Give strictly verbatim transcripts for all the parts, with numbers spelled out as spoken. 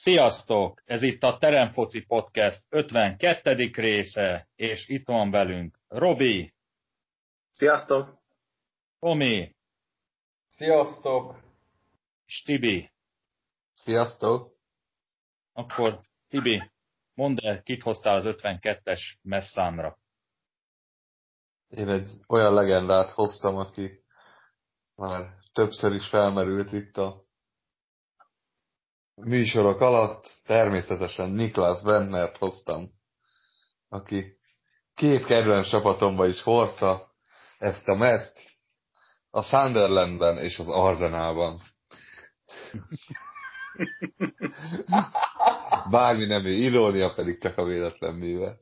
Sziasztok! Ez itt a Teremfoci Podcast ötvenkettedik része, és itt van velünk Robi. Sziasztok! Tomi. Sziasztok! És Tibi. Sziasztok! Akkor Tibi, mondd el, kit hoztál az ötvenkettes messzámra. Én egy olyan legendát hoztam, aki már többször is felmerült itt a műsorok alatt. Természetesen Niklas Bentnert hoztam, aki két kedvenc csapatomba is hordta ezt a meszt, a Sunderlandben és az Arsenalban. Bármi nemű irónia, pedig csak a véletlen műve.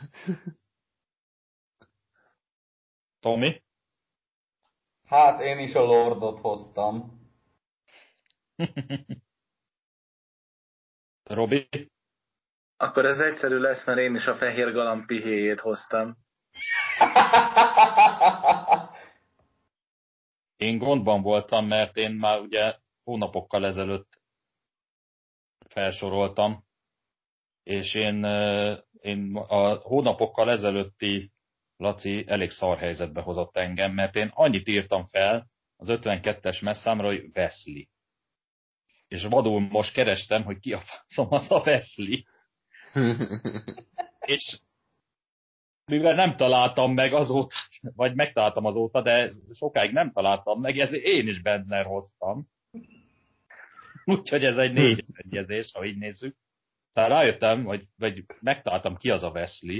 Tomi? Hát én is a Lordot hoztam. Robi? Akkor ez egyszerű lesz, mert én is a Fehér Galamb pihéjét hoztam. Én gondban voltam, mert én már ugye hónapokkal ezelőtt felsoroltam, és én, én a hónapokkal ezelőtti Laci elég szar helyzetbe hozott engem, mert én annyit írtam fel az ötvenkettes messzámra, hogy Wesley. És vadul most kerestem, hogy ki a faszom az a Wesley. És mivel nem találtam meg azóta, vagy megtaláltam azóta, de sokáig nem találtam meg, ezért én is Bentner hoztam. Úgyhogy ez egy négyes egyezés, ha így nézzük. Szóval rájöttem, vagy, vagy megtaláltam, ki az a Wesley.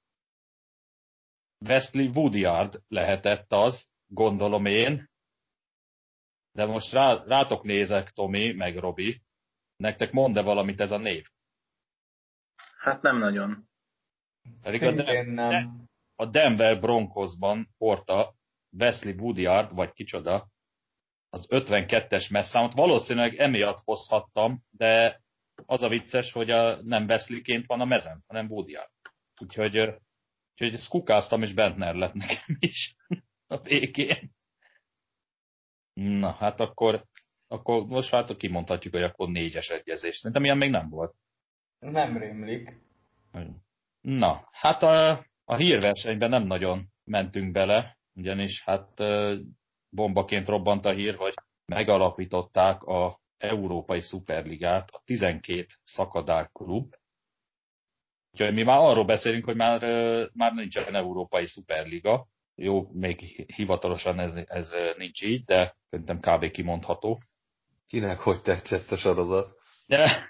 Wesley Woodyard lehetett az, gondolom én. De most rá, rátok nézek, Tomi, meg Robi. Nektek mondd-e valamit ez a név? Hát nem nagyon. Pedig a, De- nem. De- a Denver Broncosban hordta Wesley Woodyard, vagy kicsoda, az ötvenkettes messzámot. Valószínűleg emiatt hozhattam, de az a vicces, hogy a, nem Wesleyként van a mezem, hanem Woodyard. Úgyhogy, úgyhogy ezt kukáztam, és Bentner lett nekem is a végén. Na, hát akkor, akkor most hát kimondhatjuk, hogy akkor négyes egyezés. Szerintem ilyen még nem volt. Nem rémlik. Na, hát a, a hírversenyben nem nagyon mentünk bele, ugyanis hát bombaként robbant a hír, hogy megalapították a Európai Szuperligát, a tizenkét szakadár klub. Úgyhogy mi már arról beszélünk, hogy már, már nincsen Európai Szuperliga. Jó, még hivatalosan ez, ez nincs így, de szerintem kb. Kimondható. Kinek hogy tetszett a sorozat? De,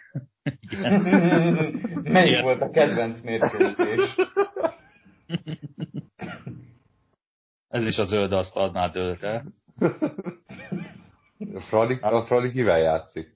Melyik volt a kedvenc mérkőzés? Ez is a zöld asztalnál dőlt el. A Fradi, a Fradi kivel játszik?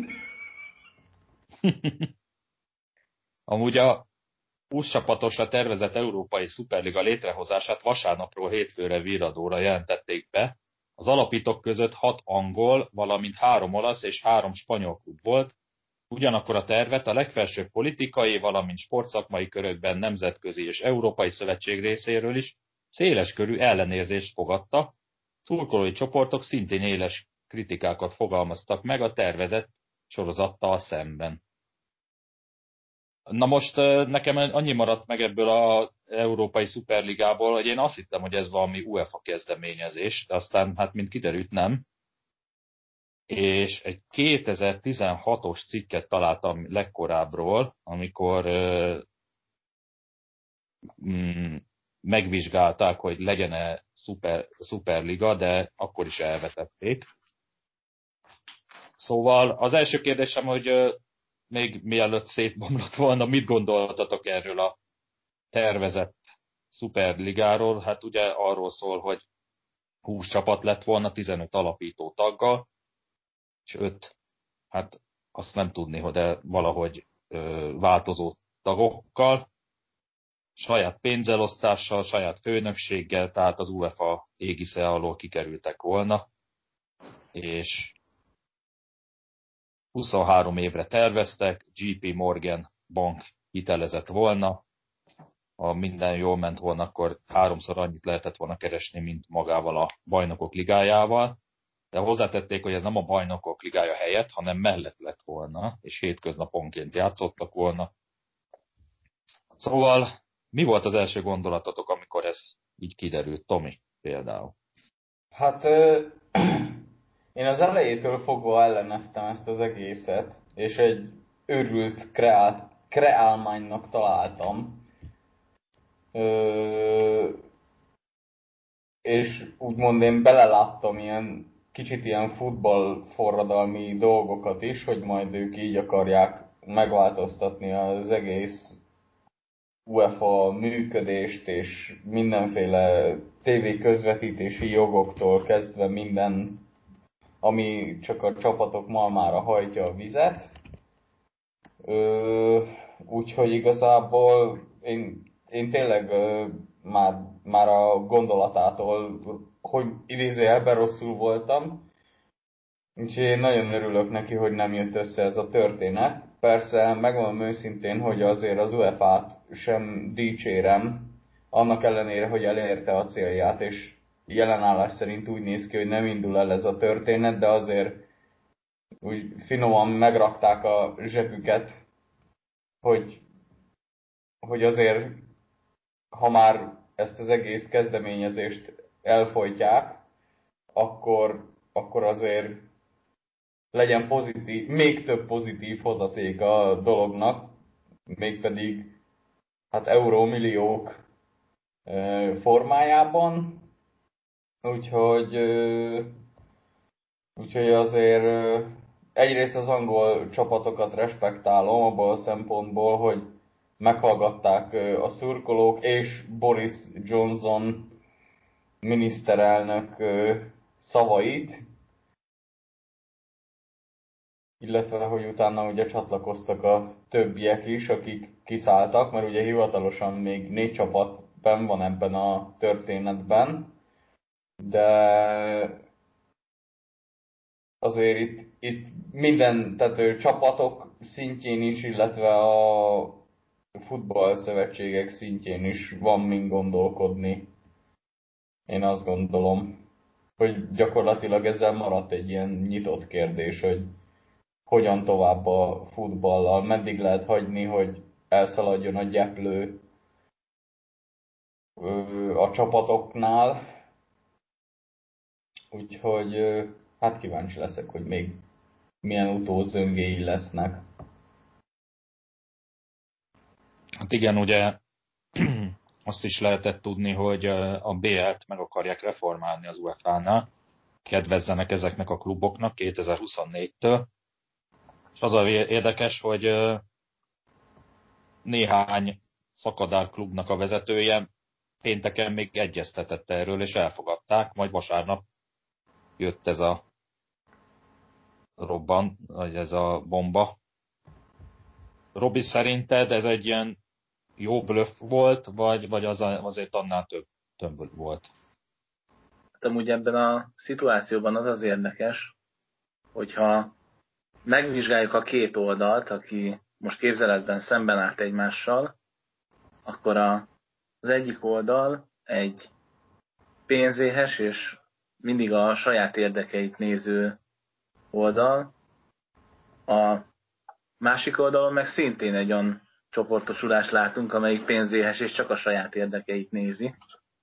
Amúgy a húsz csapatosra tervezett Európai Szuperliga létrehozását vasárnapról hétfőre virradóra jelentették be. Az alapítók között hat angol, valamint három olasz és három spanyol klub volt. Ugyanakkor a tervet a legfelsőbb politikai, valamint sportszakmai körökben nemzetközi és európai szövetség részéről is széleskörű ellenérzést fogadta. Szurkolói csoportok szintén éles kritikákat fogalmaztak meg a tervezett sorozattal szemben. Na most nekem annyi maradt meg ebből az Európai Szuperligából, hogy én azt hittem, hogy ez valami UEFA kezdeményezés, de aztán hát mint kiderült nem. És egy kétezer-tizenhatos cikket találtam legkorábbról, amikor mm, megvizsgálták, hogy legyen-e szuper, szuperliga, de akkor is elvetették. Szóval az első kérdésem, hogy még mielőtt szétbomlott volna, mit gondoltatok erről a tervezett szuperligáról? Hát ugye arról szól, hogy húsz csapat lett volna, tizenöt alapító taggal, és öt, hát azt nem tudni, hogy de valahogy ö, változó tagokkal, saját pénzelosztással, saját főnökséggel, tehát az UEFA égisze alól kikerültek volna, és huszonhárom évre terveztek, gé pé Morgan bank hitelezett volna, ha minden jól ment volna, akkor háromszor annyit lehetett volna keresni, mint magával a Bajnokok Ligájával. de hozzátették, hogy ez nem a bajnokok ligája helyett, hanem mellett lett volna, és hétköznaponként játszottak volna. Szóval mi volt az első gondolatotok, amikor ez így kiderült, Tomi például? Hát ö, én az elejétől fogva elleneztem ezt az egészet, és egy őrült kreát, kreálmánynak találtam. Ö, és úgymond én beleláttam ilyen kicsit ilyen futballforradalmi dolgokat is, hogy majd ők így akarják megváltoztatni az egész UEFA működést, és mindenféle tévé közvetítési jogoktól kezdve minden, ami csak a csapatok malmára hajtja a vizet. Ö, úgyhogy igazából én, én tényleg ö, már, már a gondolatától, hogy idézőjelben rosszul voltam, úgyhogy én nagyon örülök neki, hogy nem jött össze ez a történet. Persze, megmondom őszintén, hogy azért az UEFA-t sem dicsérem, annak ellenére, hogy elérte a célját, és jelenállás szerint úgy néz ki, hogy nem indul el ez a történet, de azért úgy finoman megrakták a zsebüket, hogy, hogy azért, ha már ezt az egész kezdeményezést elfolytják, akkor, akkor azért legyen pozitív, még több pozitív hozaték a dolognak, mégpedig hát eurómilliók formájában. Úgyhogy, úgyhogy azért egyrészt az angol csapatokat respektálom abból a szempontból, hogy meghallgatták a szurkolók és Boris Johnson miniszterelnök szavait, illetve hogy utána ugye csatlakoztak a többiek is, akik kiszálltak, mert ugye hivatalosan még négy csapat benn van ebben a történetben, de azért itt, itt minden, tehát csapatok szintjén is, illetve a futballszövetségek szintjén is van mind gondolkodni. Én azt gondolom, hogy gyakorlatilag ezzel maradt egy ilyen nyitott kérdés, hogy hogyan tovább a futballal, meddig lehet hagyni, hogy elszaladjon a gyeplő a csapatoknál. Úgyhogy hát kíváncsi leszek, hogy még milyen utózöngéi lesznek. Hát igen, ugye azt is lehetett tudni, hogy a bé el-t meg akarják reformálni az UEFA-nál, kedvezzenek ezeknek a kluboknak kétezer-huszonnégytől. És az a érdekes, hogy néhány szakadár klubnak a vezetője pénteken még egyeztetett erről, és elfogadták, majd vasárnap jött ez a robban, vagy ez a bomba. Robi, szerinted ez egy ilyen jó blöff volt, vagy, vagy az azért annál több, több volt? Hát amúgy ebben a szituációban az az érdekes, hogyha megvizsgáljuk a két oldalt, aki most képzeletben szemben állt egymással, akkor a, az egyik oldal egy pénzéhes és mindig a saját érdekeit néző oldal, a másik oldalon meg szintén egy olyan csoportosulást látunk, amelyik pénzéhes és csak a saját érdekeit nézi.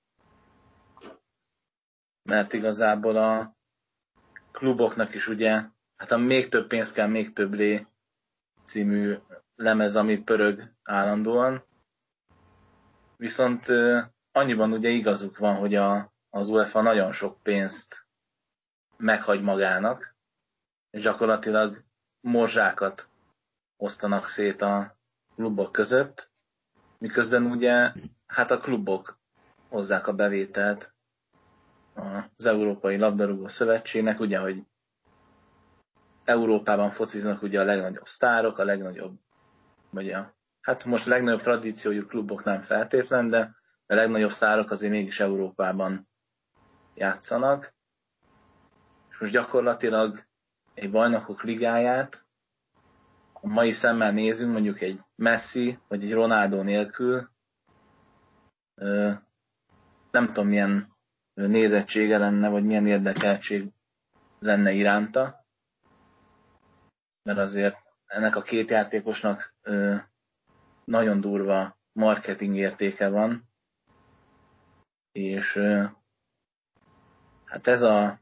Mert igazából a kluboknak is ugye, hát a még több pénz kell, még több lé című lemez, amit pörög állandóan. Viszont annyiban ugye igazuk van, hogy a, az UEFA nagyon sok pénzt meghagy magának, és gyakorlatilag morzsákat osztanak szét a klubok között, miközben ugye hát a klubok hozzák a bevételt az Európai Labdarúgó Szövetségnek, ugye, hogy Európában fociznak ugye a legnagyobb sztárok, a legnagyobb, vagy a, hát most a legnagyobb tradíciójú klubok nem feltétlen, de a legnagyobb sztárok azért mégis Európában játszanak. És most gyakorlatilag egy bajnokok ligáját a mai szemmel nézünk, mondjuk egy Messi vagy egy Ronaldo nélkül, nem tudom milyen nézettsége lenne, vagy milyen érdekeltség lenne iránta, mert azért ennek a két játékosnak ö, nagyon durva marketing értéke van, és ö, hát ez a,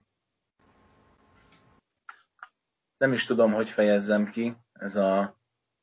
nem is tudom, hogy fejezzem ki, ez a,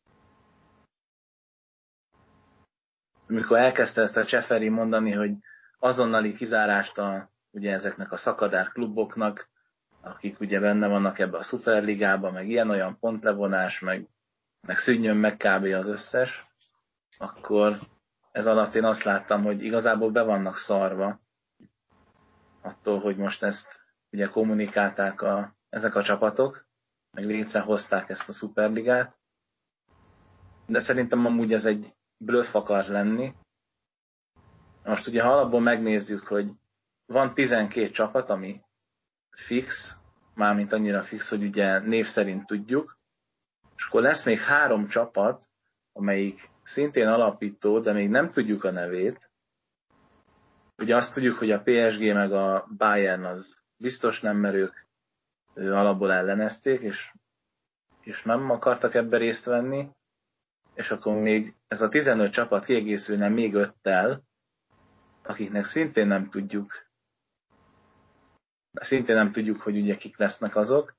amikor elkezdte ezt a Cseferi mondani, hogy azonnali kizárást a, ugye ezeknek a szakadár kluboknak, akik ugye benne vannak ebbe a szuperligában, meg ilyen-olyan pontlevonás, meg, meg szűnjön meg kb. Az összes, akkor ez alatt én azt láttam, hogy igazából be vannak szarva attól, hogy most ezt ugye kommunikálták a, ezek a csapatok, meg létrehozták ezt a szuperligát, de szerintem amúgy ez egy bluff akar lenni. Most ugye ha alapból megnézzük, hogy van tizenkét csapat, ami fix, mármint annyira fix, hogy ugye név szerint tudjuk, és akkor lesz még három csapat, amelyik szintén alapító, de még nem tudjuk a nevét. Ugye azt tudjuk, hogy a pé es gé meg a Bayern az biztos nem, mert ők alapból ellenezték, és, és nem akartak ebbe részt venni, és akkor még ez a tizenöt csapat kiegészülne még öttel, akiknek szintén nem tudjuk, szintén nem tudjuk, hogy ugye kik lesznek azok.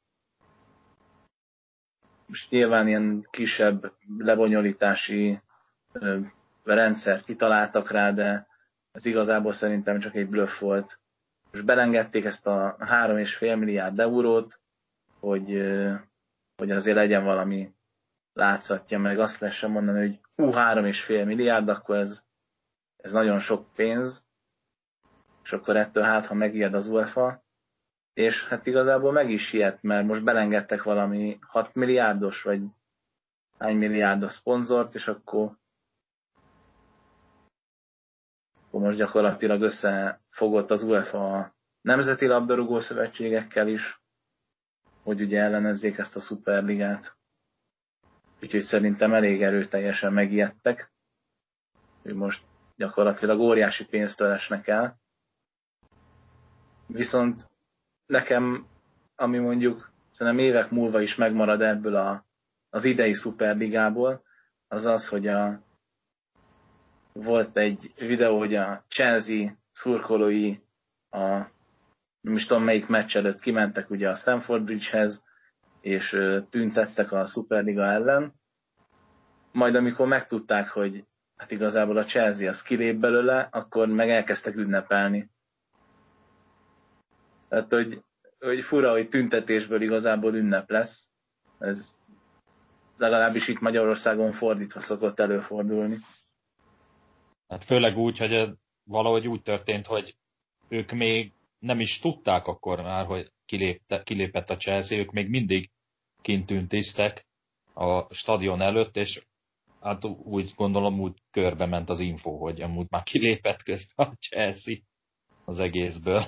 Most nyilván ilyen kisebb lebonyolítási ö, rendszert kitaláltak rá, de ez igazából szerintem csak egy bluff volt. Most belengedték ezt a három és fél milliárd eurót, hogy, ö, hogy azért legyen valami látszatja, meg azt lehessen mondani, hogy hú, három és fél milliárd, akkor ez, ez nagyon sok pénz, és akkor ettől hát, ha megijed az UEFA, és hát igazából meg is ijedt, mert most belengedtek valami hat milliárdos, vagy hány milliárdos szponzort, és akkor, akkor most gyakorlatilag összefogott az UEFA a nemzeti labdarúgó szövetségekkel is, hogy ugye ellenezzék ezt a szuperligát. Úgyhogy szerintem elég erőteljesen megijedtek, hogy most gyakorlatilag óriási pénztől esnek el. Viszont nekem, ami mondjuk szerintem évek múlva is megmarad ebből a, az idei szuperligából, az az, hogy a, volt egy videó, hogy a Chelsea szurkolói a, nem is tudom melyik meccs előtt kimentek ugye a Stamford Bridge-hez, és tüntettek a szuperliga ellen. Majd amikor megtudták, hogy hát igazából a Chelsea az kilép belőle, akkor meg elkezdtek ünnepelni. Tehát, hogy, hogy fura, hogy tüntetésből igazából ünnep lesz. Ez legalábbis itt Magyarországon fordítva szokott előfordulni. Hát főleg úgy, hogy valahogy úgy történt, hogy ők még nem is tudták akkor már, hogy kilépte, kilépett a Chelsea, ők még mindig kint tüntisztek a stadion előtt, és hát úgy gondolom, úgy körbe ment az info, hogy amúgy már kilépett közben a Chelsea az egészből.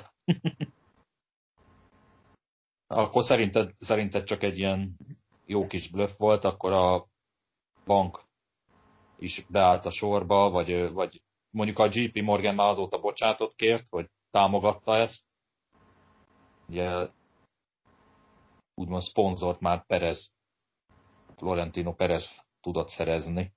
Akkor szerinted, szerinted csak egy ilyen jó kis bluff volt, akkor a bank is beállt a sorba, vagy, vagy mondjuk a jé pé Morgan már azóta bocsátot kért, hogy támogatta ezt. Ugye úgymond szponzort már Perez, Florentino Perez tudott szerezni.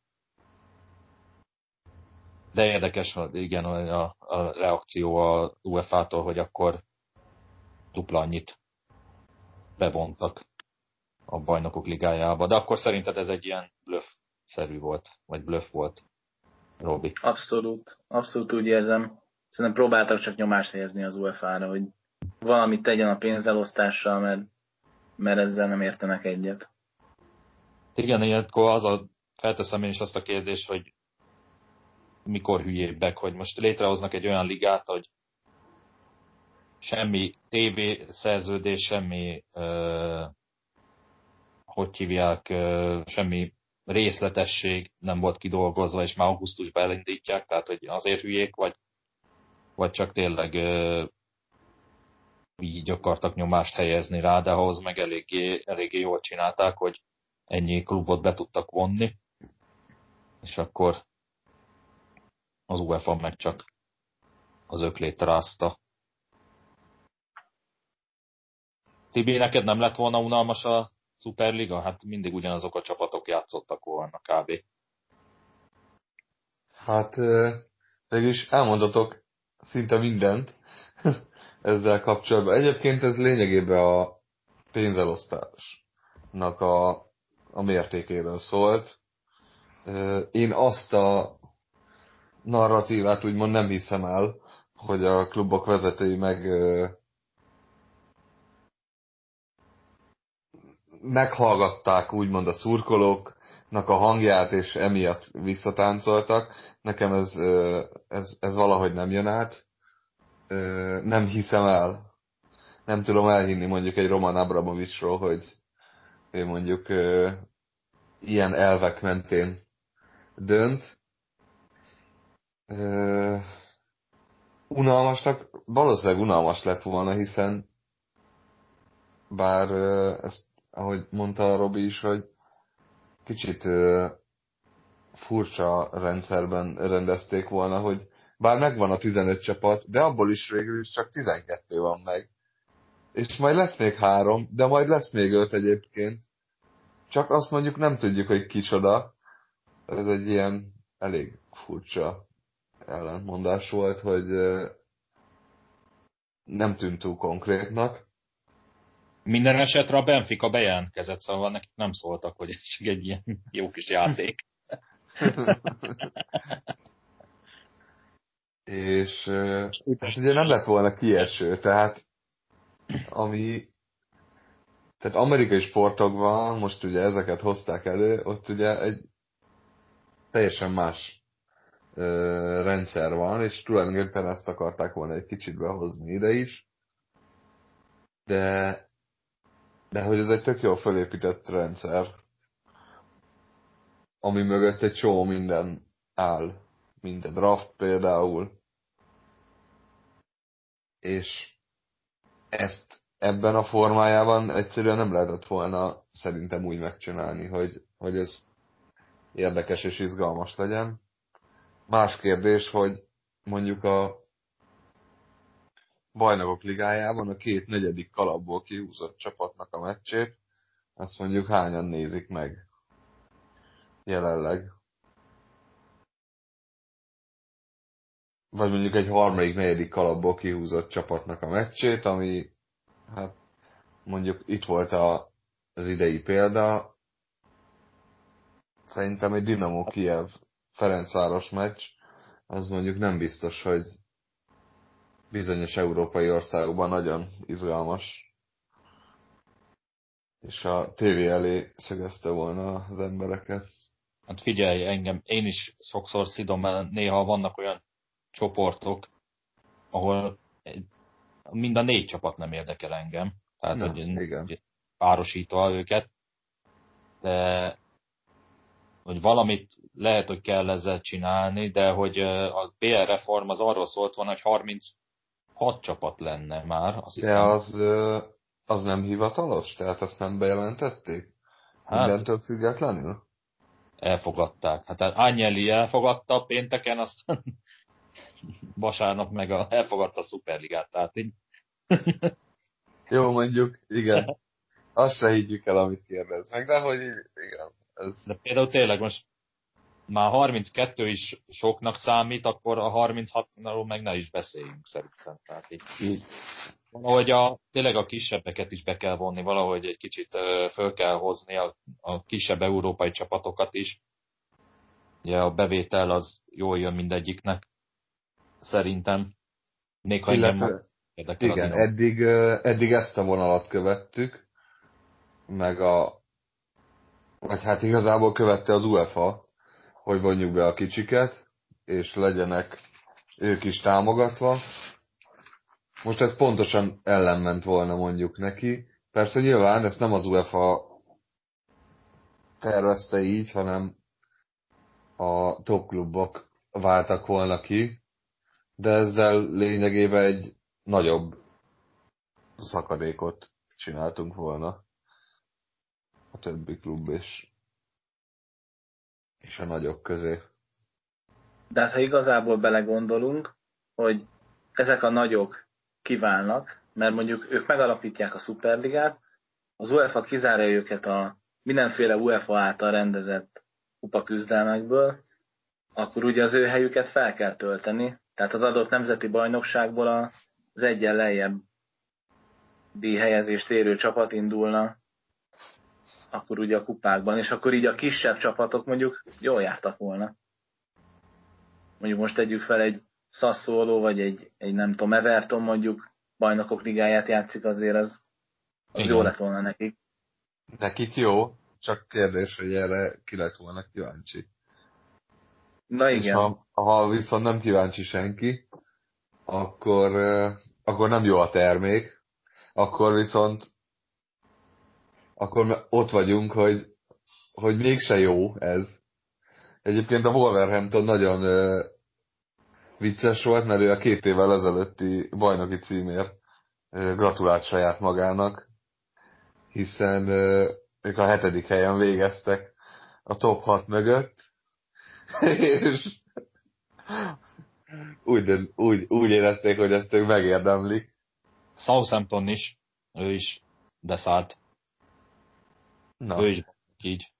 De érdekes, igen, a, a reakció a u ef á-tól, hogy akkor dupla annyit bevontak a bajnokok ligájába. De akkor szerinted ez egy ilyen bluff-szerű volt, vagy bluff volt, Robi? Abszolút, abszolút úgy érzem. Szerintem próbáltak csak nyomást helyezni az u ef á-ra, hogy valamit tegyen a pénzelosztással, mert, mert ezzel nem értenek egyet. Igen, ilyenkor az a, felteszem én is azt a kérdést, hogy mikor hülyébbek, hogy most létrehoznak egy olyan ligát, hogy semmi tévé szerződés, semmi, uh, hogy hívják, uh, semmi részletesség nem volt kidolgozva, és már augusztusban elindítják, tehát hogy azért hülyék, vagy, vagy csak tényleg uh, így akartak nyomást helyezni rá, de ahhoz meg eléggé, eléggé jól csinálták, hogy ennyi klubot be tudtak vonni, és akkor az u ef á meg csak az öklét rázta. Tibi, neked nem lett volna unalmas a Superliga? Hát mindig ugyanazok a csapatok játszottak volna kb. Hát mégis elmondatok szinte mindent ezzel kapcsolatban. Egyébként ez lényegében a pénzelosztásnak a, a mértékéről szólt. Én azt a narratívát úgymond nem hiszem el, hogy a klubok vezetői meg meghallgatták úgymond a szurkolóknak a hangját, és emiatt visszatáncoltak. Nekem ez, ez, ez valahogy nem jön át. Nem hiszem el. Nem tudom elhinni mondjuk egy Roman Abramovicsról, hogy ő mondjuk ilyen elvek mentén dönt. Unalmasnak, valószínűleg unalmas lett volna, hiszen bár ezt, ahogy mondta a Robi is, hogy kicsit furcsa rendszerben rendezték volna, hogy bár megvan a tizenöt csapat, de abból is végül is csak tizenkettő van meg. És majd lesz még három, de majd lesz még öt egyébként. Csak azt mondjuk nem tudjuk, hogy kicsoda. Ez egy ilyen elég furcsa ellentmondás volt, hogy nem tűnt túl konkrétnak. Minden esetre a Benfica bejelentkezett, szóval nekik nem szóltak, hogy ez csak egy ilyen jó kis játék. És hát ugye nem lett volna kieső, tehát ami tehát amerikai sportokban most ugye ezeket hozták elő, ott ugye egy teljesen más ö, rendszer van, és tulajdonképpen ezt akarták volna egy kicsit behozni ide is, de de hogy ez egy tök jól felépített rendszer, ami mögött egy csomó minden áll, mint a draft például, és ezt ebben a formájában egyszerűen nem lehetett volna szerintem úgy megcsinálni, hogy, hogy ez érdekes és izgalmas legyen. Más kérdés, hogy mondjuk a Bajnokok Ligájában a két negyedik kalapból kihúzott csapatnak a meccsét, azt mondjuk hányan nézik meg jelenleg. Vagy mondjuk egy harmadik, negyedik kalapból kihúzott csapatnak a meccsét, ami hát mondjuk itt volt a, az idei példa. Szerintem egy Dinamo Kijev Ferencváros meccs, az mondjuk nem biztos, hogy bizonyos európai országokban nagyon izgalmas. És a tévé elé szögezte volna az embereket. Hát figyelj, engem, én is sokszor szidom, mert néha vannak olyan csoportok, ahol mind a négy csapat nem érdekel engem. Tehát, Na, hogy igen. párosítva őket. De hogy valamit lehet, hogy kell ezzel csinálni, de hogy a bé el reform az arról szólt volna, hogy harminchat csapat lenne már, azt De hiszem. az, az nem hivatalos? Tehát azt nem bejelentették? Hát Mindentől függetlenül? elfogadták. Hát Agnelli elfogadta pénteken, aztán vasárnap meg a, elfogadta a Szuperligát. Tehát így... Jó, mondjuk, igen. Azt se higgyük el, amit kérdeznek, de hogy igen. Ez... De például tényleg most már harminckettő is soknak számít, akkor a harminchatról meg ne is beszéljünk szerintem. Tehát így, így. valahogy a, tényleg a kisebbeket is be kell vonni, valahogy egy kicsit ö, föl kell hozni a, a kisebb európai csapatokat is. Ugye a bevétel az jól jön mindegyiknek, szerintem. Még ha engem Illetve, érdekel igen, a Dinamo. eddig, eddig ezt a vonalat követtük, meg a, vagy hát igazából követte az UEFA, hogy vonjuk be a kicsiket, és legyenek ők is támogatva. Most ez pontosan ellenment volna mondjuk neki. Persze nyilván ezt nem az UEFA tervezte így, hanem a topklubok váltak volna ki, de ezzel lényegében egy nagyobb szakadékot csináltunk volna a többi klub és, és a nagyok közé. De hát ha igazából belegondolunk, hogy ezek a nagyok kiválnak, mert mondjuk ők megalapítják a Szuperligát, az UEFA kizárja őket a mindenféle UEFA által rendezett kupaküzdelmekből, akkor ugye az ő helyüket fel kell tölteni, tehát az adott nemzeti bajnokságból az egyen lejjebbi helyezést érő csapat indulna akkor ugye a kupákban, és akkor így a kisebb csapatok mondjuk jól jártak volna. Mondjuk most tegyük fel egy Sassuolo, vagy egy, egy nem tudom, Everton mondjuk bajnokok ligáját játszik, azért az, az jó lett volna nekik. Nekik jó, csak kérdés, hogy erre ki lett volna kíváncsi. Na igen. És ha, ha viszont nem kíváncsi senki, akkor, akkor nem jó a termék, akkor viszont akkor ott vagyunk, hogy, hogy mégse jó ez. Egyébként a Wolverhampton nagyon uh, vicces volt, mert ő a két évvel ezelőtti bajnoki címért uh, gratulált saját magának, hiszen uh, ők a hetedik helyen végeztek a top hat mögött, és úgy, úgy, úgy érezték, hogy ezt ők megérdemlik. Southampton is, ő is beszállt. Na. Ő is így.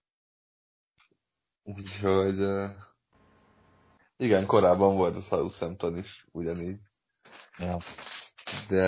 Úgyhogy uh, igen, korábban volt a Southampton is ugyanígy. Ja. De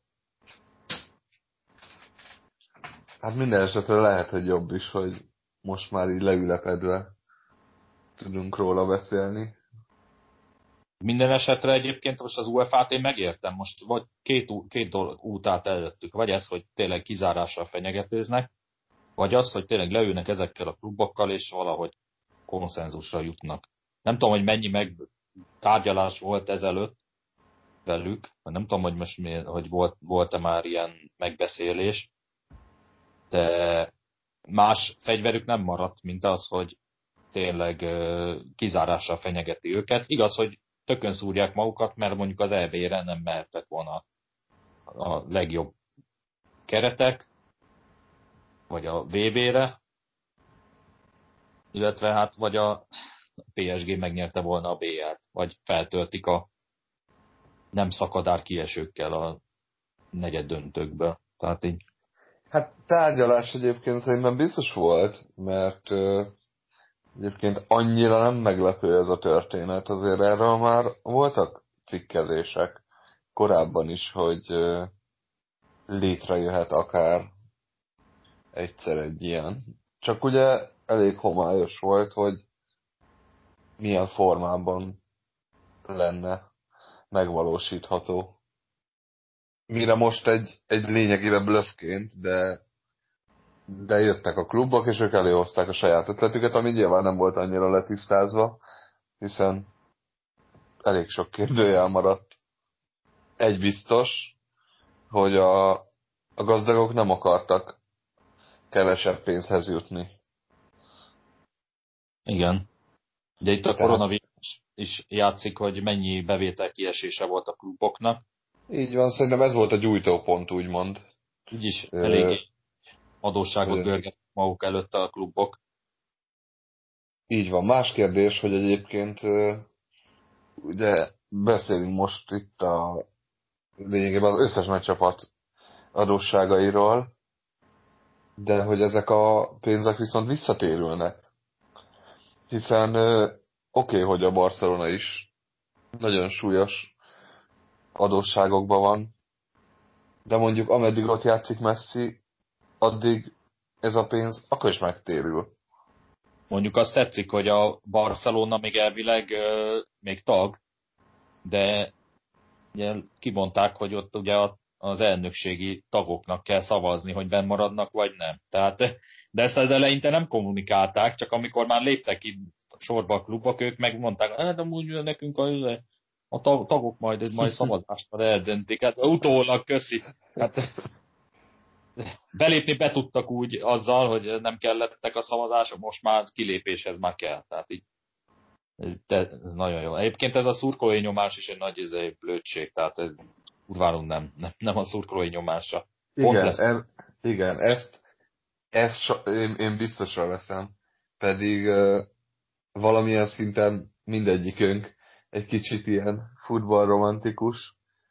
hát minden esetre lehet, hogy jobb is, hogy most már így leülepedve tudunk róla beszélni. Minden esetre egyébként most az u ef á-t én megértem. Most vagy két, két dolog út át előttük. Vagy ez, hogy tényleg kizárással fenyegetőznek, vagy az, hogy tényleg leülnek ezekkel a klubokkal, és valahogy konszenzusra jutnak. Nem tudom, hogy mennyi meg tárgyalás volt ezelőtt velük, nem tudom, hogy most mi, hogy volt, volt-e már ilyen megbeszélés, de más fegyverük nem maradt, mint az, hogy tényleg uh, kizárással fenyegeti őket. Igaz, hogy tökön szúrják magukat, mert mondjuk az é bé-re nem mehettek volna a legjobb keretek, vagy a vé bé-re, illetve hát vagy a pé es gé megnyerte volna a bé el-t, vagy feltöltik a nem szakadár kiesőkkel a negyed döntőkből. Tehát így. Hát tárgyalás egyébként szerintem biztos volt, mert uh, egyébként annyira nem meglepő ez a történet. Azért erről már voltak cikkezések korábban is, hogy uh, létrejöhet akár egyszer egy ilyen. Csak ugye elég homályos volt, hogy milyen formában lenne megvalósítható. Mire most egy, egy lényegében bluffként, de, de jöttek a klubok, és ők előhozták a saját ötletüket, ami nyilván nem volt annyira letisztázva, hiszen elég sok kérdőjel maradt. Egy biztos, hogy a, a gazdagok nem akartak kevesebb pénzhez jutni. Igen. De itt a Tehát... koronavírus is játszik, hogy mennyi bevétel kiesése volt a kluboknak. Így van, szerintem ez volt a gyújtópont, úgymond. Így is eléggé adósságot görgetnek maguk előtt a klubok. Így van. Más kérdés, hogy egyébként ugye beszélünk most itt a lényegében az összes nagy csapat adósságairól, de hogy ezek a pénzek viszont visszatérülnek. Hiszen oké, okay, hogy a Barcelona is nagyon súlyos adósságokban van, de mondjuk ameddig ott játszik Messi, addig ez a pénz akkor is megtérül. Mondjuk azt tetszik, hogy a Barcelona még elvileg euh, még tag, de ugye kimondták, hogy ott ugye az elnökségi tagoknak kell szavazni, hogy benn maradnak, vagy nem. Tehát, de ezt az eleinte nem kommunikálták, csak amikor már léptek ki sorba a klubok, ők megmondták, hát amúgy nekünk a, a tagok majd, majd szavazásra eldöntik. Hát utólag köszi. Hát, belépni be tudtak úgy azzal, hogy nem kellettek a szavazások, most már kilépéshez már kell. Tehát így, ez nagyon jó. Egyébként ez a szurkolói nyomás is egy nagy izé, blödség, tehát ez kurválunk nem, nem, nem a szurkolói nyomásra. Igen, e, igen, ezt, ezt so, én, én biztosra veszem, pedig uh, valamilyen szinten mindegyikünk egy kicsit ilyen futballromantikus,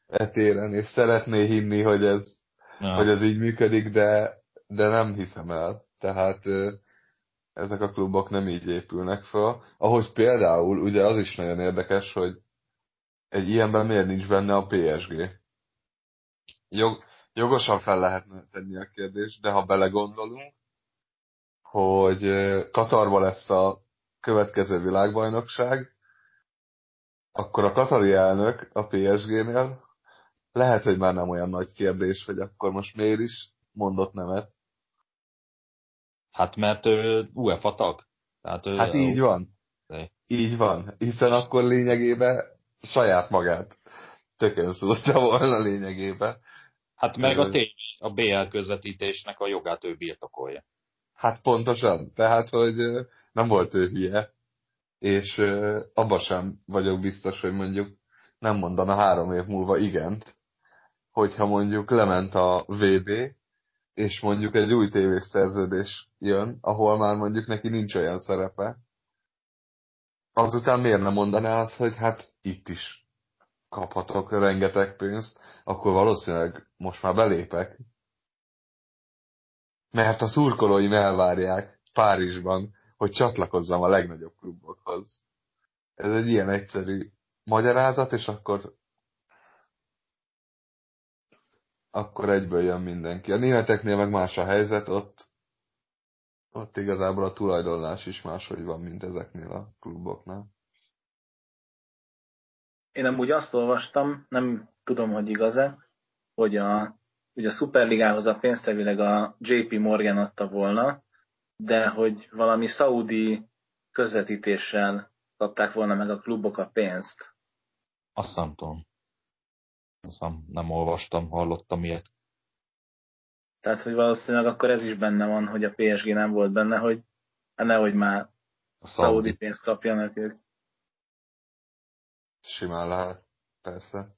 etéren, és szeretné hinni, hogy ez, Ja. hogy ez így működik, de, de nem hiszem el. Tehát ezek a klubok nem így épülnek fel. Ahogy például, ugye az is nagyon érdekes, hogy egy ilyenben miért nincs benne a pé es gé. Jog, jogosan fel lehetne tenni a kérdést, de ha belegondolunk, hogy Katarban lesz a következő világbajnokság, akkor a katari elnök a pé es génél lehet, hogy már nem olyan nagy kérdés, hogy akkor most miért is mondott nemet. Hát mert ő UEFA tag. Tehát ő, Hát így van. ő, Így van. Hiszen akkor lényegében saját magát tökön szúrta volna lényegében. Hát meg a tény, a bé el közvetítésnek a jogát ő birtokolja. Hát pontosan. Tehát, hogy nem volt ő hülye. És abban sem vagyok biztos, hogy mondjuk nem mondana három év múlva igent, hogyha mondjuk lement a vé bé, és mondjuk egy új tévés szerződés jön, ahol már mondjuk neki nincs olyan szerepe, azután miért nem mondaná azt, hogy hát itt is kaphatok rengeteg pénzt, akkor valószínűleg most már belépek. Mert a szurkolóim elvárják Párizsban, hogy csatlakozzam a legnagyobb klubokhoz. Ez egy ilyen egyszerű magyarázat, és akkor akkor egyből jön mindenki. A németeknél meg más a helyzet, ott, ott igazából a tulajdonlás is máshogy van, mint ezeknél a kluboknál. Én amúgy azt olvastam, nem tudom, hogy igaz-e, hogy a, ugye a Superligához a pénztevileg a jé pé Morgan adta volna, de hogy valami szaudi közvetítéssel kapták volna meg a klubok a pénzt. Azt nem tudom. Azt nem, nem olvastam, hallottam ilyet. Tehát, hogy valószínűleg akkor ez is benne van, hogy a pé es gé nem volt benne, hogy hát nehogy már A szaudi pénzt kapjanak ők. Simán lehet, persze.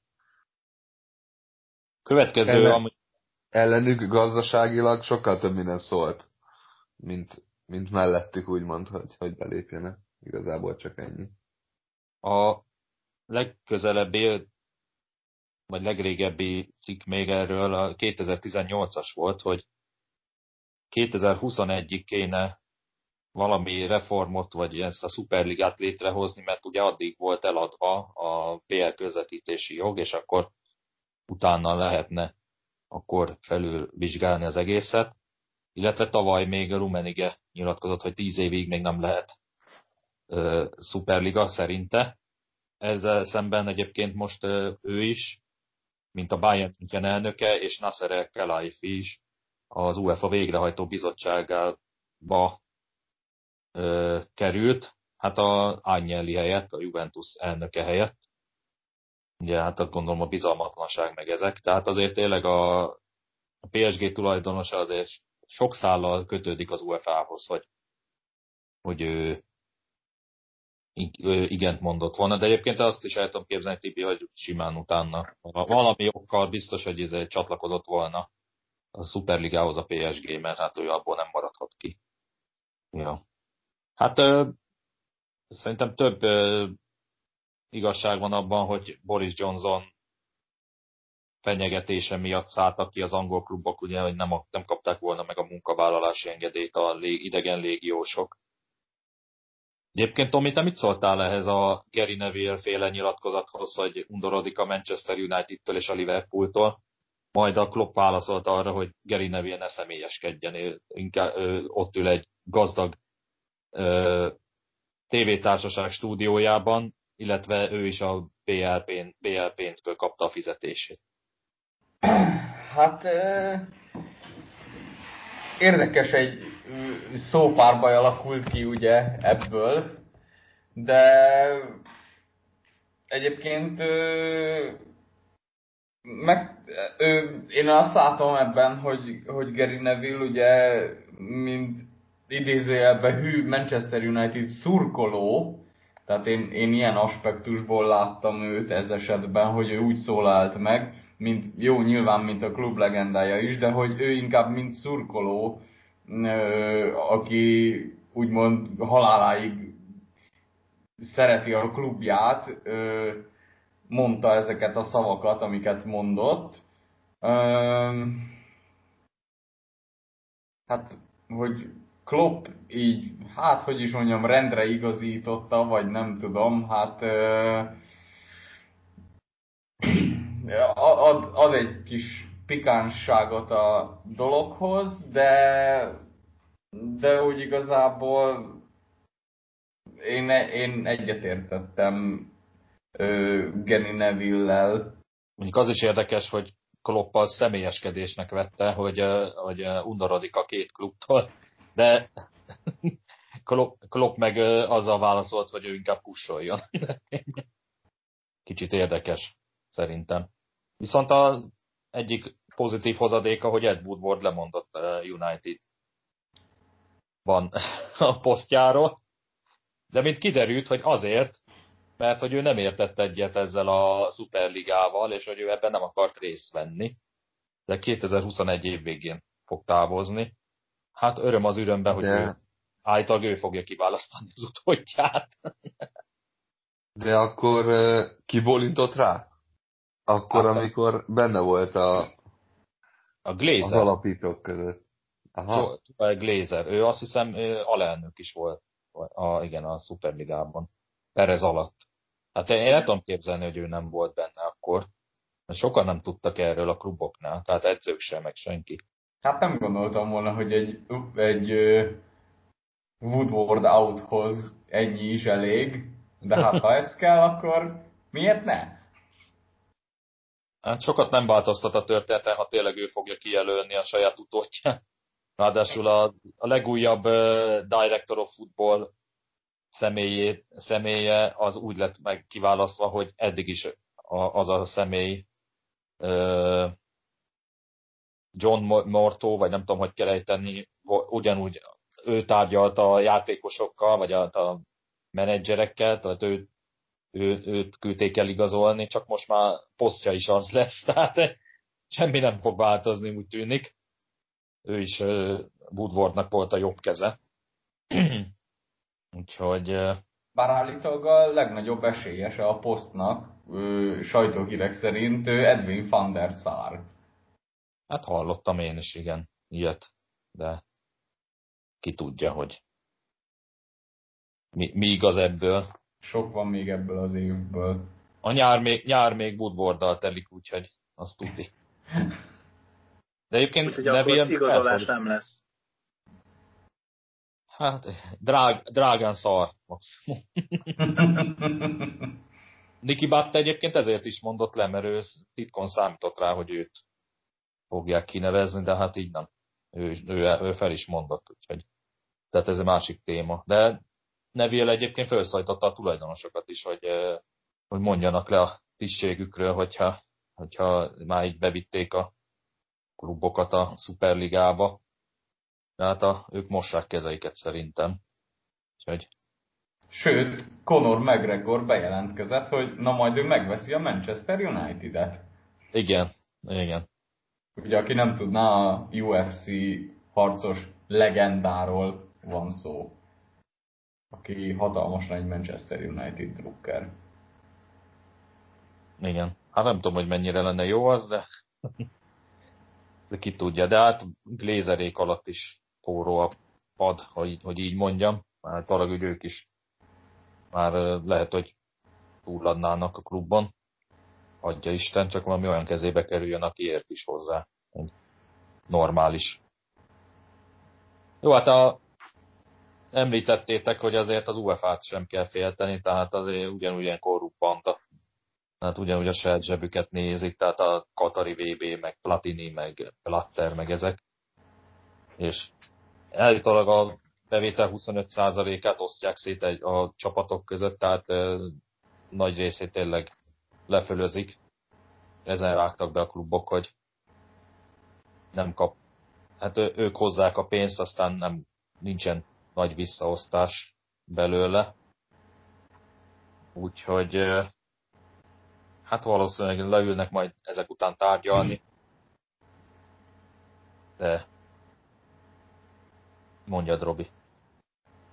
Következő, Ellen, ami... ellenük gazdaságilag sokkal több minden szólt, mint, mint mellettük úgymond, hogy, hogy belépjenek. Igazából csak ennyi. A legközelebbi, vagy legrégebbi cikk még erről a kétezer-tizennyolcas volt, hogy kétezer-huszonegyig kéne valami reformot, vagy ezt a szuperligát létrehozni, mert ugye addig volt eladva a bé el közvetítési jog, és akkor utána lehetne akkor felülvizsgálni az egészet. Illetve tavaly még a Rummenigge nyilatkozott, hogy tíz évig még nem lehet ö, szuperliga szerinte. Ezzel szemben egyébként most ö, ő is, mint a Bayern München elnöke, és Nasser El-Khelaifi is az UEFA végrehajtó bizottságába ö, került, hát a Agnelli helyett, a Juventus elnöke helyett. Ugye hát azt gondolom a bizalmatlanság meg ezek. Tehát azért tényleg a, a pé es gé tulajdonosa azért sok szállal kötődik az UEFA-hoz, hogy, hogy ő, ő igent mondott volna. De egyébként azt is el tudom képzelni, Tibi, hogy simán utána valami okkal biztos, hogy ez csatlakozott volna a Superligához a pé es gé, mert hát ő abból nem maradhat ki. Ja. Hát ö, szerintem több ö, igazság van abban, hogy Boris Johnson fenyegetése miatt szálltak ki az angol klubok, ugye, hogy nem, nem kapták volna meg a munkavállalási engedélyt a lég, idegen légiósok. Egyébként, Tomi, te mit szóltál ehhez a Gary Neville féle nyilatkozathoz, hogy undorodik a Manchester United-től és a Liverpooltól? Majd a Klopp válaszolt arra, hogy Gary Neville ne személyeskedjen, ő, inkább ő, ott ül egy gazdag ö, tévétársaság stúdiójában, illetve ő is a bé el pénzből kapta a fizetését. Hát érdekes, egy szópárbaj alakult ki ugye ebből, de egyébként meg, én azt látom ebben, hogy, hogy Gary Neville ugye, mint idézőjelben hű Manchester United szurkoló, tehát én, én ilyen aspektusból láttam őt ez esetben, hogy ő úgy szólalt meg, mint jó, nyilván, mint a klub legendája is, de hogy ő inkább mint szurkoló, aki úgymond haláláig szereti a klubját, mondta ezeket a szavakat, amiket mondott. Üm, hát, hogy Klopp így, hát hogy is mondjam, rendre igazította, vagy nem tudom, hát ad, ad egy kis pikánsságot a dologhoz, de, de úgy igazából én, én egyetértettem Gary Neville-lel. Mondjuk az is érdekes, hogy Klopp az személyeskedésnek vette, hogy, hogy undorodik a két klubtól, de Klopp, Klopp meg azzal válaszolt, hogy ő inkább pusoljon. Kicsit érdekes, szerintem. Viszont az egyik pozitív hozadéka, hogy Ed Woodward lemondott United van a posztjáról, de mint kiderült, hogy azért, mert hogy ő nem értett egyet ezzel a szuperligával, és hogy ő ebben nem akart részt venni. De kétezer-huszonegy év végén fog távozni. Hát öröm az örömben, hogy de... ő, általában ő fogja kiválasztani az utódját. De akkor uh, kibólintott rá? Akkor, hát, amikor benne volt a, a Glazer. Az alapítók között. Aha. A Glazer. Ő azt hiszem ő alelnök is volt a, igen, a Szuperligában. Perez alatt. Hát én nem tudom képzelni, hogy ő nem volt benne akkor. Sokan nem tudtak erről a kluboknál, tehát edzők sem, meg senki. Hát nem gondoltam volna, hogy egy, egy Woodward outhoz ennyi is elég, de hát ha ez kell, akkor miért ne? Hát sokat nem változtat a történeten, ha tényleg ő fogja kijelölni a saját utódját. Ráadásul a, a legújabb uh, Director of Football személyét, személye az úgy lett meg kiválasztva, hogy eddig is a, az a személy uh, John Morto, vagy nem tudom, hogy kell ejteni, ugyanúgy ő tárgyalta a játékosokkal, vagy a, a menedzserekkel, tehát ő, ő, őt küldték el igazolni, csak most már posztja is az lesz, tehát semmi nem fog változni, úgy tűnik. Ő is uh, Woodwardnak volt a jobb keze. Úgyhogy... Uh, Bár állítólag a legnagyobb esélyese a posztnak, ő, sajtóhírek szerint ő Edwin van der Sar. Hát hallottam én is, igen, ilyet, de ki tudja, hogy mi, mi igaz ebből. Sok van még ebből az évből. A nyár még, nyár még Woodwarddal telik, úgyhogy azt tudni. De egyébként úgyhogy akkor igazolás nem lesz. Hát, drág, drágán szar. Niki Butt egyébként ezért is mondott le, mert ő titkon számított rá, hogy őt fogják kinevezni, de hát így nem. Ő, ő, ő fel is mondott, úgyhogy. Tehát ez egy másik téma. De Neville egyébként felszajtotta a tulajdonosokat is, hogy, hogy mondjanak le a tisztségükről, hogyha, hogyha már így bevitték a klubokat a Szuperligába. Tehát a, ők mossák kezeiket szerintem. Úgyhogy... Sőt, Conor McGregor bejelentkezett, hogy na majd ő megveszi a Manchester United-et. Igen, igen. Ugye, aki nem tudná, a U F C harcos legendáról van szó. Aki hatalmas nagy Manchester United drukker. Igen. Hát nem tudom, hogy mennyire lenne jó az, de... de ki tudja. De hát Glazerék alatt is forró a pad, hogy, hogy így mondjam. Már talán ők is már lehet, hogy túladnának a klubban. Adja Isten, csak valami olyan kezébe kerüljön, aki ért is hozzá. Normális. Jó, hát a, említettétek, hogy azért az u e fá-t sem kell félteni, tehát azért ugyanúgy ilyen korrupt banda. Hát ugyanúgy a saját zsebüket nézik, tehát a Katari vé bé, meg Platini, meg Platter, meg ezek. És állítólag a bevétel huszonöt százalékát osztják szét egy, a csapatok között, tehát e, nagy részét tényleg lefölözik. Ezen rágtak be a klubok, hogy nem kap. Hát ők hozzák a pénzt, aztán nem, nincsen nagy visszaosztás belőle. Úgyhogy hát valószínűleg leülnek majd ezek után tárgyalni. De mondjad, Robi.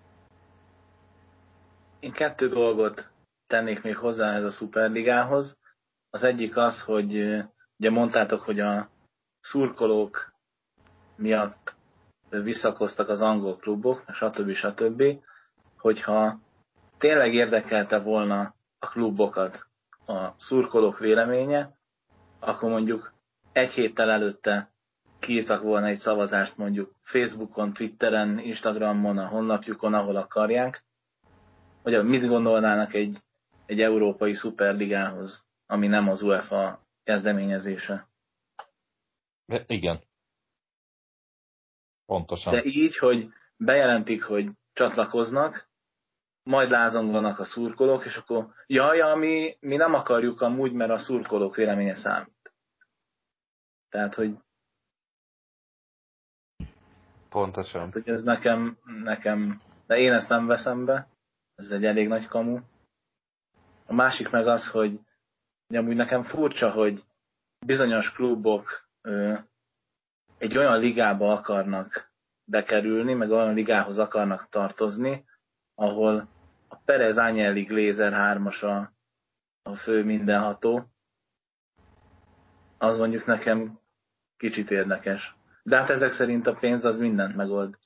Én kettő dolgot tennék még hozzá ez a Szuperligához. Az egyik az, hogy ugye mondtátok, hogy a szurkolók miatt visszakoztak az angol klubok, stb. stb. Hogyha tényleg érdekelte volna a klubokat a szurkolók véleménye, akkor mondjuk egy héttel előtte kiírtak volna egy szavazást mondjuk Facebookon, Twitteren, Instagramon, a honlapjukon, ahol akarják, hogy mit gondolnának egy, egy európai szuperligához, ami nem az UEFA kezdeményezése. Igen. Pontosan. De így, hogy bejelentik, hogy csatlakoznak, majd lázonganak a szurkolók, és akkor jaj, mi, mi nem akarjuk amúgy, mert a szurkolók véleménye számít. Tehát, hogy Pontosan. Hát, hogy ez nekem, nekem, de én ezt nem veszem be, ez egy elég nagy kamu. A másik meg az, hogy, hogy amúgy nekem furcsa, hogy bizonyos klubok ö, egy olyan ligába akarnak bekerülni, meg olyan ligához akarnak tartozni, ahol a Perez Agnelli Glazer hármas a, a fő mindenható. Az mondjuk nekem kicsit érdekes. De hát ezek szerint a pénz az mindent megold.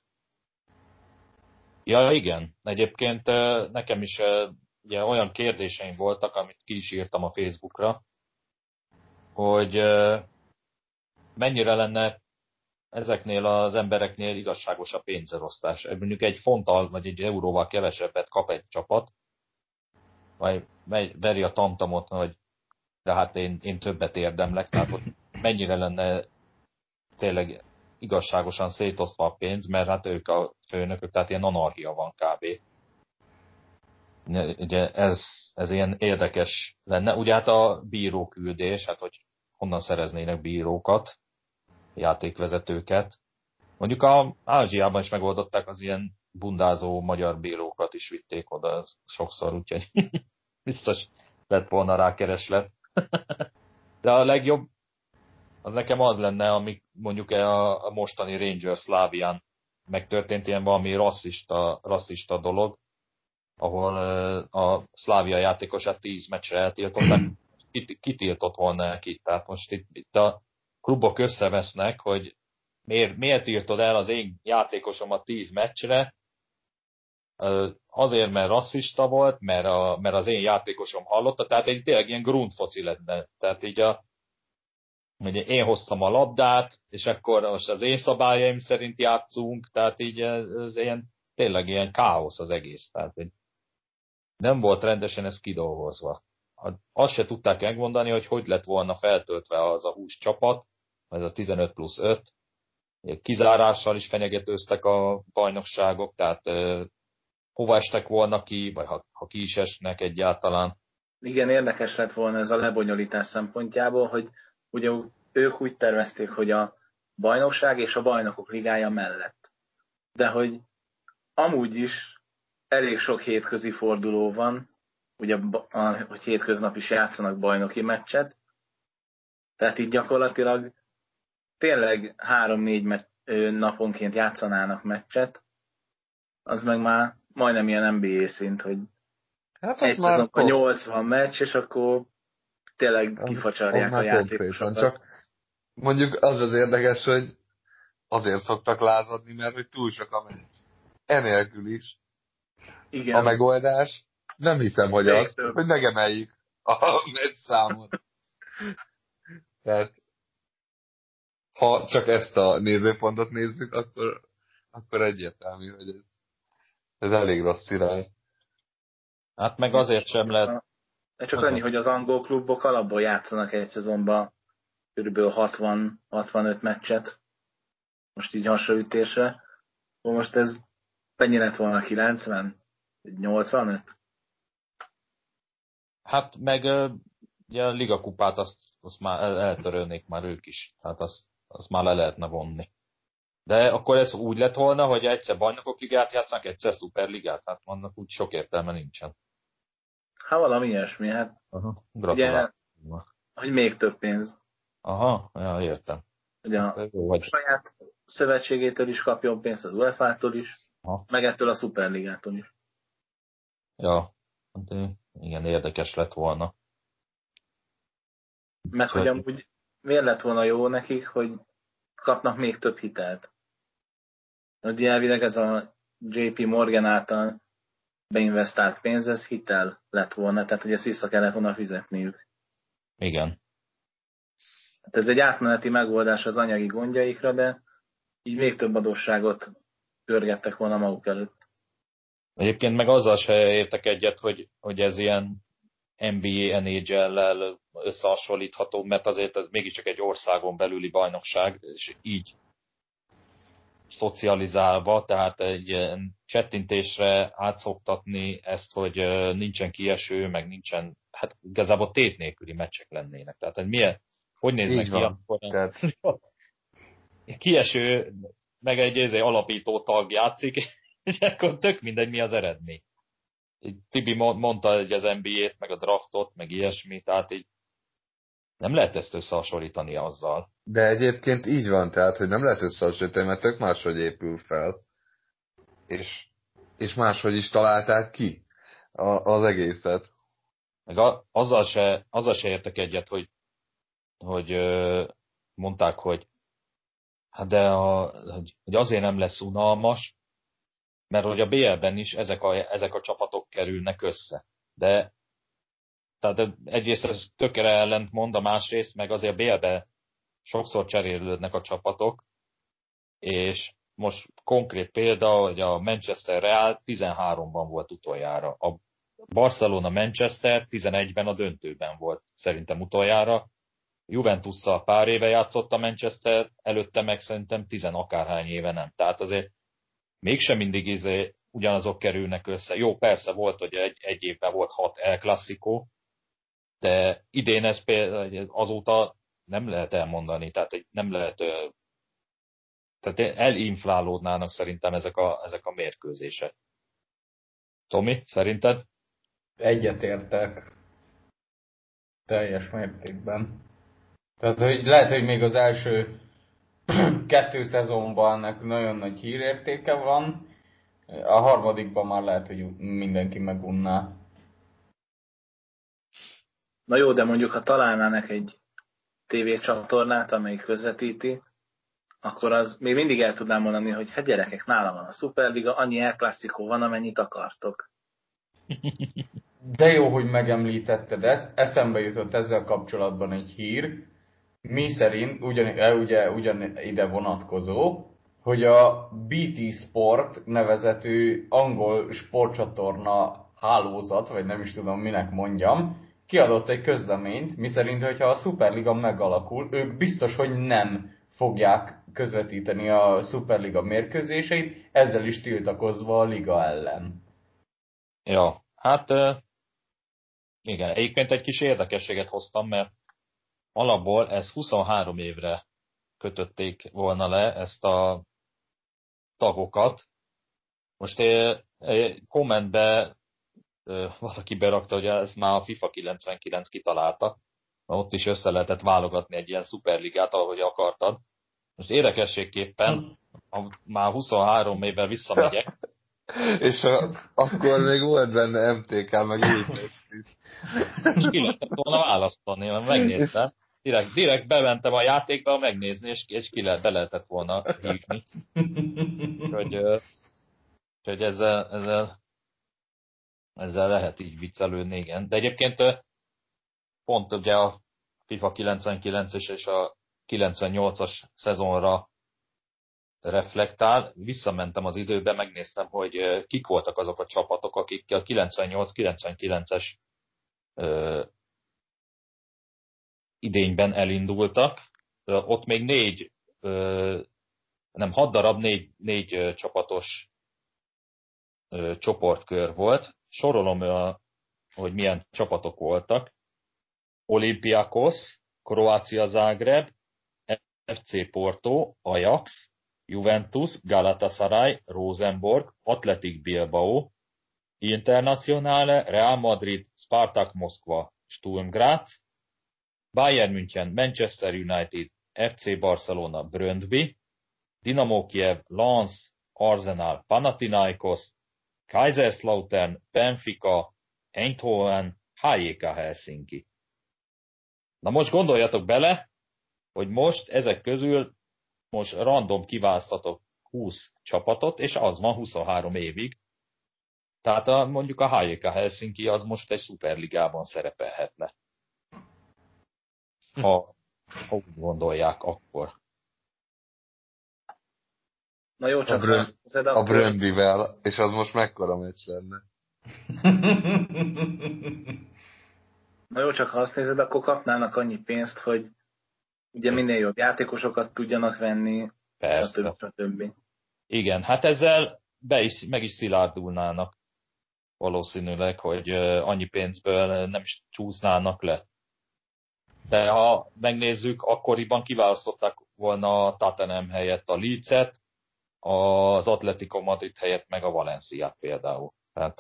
Ja, igen. Egyébként nekem is ugye, olyan kérdéseim voltak, amit ki is írtam a Facebookra, hogy mennyire lenne ezeknél az embereknél igazságos a pénzelosztás. Mondjuk egy fonttal vagy egy euróval kevesebbet kap egy csapat, vagy veri a tamtamot, hogy de hát én, én többet érdemlek, tehát hogy mennyire lenne tényleg igazságosan szétosztva a pénz, mert hát ők a főnökök, tehát ilyen anarchia van kb. Ugye ez, ez ilyen érdekes lenne. Ugye hát a bíróküldés, hát hogy honnan szereznének bírókat, játékvezetőket. Mondjuk a Ázsiában is megoldották, az ilyen bundázó magyar bírókat is vitték oda sokszor, úgyhogy biztos lett volna rá kereslet. De a legjobb az nekem az lenne, ami mondjuk a mostani Rangers Slavián megtörtént, ilyen valami rasszista, rasszista dolog, ahol a Slavia játékosát tíz meccsre eltiltották, kitiltott volna neki. Tehát most itt, itt a klubok összevesznek, hogy miért, miért tiltod el az én játékosomat tíz meccsre, azért, mert rasszista volt, mert, a, mert az én játékosom hallotta, tehát egy tényleg ilyen grundfoci lenne. Tehát így a ugye én hoztam a labdát, és akkor most az én szabályaim szerint játszunk, tehát így ez ilyen, tényleg ilyen káosz az egész. Tehát így nem volt rendesen ez kidolgozva. Azt se tudták megmondani, hogy hogy lett volna feltöltve az a húsz csapat, ez a tizenöt plusz öt. Kizárással is fenyegetőztek a bajnokságok, tehát eh, hova estek volna ki, vagy ha, ha ki is esnek egyáltalán. Igen, érdekes lett volna ez a lebonyolítás szempontjából, hogy ugye ők úgy tervezték, hogy a bajnokság és a bajnokok ligája mellett. De hogy amúgy is elég sok hétközi forduló van, ugye, hogy hétköznap is játszanak bajnoki meccset, tehát így gyakorlatilag tényleg három-négy me- naponként játszanának meccset, az meg már majdnem ilyen en bé á szint, hogy hát egy szezonban nyolcvan meccs, és akkor tényleg kifacsarják a játékosokat. Csak mondjuk az az érdekes, hogy azért szoktak lázadni, mert hogy túl sok a meccs. Enélkül is. Igen. A megoldás, nem hiszem, hogy az, több. hogy megemeljük a meccs számot. Tehát, ha csak ezt a nézőpontot nézzük, akkor, akkor egyértelmű, hogy ez, ez elég rossz irány. Hát meg azért sem lehet... Csak annyi, hogy az angol klubok alapból játszanak egy szezonban kb. hatvan-hatvanöt meccset, most így hasonlítésre. Most ez mennyi lett volna, kilencven? nyolcvanöt? Hát meg ugye a ligakupát azt, azt már eltörölnék már ők is, tehát azt, azt már le lehetne vonni. De akkor ez úgy lett volna, hogy egyszer bajnokok ligát játszanak, egyszer szuperligát, hát annak úgy sok értelme nincsen. Hát valami ilyesmi, hát Aha, gratulálok. Hogy még több pénz. Aha, ja, értem. Hogy a jó, vagy... saját szövetségétől is kapjon pénzt, az u e fá tól is, aha, meg ettől a szuperligától is. Ja, hát igen, érdekes lett volna. Meg hogy amúgy miért lett volna jó nekik, hogy kapnak még több hitelt. Ugye elvileg ez a jé pé Morgan által beinvestált pénz, ez hitel lett volna, tehát hogy ezt vissza kellett volna fizetniük. Igen. Hát ez egy átmeneti megoldás az anyagi gondjaikra, de így még több adósságot görgettek volna maguk előtt. Egyébként meg azzal se értek egyet, hogy, hogy ez ilyen en bé á, en há el-lel összehasonlítható, mert azért ez mégiscsak egy országon belüli bajnokság, és így szocializálva, tehát egy csettintésre átszoktatni ezt, hogy nincsen kieső, meg nincsen, hát igazából tét nélküli meccsek lennének. Tehát hogy milyen, hogy néznek ki, akkor Tehát... kieső, meg egy, egy alapító tag játszik, és akkor tök mindegy, mi az eredmény. Tibi mondta hogy az en bé á-t, meg a draftot, meg ilyesmi, tehát így nem lehet ezt összehasonlítani azzal. De egyébként így van, tehát, hogy nem lehet összehasonlítani, mert tök máshogy épül fel. És, és máshogy is találták ki a, az egészet. Meg a, azzal, se, azzal se értek egyet, hogy, hogy mondták, hogy, hát de a, hogy azért nem lesz unalmas, mert hogy a bé el-ben is ezek a, ezek a csapatok kerülnek össze. De tehát egyrészt ez tökre ellent mond, a másrészt meg azért a bé el-ben sokszor cserélődnek a csapatok, és most konkrét példa, hogy a Manchester Real tizenháromban volt utoljára. A Barcelona Manchester tizenegyben a döntőben volt szerintem utoljára. Juventusszal pár éve játszott a Manchester, előtte meg szerintem tizen akárhány éve nem. Tehát azért mégsem mindig izé ugyanazok kerülnek össze. Jó, persze volt, hogy egy, egy évben volt hat El Clasico, de idén ez például azóta nem lehet elmondani, tehát nem lehet, tehát elinflálódnának szerintem ezek a, ezek a mérkőzések. Tomi, szerinted? Egyetértek. Teljes mértékben. Tehát, hogy lehet, hogy még az első kettő szezonban ennek nagyon nagy hírértéke van, a harmadikban már lehet, hogy mindenki megunná. Na jó, de mondjuk, ha találnának egy tévécsatornát, amelyik közvetíti, akkor az még mindig el tudnám mondani, hogy hát gyerekek, nálam van a Superliga, annyi El Clasico van, amennyit akartok. De jó, hogy megemlítetted ezt, eszembe jutott ezzel kapcsolatban egy hír, mi szerint, ugyan, ugye, ugyan ide vonatkozó, hogy a bé té Sport nevezetű angol sportcsatorna hálózat, vagy nem is tudom minek mondjam, kiadott egy közleményt, miszerint, hogyha a Superliga megalakul, ők biztos, hogy nem fogják közvetíteni a Superliga mérkőzéseit, ezzel is tiltakozva a liga ellen. Ja, hát igen, egyébként egy kis érdekességet hoztam, mert alapból ez huszonhárom évre kötötték volna le ezt a tagokat. Most egy kommentbe valaki berakta, hogy ez már a FIFA kilencvenkilenc kitalálta. Ott is össze lehetett válogatni egy ilyen szuperligát, ahogy akartad. Most érdekességképpen, ha már huszonhárom évvel visszamegyek. És a, akkor még volt benne em té ká, meg Újpest is. Ki lehetett volna választani, mert megnéztem. Direkt, direkt bementem a játékba megnézni, és, és ki lehet, be lehetett volna hívni. Hogy, hogy ezzel, ezzel, ezzel lehet így viccelődni, igen. De egyébként pont ugye a FIFA kilencvenkilences és a kilencvennyolcas szezonra reflektál. Visszamentem az időbe, megnéztem, hogy kik voltak azok a csapatok, akik a kilencvennyolc kilencvenkilences ö, idényben elindultak. Ott még négy, ö, nem hat darab, négy, négy ö, csapatos ö, csoportkör volt. Sorolom, ö, hogy milyen csapatok voltak. Olympiakos, Kroácia Zágráb, ef cé Porto, Ajax, Juventus, Galatasaray, Rosenborg, Athletic Bilbao, Internazionale, Real Madrid, Spartak Moszkva, Sturm Graz, Bayern München, Manchester United, ef cé Barcelona, Brøndby, Dinamo Kiev, Lens, Arsenal, Panathinaikos, Kaiserslautern, Benfica, Eindhoven, há jé ká Helsinki. Na most gondoljatok bele, hogy most ezek közül most random kiválasztatok húsz csapatot, és az van huszonhárom évig. Tehát a, mondjuk a há jé ká Helsinki az most egy szuperligában szerepelhetne. Ha, ha úgy gondolják, akkor. Na jó, csak a, Brön, nézed, a akkor... Brøndbyvel, és az most mekkora meccs lenne? Na jó, csak ha azt nézed, akkor kapnának annyi pénzt, hogy ugye minél jobb játékosokat tudjanak venni, Persze. stb. stb. Igen, hát ezzel be is, meg is szilárdulnának valószínűleg, hogy annyi pénzből nem is csúsznának le. De ha megnézzük, akkoriban kiválasztották volna a Tottenham helyett a Leedset, az Atletico Madrid helyett meg a Valenciát például. Tehát,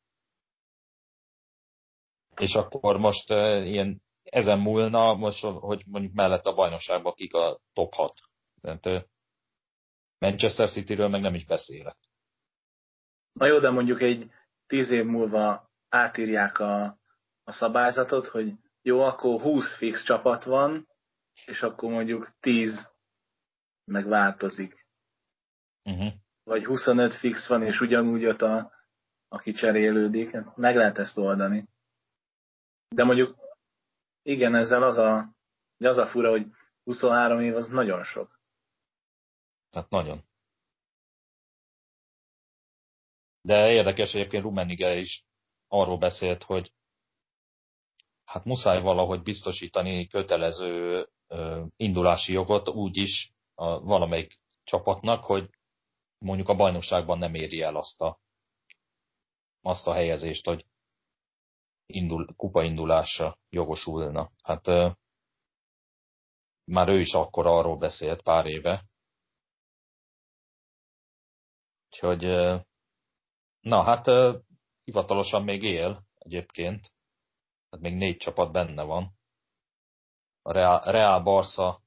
és akkor most ilyen ezen múlna, most, hogy mondjuk mellett a bajnokságban kik a top hat. Tehát Manchester Cityről meg nem is beszélek. Na jó, de mondjuk egy tíz év múlva átírják a, a szabályzatot, hogy jó, akkor húsz fix csapat van, és akkor mondjuk tíz megváltozik. Uh-huh. Vagy huszonöt fix van, és ugyanúgy ott a, aki cserélődik. Meg lehet ezt oldani. De mondjuk, igen, ezzel az a, az a fura, hogy huszonhárom év az nagyon sok. Hát nagyon. De érdekes, egyébként Rummenigge is arról beszélt, hogy hát muszáj valahogy biztosítani kötelező ö, indulási jogot úgy is a valamelyik csapatnak, hogy mondjuk a bajnokságban nem éri el azt a, azt a helyezést, hogy indul, kupaindulásra jogosulna. Hát ö, már ő is akkor arról beszélt pár éve. Úgyhogy ö, na hát ö, hivatalosan még él egyébként. Tehát még négy csapat benne van. A Real, Real Barca,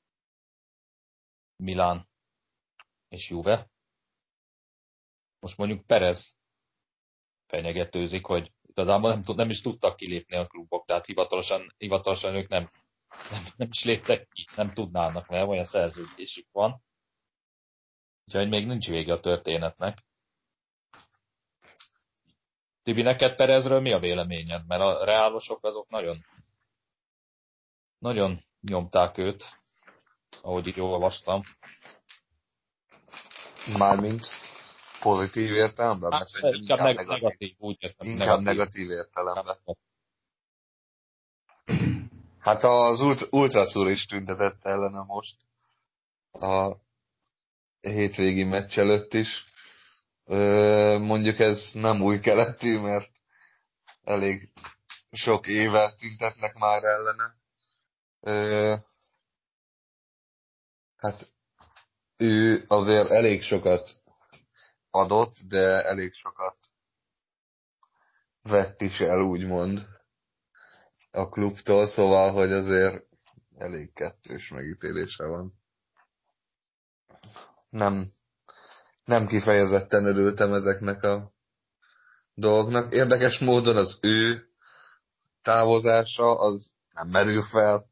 Milán és Juve. Most mondjuk Perez fenyegetőzik, hogy igazából nem, tud, nem is tudtak kilépni a klubok, tehát hivatalosan, hivatalosan ők nem, nem, nem is léptek ki, nem tudnának, mert olyan szerződésük van. Úgyhogy még nincs vége a történetnek. Tibi, neked Perezről mi a véleményed? Mert a reálosok azok nagyon, nagyon nyomták őt, ahogy így olvastam. Mármint pozitív értelemben? Hát, Mert inkább, inkább negatív, negatív, úgy értem. Inkább negatív, negatív értelemben. Hát az ult- ultraszúr is tüntetett ellene most. A hétvégi meccs előtt is. Ö, mondjuk ez nem új keletű, mert elég sok éve tüntetnek már ellene. Ö, hát ő azért elég sokat adott, de elég sokat vett is el, úgymond, a klubtól, szóval, hogy azért elég kettős megítélése van. Nem, nem kifejezetten örültem ezeknek a dolgoknak. Érdekes módon az ő távozása az nem merül fel.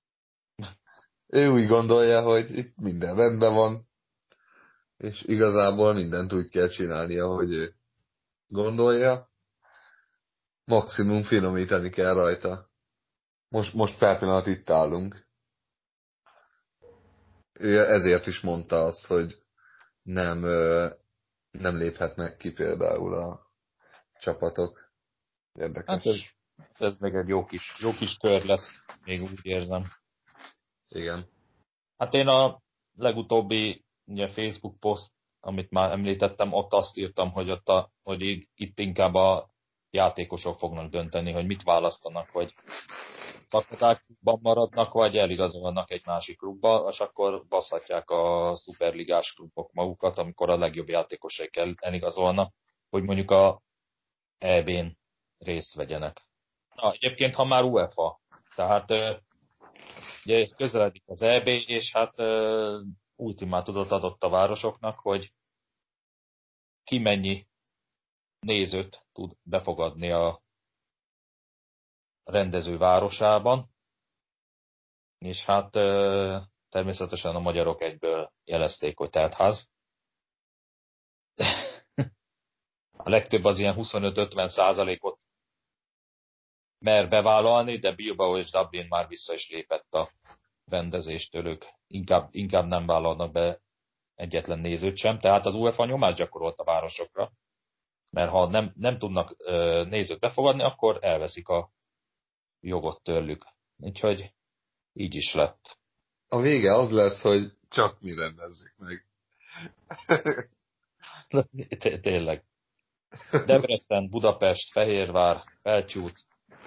Ő úgy gondolja, hogy itt minden rendben van, és igazából mindent úgy kell csinálnia, hogy ő gondolja. Maximum finomítani kell rajta. Most, most per pillanat itt állunk. Ő ezért is mondta azt, hogy nem, nem léphetnek ki például a csapatok. Érdekes. Hát ez, ez még egy jó kis, jó kis kör lesz, még úgy érzem. Igen. Hát én a legutóbbi ugye, Facebook poszt, amit már említettem, ott azt írtam, hogy, ott a, hogy itt inkább a játékosok fognak dönteni, hogy mit választanak, hogy klubban maradnak, vagy eligazolnak egy másik klubba, és akkor baszhatják a szuperligás klubok magukat, amikor a legjobb játékosai kell eligazolnak, hogy mondjuk a é bén részt vegyenek. Na, egyébként, ha már UEFA, tehát ugye közeledik az é bé, és hát ultimátumot adott a városoknak, hogy ki mennyi nézőt tud befogadni a rendező városában, És hát természetesen a magyarok egyből jelezték, hogy teltház. A legtöbb az ilyen huszonöt-ötven százalékot mer bevállalni, de Bilbao és Dublin már vissza is lépett a rendezéstől, ők inkább, inkább nem vállalnak be egyetlen nézőt sem. Tehát az UEFA nyomást gyakorolt a városokra, mert ha nem, nem tudnak ö, nézőt befogadni, akkor elveszik a jogot tőlük. Úgyhogy így is lett. A vége az lesz, hogy csak mi rendezzük meg. Tényleg. Debrecen, Budapest, Fehérvár, Felcsút.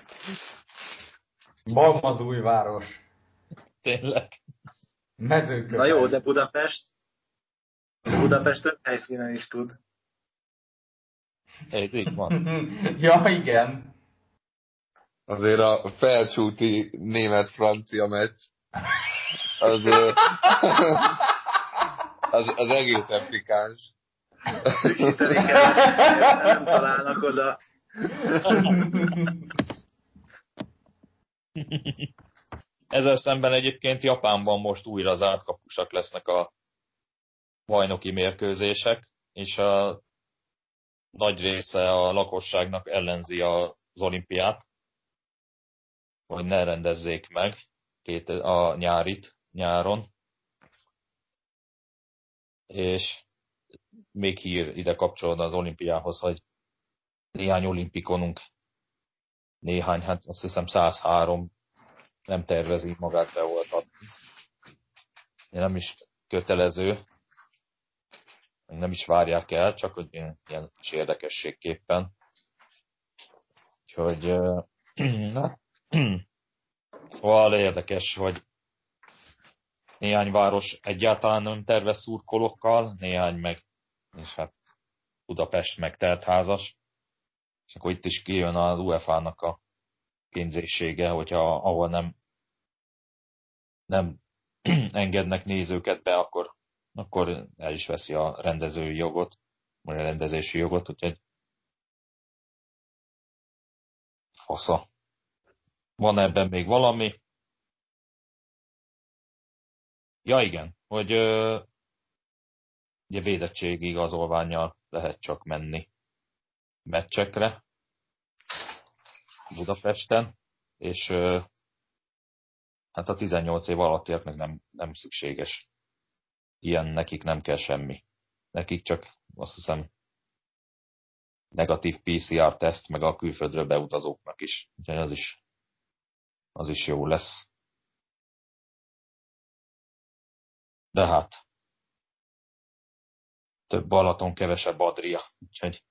Balmazújváros. Tényleg. Mezőköves. Na jó, de Budapest, Budapest több helyszínen is tud. Ez így van. Ja, igen. Azért a felcsúti német-francia meccs az, az, az egészen pikáns. Nem találnak oda. Ezzel szemben egyébként Japánban most újra zárt kapusak lesznek a bajnoki mérkőzések, és a nagy része a lakosságnak ellenzi az olimpiát, hogy ne rendezzék meg két, a nyárit, nyáron. És még hír ide kapcsolódna az olimpiához, hogy néhány olimpikonunk, néhány, hát azt hiszem száz három nem tervezi magát beoltatni. Nem is kötelező, nem is várják el, csak hogy ilyen, ilyen kis érdekességképpen. Úgyhogy na, szóval érdekes, hogy néhány város egyáltalán nem tervez szurkolókkal, néhány meg, és hát Budapest meg teltházas. És akkor itt is kijön az UEFA-nak a kényszersége, hogyha ahol nem, nem engednek nézőket be, akkor, akkor el is veszi a rendezői jogot, vagy a rendezési jogot, úgyhogy fasza. Van ebben még valami? Ja igen, hogy ö, ugye védettségi igazolvánnyal lehet csak menni meccsekre Budapesten, és ö, hát a tizennyolc év alattiaknak nem, nem szükséges. Ilyen nekik nem kell semmi. Nekik csak azt hiszem negatív pé cé er teszt, meg a külföldről beutazóknak is. Úgyhogy az is, az is jó lesz. De hát több Balaton, kevesebb Adria. Úgyhogy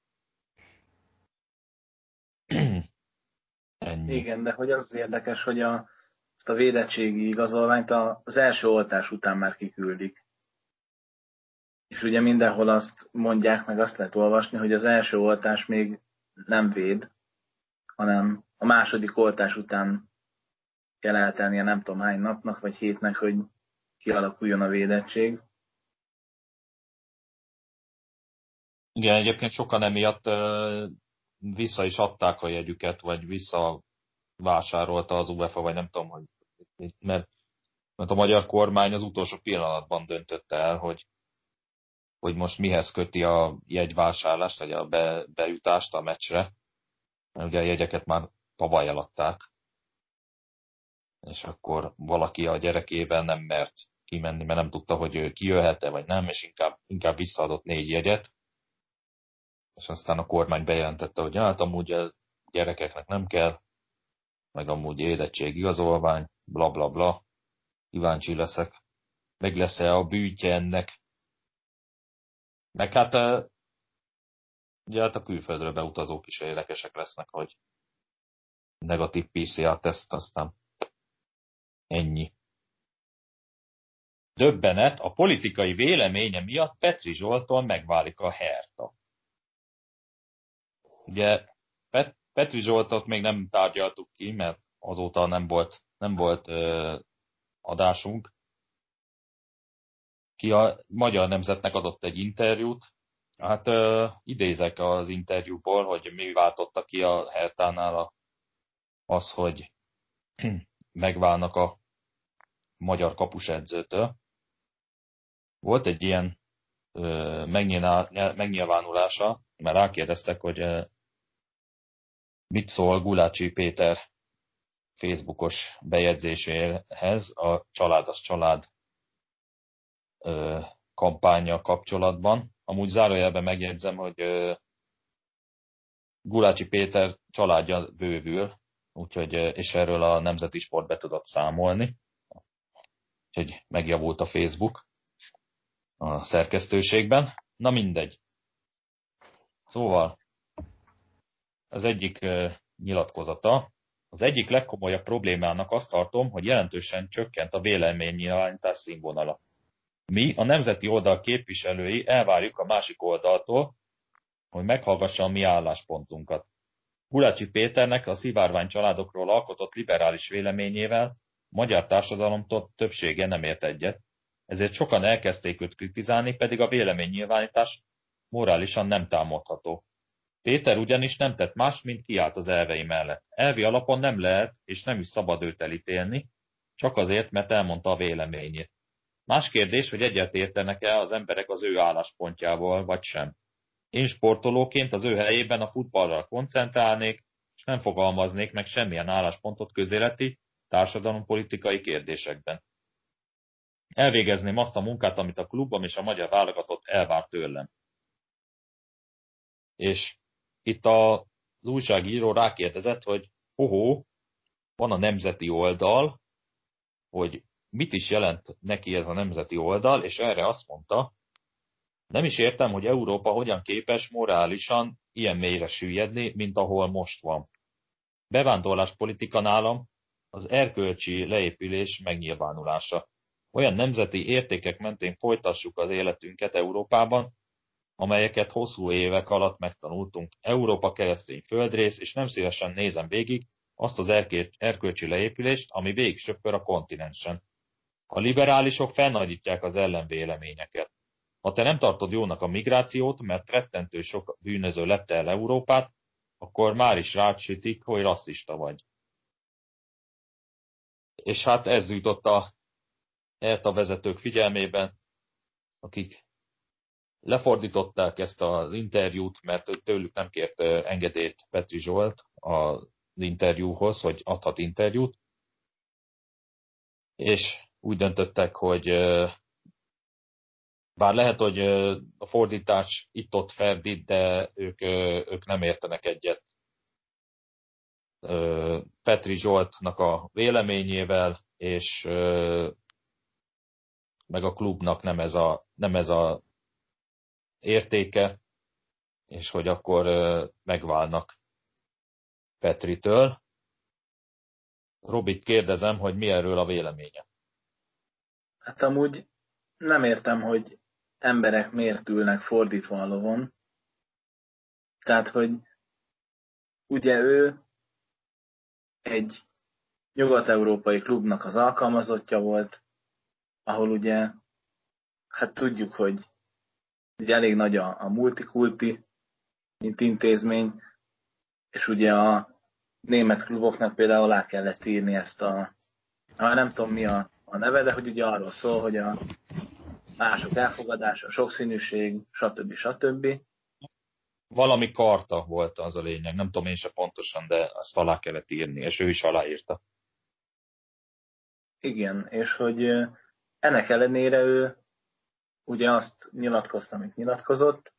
ennyi. Igen, de hogy az érdekes, hogy a, azt a védettségi igazolványt az első oltás után már kiküldik. És ugye mindenhol azt mondják, meg azt lehet olvasni, hogy az első oltás még nem véd, hanem a második oltás után kell eltelnie nem tudom hány napnak, vagy hétnek, hogy kialakuljon a védettség. Igen, egyébként sokan emiatt uh, vissza is adták a jegyüket, vagy visszavásárolta az UEFA, vagy nem tudom, hogy mert, mert a magyar kormány az utolsó pillanatban döntötte el, hogy, hogy most mihez köti a jegyvásárlást, vagy a be, bejutást a meccsre. Mert ugye a jegyeket már tavaly eladták, és akkor valaki a gyerekében nem mert kimenni, mert nem tudta, hogy ő kijöhet-e, vagy nem, és inkább, inkább visszaadott négy jegyet. És aztán a kormány bejelentette, hogy hát amúgy a gyerekeknek nem kell, meg amúgy érettség igazolvány, bla bla bla. Kíváncsi leszek. Meg lesz-e a bűtje ennek? Meg hát, ugye hát a külföldről beutazók is érdekesek lesznek, hogy negatív pé cé er teszt, aztán ennyi. Döbbenet, a politikai véleménye miatt Petri Zsolttól megválik a Hertha. Ugye Pet- Petri Zsoltot még nem tárgyaltuk ki, mert azóta nem volt, nem volt ö, adásunk. Ki a Magyar Nemzetnek adott egy interjút. Hát ö, idézek az interjúból, hogy mi váltotta ki a Herthánál az, hogy megválnak a magyar kapusedzőtől. Volt egy ilyen ö, megnyilvánulása, mert rákérdeztek, hogy ö, mit szól Gulácsi Péter Facebookos bejegyzéséhez a Család az család ö, kampánja kapcsolatban. Amúgy zárójelben megjegyzem, hogy ö, Gulácsi Péter családja bővül, úgyhogy, és erről a Nemzeti Sport be tudott számolni. Úgyhogy megjavult a Facebook a szerkesztőségben. Na mindegy. Szóval az egyik uh, nyilatkozata, az egyik legkomolyabb problémának azt tartom, hogy jelentősen csökkent a véleménynyilvánítás színvonala. Mi, a nemzeti oldal képviselői elvárjuk a másik oldaltól, hogy meghallgassa a mi álláspontunkat. Gulácsi Péternek a szivárvány családokról alkotott liberális véleményével a magyar társadalom többsége nem ért egyet, ezért sokan elkezdték őt kritizálni, pedig a véleménynyilvánítás morálisan nem támadható. Péter ugyanis nem tett más, mint kiállt az elvei mellett. Elvi alapon nem lehet és nem is szabad őt elítélni, csak azért, mert elmondta a véleményét. Más kérdés, hogy egyet értenek-e az emberek az ő álláspontjával, vagy sem. Én sportolóként az ő helyében a futballra koncentrálnék, és nem fogalmaznék meg semmilyen álláspontot közéleti, társadalompolitikai kérdésekben. Elvégezném azt a munkát, amit a klubom és a magyar válogatott elvár tőlem. És itt az újságíró rákérdezett, hogy hoho, van a nemzeti oldal, hogy mit is jelent neki ez a nemzeti oldal, és erre azt mondta, nem is értem, hogy Európa hogyan képes morálisan ilyen mélyre süllyedni, mint ahol most van. Bevándorláspolitika nálam az erkölcsi leépülés megnyilvánulása. Olyan nemzeti értékek mentén folytassuk az életünket Európában, amelyeket hosszú évek alatt megtanultunk. Európa keresztény földrész, és nem szívesen nézem végig azt az erkölcsi leépülést, ami végig söpör a kontinensen. A liberálisok felnagyítják az ellenvéleményeket. Ha te nem tartod jónak a migrációt, mert rettentő sok bűnöző lepte el Európát, akkor már is rácsütik, hogy rasszista vagy. És hát ez jutott a ELTA vezetők figyelmében, akik lefordították ezt az interjút, mert tőlük nem kért engedélyt Petri Zsolt az interjúhoz, hogy adhat interjút, és úgy döntöttek, hogy bár lehet, hogy a fordítás itt-ott ferdít, de ők, ők nem értenek egyet Petri Zsoltnak a véleményével, és meg a klubnak nem ez a, nem ez a értéke, és hogy akkor megválnak Petritől. Robit kérdezem, hogy mi erről a véleménye. Hát amúgy nem értem, hogy emberek miért ülnek fordítva a lovon. Tehát, hogy ugye ő egy nyugat-európai klubnak az alkalmazottja volt, ahol ugye, hát tudjuk, hogy ugye elég nagy a, a multikulti, mint intézmény, és ugye a német kluboknak például alá kellett írni ezt a, nem tudom mi a, a neve, de hogy ugye arról szól, hogy a mások elfogadása, a sokszínűség, stb. stb. Valami karta volt az a lényeg, nem tudom én se pontosan, de azt alá kellett írni, és ő is aláírta. Igen, és hogy ennek ellenére ő ugye azt nyilatkozta, amit nyilatkozott,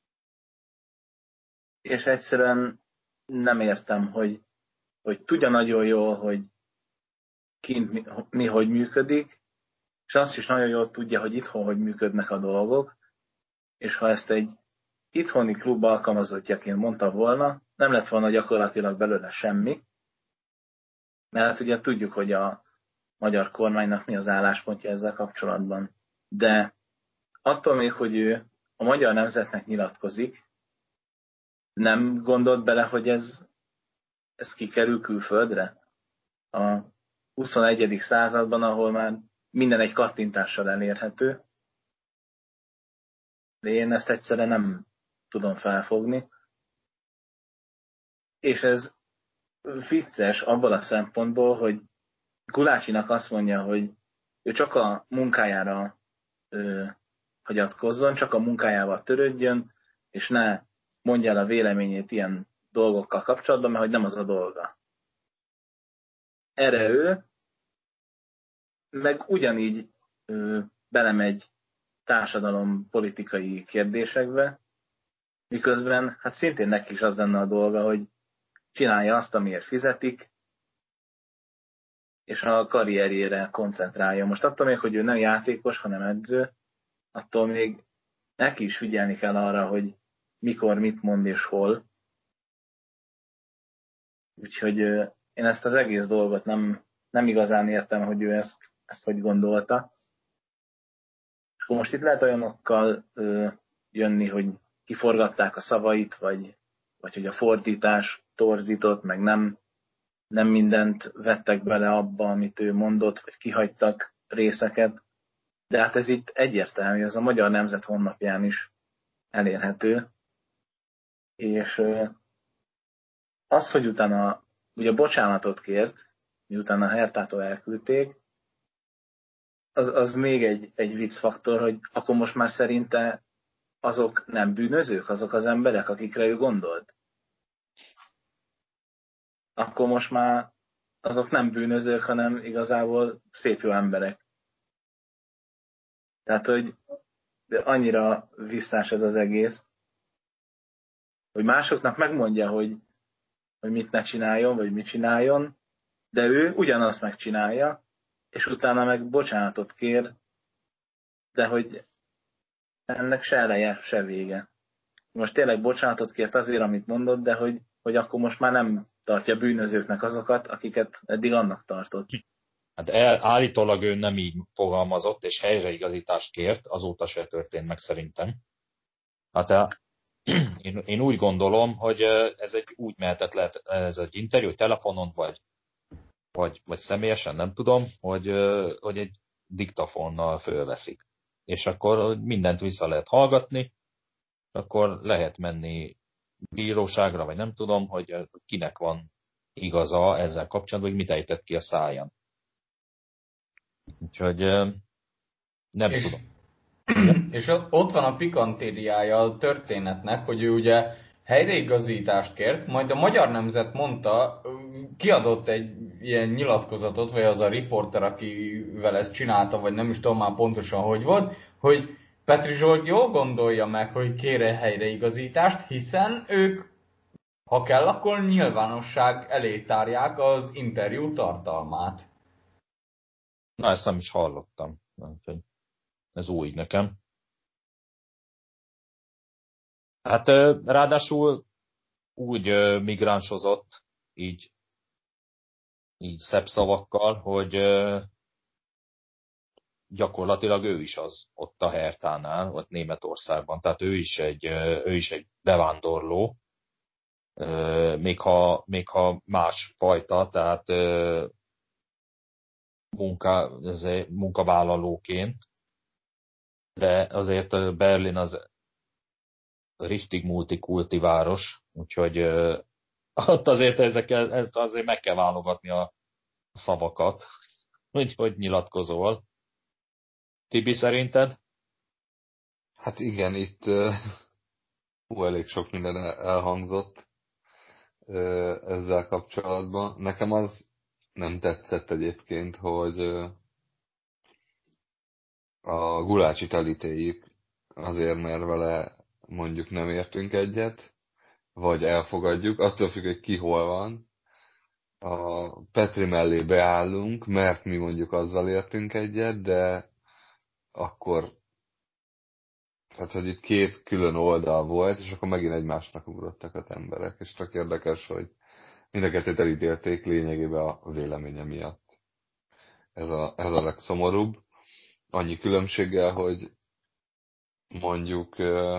és egyszerűen nem értem, hogy, hogy tudja nagyon jól, hogy kint mi, mi hogy működik, és azt is nagyon jól tudja, hogy itthon hogy működnek a dolgok, és ha ezt egy itthoni klub alkalmazottjaként mondta volna, nem lett volna gyakorlatilag belőle semmi, mert ugye tudjuk, hogy a magyar kormánynak mi az álláspontja ezzel kapcsolatban. De attól még, hogy ő a magyar nemzetnek nyilatkozik, nem gondolt bele, hogy ez, ez kikerül külföldre? A huszonegyedik században, ahol már minden egy kattintással elérhető. De én ezt egyszerűen nem tudom felfogni. És ez vicces abban a szempontból, hogy Gulácsinak azt mondja, hogy ő csak a munkájára ö, hagyatkozzon, csak a munkájával törődjön, és ne mondja el a véleményét ilyen dolgokkal kapcsolatban, mert hogy nem az a dolga. Erre ő meg ugyanígy ö, belemegy társadalom politikai kérdésekbe, miközben hát szintén neki is az lenne a dolga, hogy csinálja azt, amiért fizetik, és a karrierjére koncentrálja. Most attól még, hogy ő nem játékos, hanem edző, attól még neki is figyelni kell arra, hogy mikor, mit mond és hol. Úgyhogy én ezt az egész dolgot nem, nem igazán értem, hogy ő ezt, ezt hogy gondolta. És akkor most itt lehet olyanokkal ö, jönni, hogy kiforgatták a szavait, vagy, vagy hogy a fordítás torzított, meg nem, nem mindent vettek bele abba, amit ő mondott, vagy kihagytak részeket. De hát ez itt egyértelmű, ez a Magyar Nemzet honlapján is elérhető. És ö, az, hogy utána ugye bocsánatot kért, miután a Hertától elküldték, az, az még egy, egy viccfaktor, hogy akkor most már szerinte azok nem bűnözők, azok az emberek, akikre ő gondolt. Akkor most már azok nem bűnözők, hanem igazából szép jó emberek. Tehát, hogy annyira visszás ez az egész, hogy másoknak megmondja, hogy, hogy mit ne csináljon, vagy mit csináljon, de ő ugyanazt megcsinálja, és utána meg bocsánatot kér, de hogy ennek se eleje, se vége. Most tényleg bocsánatot kért azért, amit mondott, de hogy, hogy akkor most már nem tartja bűnözőknek azokat, akiket eddig annak tartott. Hát el, állítólag ő nem így fogalmazott, és helyreigazítást kért, azóta se történt meg szerintem. Hát a, én, én úgy gondolom, hogy ez egy úgy mehetett lehet, ez egy interjú telefonon, vagy, vagy, vagy személyesen, nem tudom, hogy, hogy egy diktafonnal fölveszik. És akkor mindent vissza lehet hallgatni, akkor lehet menni bíróságra, vagy nem tudom, hogy kinek van igaza ezzel kapcsolatban, hogy mit ejtett ki a száján. Úgyhogy nem és, tudom. És ott van a pikantériája a történetnek, hogy ő ugye helyreigazítást kért, majd a Magyar Nemzet mondta, kiadott egy ilyen nyilatkozatot, vagy az a riporter, akivel ezt csinálta, vagy nem is tudom már pontosan, hogy volt, hogy Petri Zsolt jól gondolja meg, hogy kér helyreigazítást, hiszen ők, ha kell, akkor nyilvánosság elé tárják az interjú tartalmát. Na, ezt nem is hallottam. Ez új nekem. Hát ráadásul úgy migránsozott, így, így szebb szavakkal, hogy gyakorlatilag ő is az ott a Hertánál, ott Németországban. Tehát ő is egy, ő is egy bevándorló, még ha, még ha más fajta, tehát munka, munkavállalóként, de azért Berlin az richtig multikulti város, úgyhogy ott azért ezeket, azért meg kell válogatni a szavakat, hogy hogy nyilatkozol. Tibi, szerinted? Hát igen, itt hú, elég sok minden elhangzott ezzel kapcsolatban. Nekem az nem tetszett egyébként, hogy a Gulácsit elítéljük azért, mert vele mondjuk nem értünk egyet, vagy elfogadjuk, attól függ, hogy ki hol van. A Petri mellé beállunk, mert mi mondjuk azzal értünk egyet, de akkor, tehát hogy itt két külön oldal volt, és akkor megint egymásnak ugrottak az emberek, és csak érdekes, hogy mind a kettőt elítélték lényegében a véleménye miatt. Ez a, ez a legszomorúbb. Annyi különbséggel, hogy mondjuk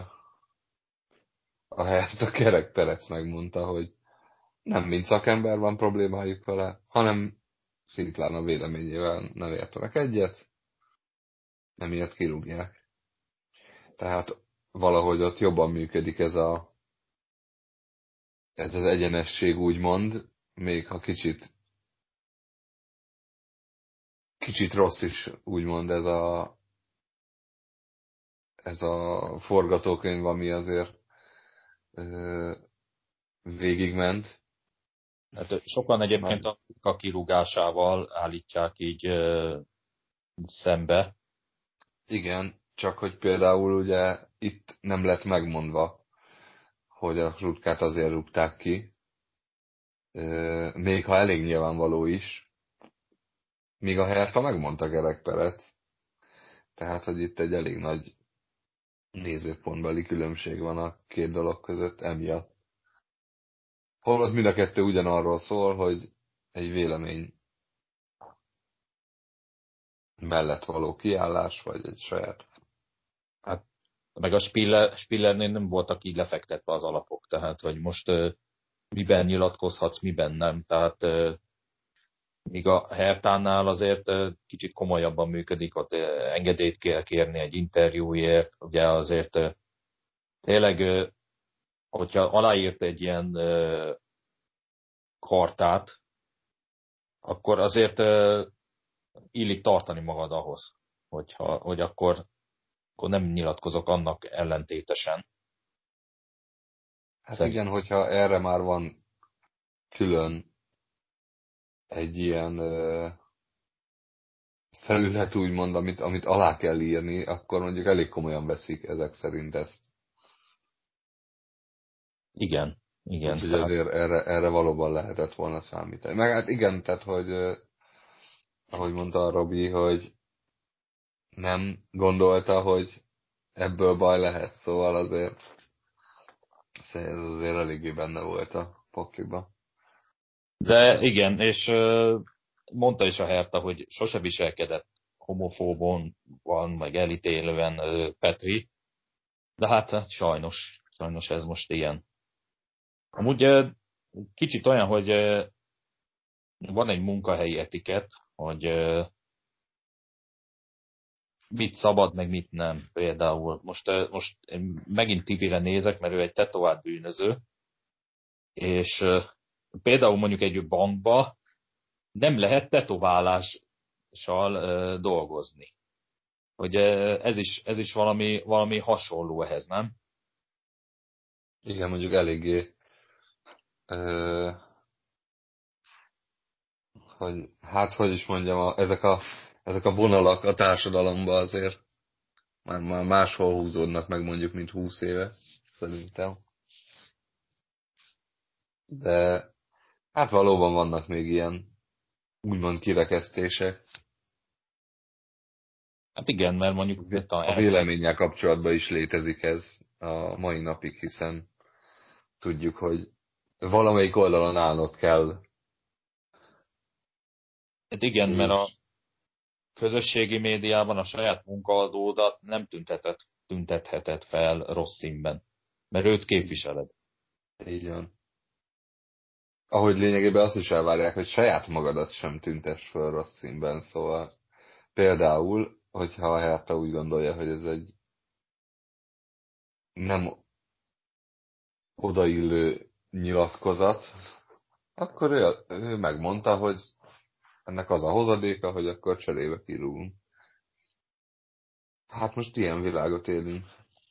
a helyett a Kerek Perec megmondta, hogy nem mint szakember van problémájuk vele, hanem szimplán a véleményével nem értenek egyet, emiatt kirúgják. Tehát valahogy ott jobban működik ez a ez az egyenesség úgymond, még ha kicsit kicsit rossz is, úgymond ez a ez a forgatókönyv, ami azért ö, végigment. Hát sokan egyébként a Kuka kirúgásával állítják így ö, szembe. Igen, csak hogy például ugye itt nem lett megmondva, hogy a Rutkát azért rúgták ki, ö, még ha elég nyilvánvaló is, míg a Hertha megmondta Gerek Perec. Tehát, hogy itt egy elég nagy nézőpontbeli különbség van a két dolog között emiatt. Holott mind a kettő ugyanarról szól, hogy egy vélemény mellett való kiállás, vagy egy saját. Hát, meg a Spiller, Spillernél nem voltak így lefektetve az alapok, tehát hogy most uh, miben nyilatkozhatsz, miben nem. Tehát uh, míg a Hertánál azért uh, kicsit komolyabban működik, ott uh, engedélyt kell kérni egy interjúért, ugye azért uh, tényleg, uh, hogyha aláírt egy ilyen uh, kartát, akkor azért uh, illik tartani magad ahhoz, hogyha, hogy akkor, akkor nem nyilatkozok annak ellentétesen. Hát igen, hogyha erre már van külön egy ilyen ö, felület, úgymond, amit, amit alá kell írni, akkor mondjuk elég komolyan veszik ezek szerint ezt. Igen, igen. Úgyhogy azért erre, erre valóban lehetett volna számítani. Meg hát igen, tehát, hogy ö, ahogy mondta a Robi, hogy nem gondolta, hogy ebből baj lehet, szóval azért ez azért eléggé benne volt a pakliba. De igen, és mondta is a Hertha, hogy sose viselkedett homofóbon van, meg elítélően Petri, de hát, hát sajnos, sajnos ez most ilyen. Amúgy kicsit olyan, hogy van egy munkahelyi etiket, hogy mit szabad, meg mit nem. Például most, most én megint Tibire nézek, mert ő egy tetovált bűnöző, és például mondjuk egy bankba nem lehet tetoválással dolgozni. Hogy ez is, ez is valami, valami hasonló ehhez, nem? Igen, mondjuk eléggé ö, hogy hát, hogy is mondjam, a, ezek, a, ezek a vonalak a társadalomban azért már, már máshol húzódnak meg mondjuk, mint húsz éve, szerintem. De hát valóban vannak még ilyen úgymond kirekesztések. Hát igen, mert mondjuk A, a véleménnyel kapcsolatban is létezik ez a mai napig, hiszen tudjuk, hogy valamelyik oldalon állnod kell. Hát igen, és... mert a közösségi médiában a saját munkaadódat nem tüntetett, tüntetheted fel rossz színben, mert őt képviseled. Így van. Ahogy lényegében azt is elvárják, hogy saját magadat sem tüntess fel rossz színben, szóval például, hogyha a Hertha úgy gondolja, hogy ez egy nem odaillő nyilatkozat, akkor ő, ő megmondta, hogy ennek az a hozadéka, hogy akkor cserébe kirúgunk. Hát most ilyen világot élünk.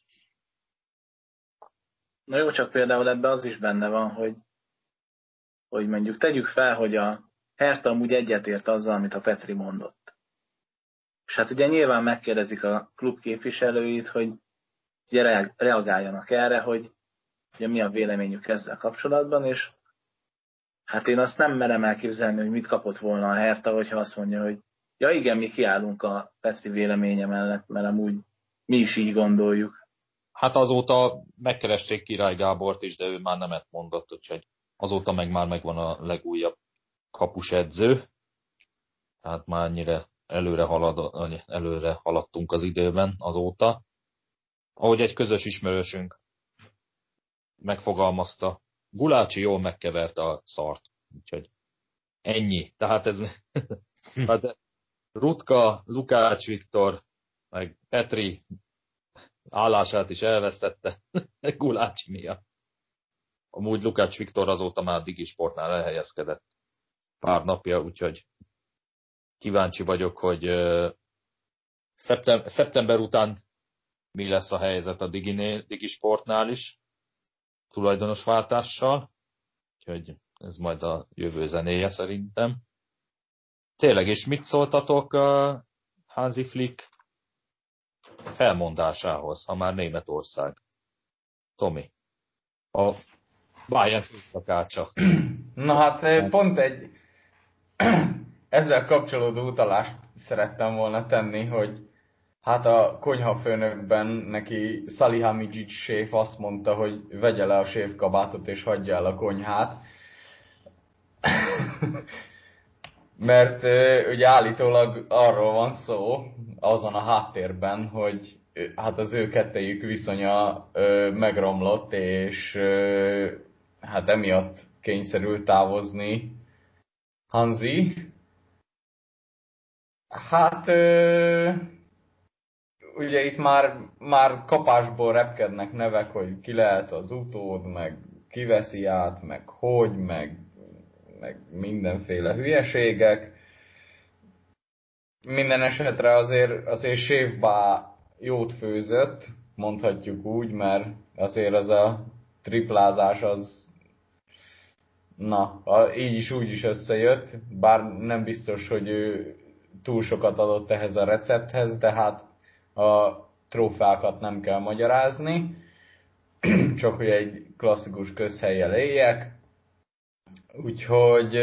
Na jó, csak például ebben az is benne van, hogy, hogy mondjuk tegyük fel, hogy a Hertha amúgy egyetért azzal, amit a Petri mondott. És hát ugye nyilván megkérdezik a klub képviselőit, hogy ugye reagáljanak erre, hogy ugye mi a véleményük ezzel kapcsolatban, és hát én azt nem merem elképzelni, hogy mit kapott volna a Hertha, hogyha azt mondja, hogy ja igen, mi kiállunk a Petri véleménye mellett, mert amúgy mi is így gondoljuk. Hát azóta megkeresték Király Gábort is, de ő már nemet mondott, úgyhogy azóta meg már megvan a legújabb kapusedző. Tehát már ennyire előre, halad, előre haladtunk az időben azóta. Ahogy egy közös ismerősünk megfogalmazta, Gulácsi jól megkeverte a szart. Úgyhogy ennyi. Tehát ez hát Rutka, Lukács Viktor, meg Petri állását is elvesztette Gulácsi miatt. Amúgy Lukács Viktor azóta már Digi Sportnál elhelyezkedett pár napja, úgyhogy kíváncsi vagyok, hogy szeptem- szeptember után mi lesz a helyzet a Diginél, Digisportnál is, tulajdonosváltással, úgyhogy ez majd a jövő zenéje szerintem. Tényleg, és mit szóltatok a Hansi Flick felmondásához, ha már Németország? Tomi, a Bayern főszakácsa. Na hát pont egy ezzel kapcsolódó utalást szerettem volna tenni, hogy hát a konyhafőnökben neki Salihamidzic séf azt mondta, hogy vegye le a séfkabátot és hagyja el a konyhát. Mert ugye állítólag arról van szó, azon a háttérben, hogy hát az ő kettejük viszonya megromlott, és hát emiatt kényszerült távozni Hansi. Hát ugye itt már, már kapásból repkednek nevek, hogy ki lehet az utód, meg ki veszi át, meg hogy, meg, meg mindenféle hülyeségek. Minden esetre azért, azért séfbá jót főzött, mondhatjuk úgy, mert azért az a triplázás az, na, így is úgy is összejött, bár nem biztos, hogy ő túl sokat adott ehhez a recepthez, de hát a trófákat nem kell magyarázni, csak hogy egy klasszikus közhellyel éljek. Úgyhogy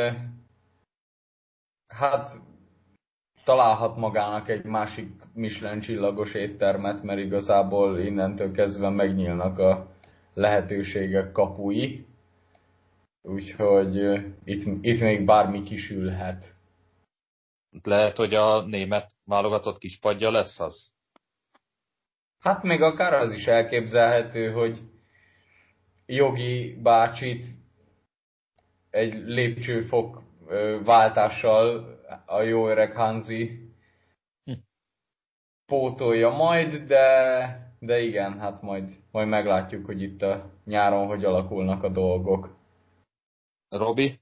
hát találhat magának egy másik Michelin csillagos éttermet, mert igazából innentől kezdve megnyílnak a lehetőségek kapui. Úgyhogy itt, itt még bármi kisülhet. Lehet, hogy a német válogatott kispadja lesz az? Hát még akár az is elképzelhető, hogy Jogi bácsit egy lépcsőfok váltással a jó öreg Hansi hm. pótolja majd, de, de igen, hát majd, majd meglátjuk, hogy itt a nyáron hogy alakulnak a dolgok. Robi?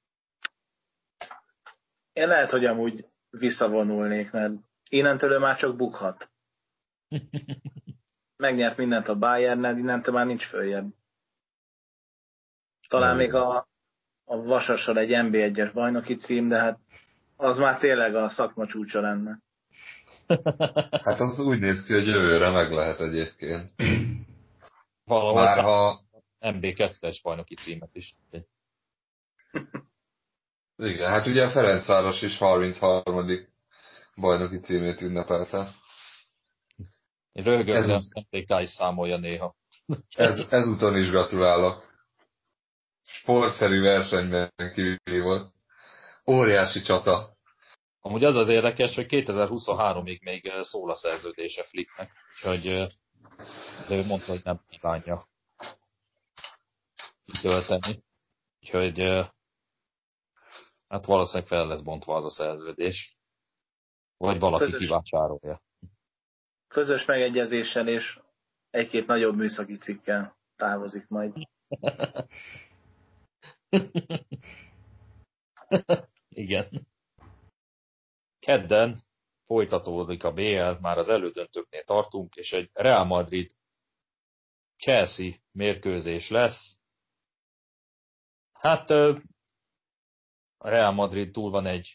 Én lehet, hogy amúgy visszavonulnék, mert innentől ő már csak bukhat. Megnyert mindent a Bayernnel, innentől már nincs följebb. Talán még a, a Vasassal egy en bé egyes bajnoki cím, de hát az már tényleg a szakma csúcsa lenne. Hát az úgy néz ki, hogy jövőre meg lehet egyébként. Valahol már ha... en bé kettes bajnoki címet is. Igen, hát ugye a Ferencváros is harmincharmadik bajnoki címét ünnepelte. Én röhögök, ez, de az em té ká is számolja néha. Ez, ezúton is gratulálok. Sportszerű versenyben kívül. Óriási csata. Amúgy az az érdekes, hogy kétezer-huszonháromig még szól a szerződése Flicknek, úgyhogy ő mondta, hogy nem kívánja kitölteni. Úgyhogy hát valószínűleg fel lesz bontva az a szerződés. Vagy valaki közös, kivásárolja. Közös megegyezéssel és egy-két nagyobb műszaki cikkel távozik majd. Igen. Kedden folytatódik a bé el, már az elődöntőknél tartunk, és egy Real Madrid Chelsea mérkőzés lesz. Hát a Real Madrid túl van egy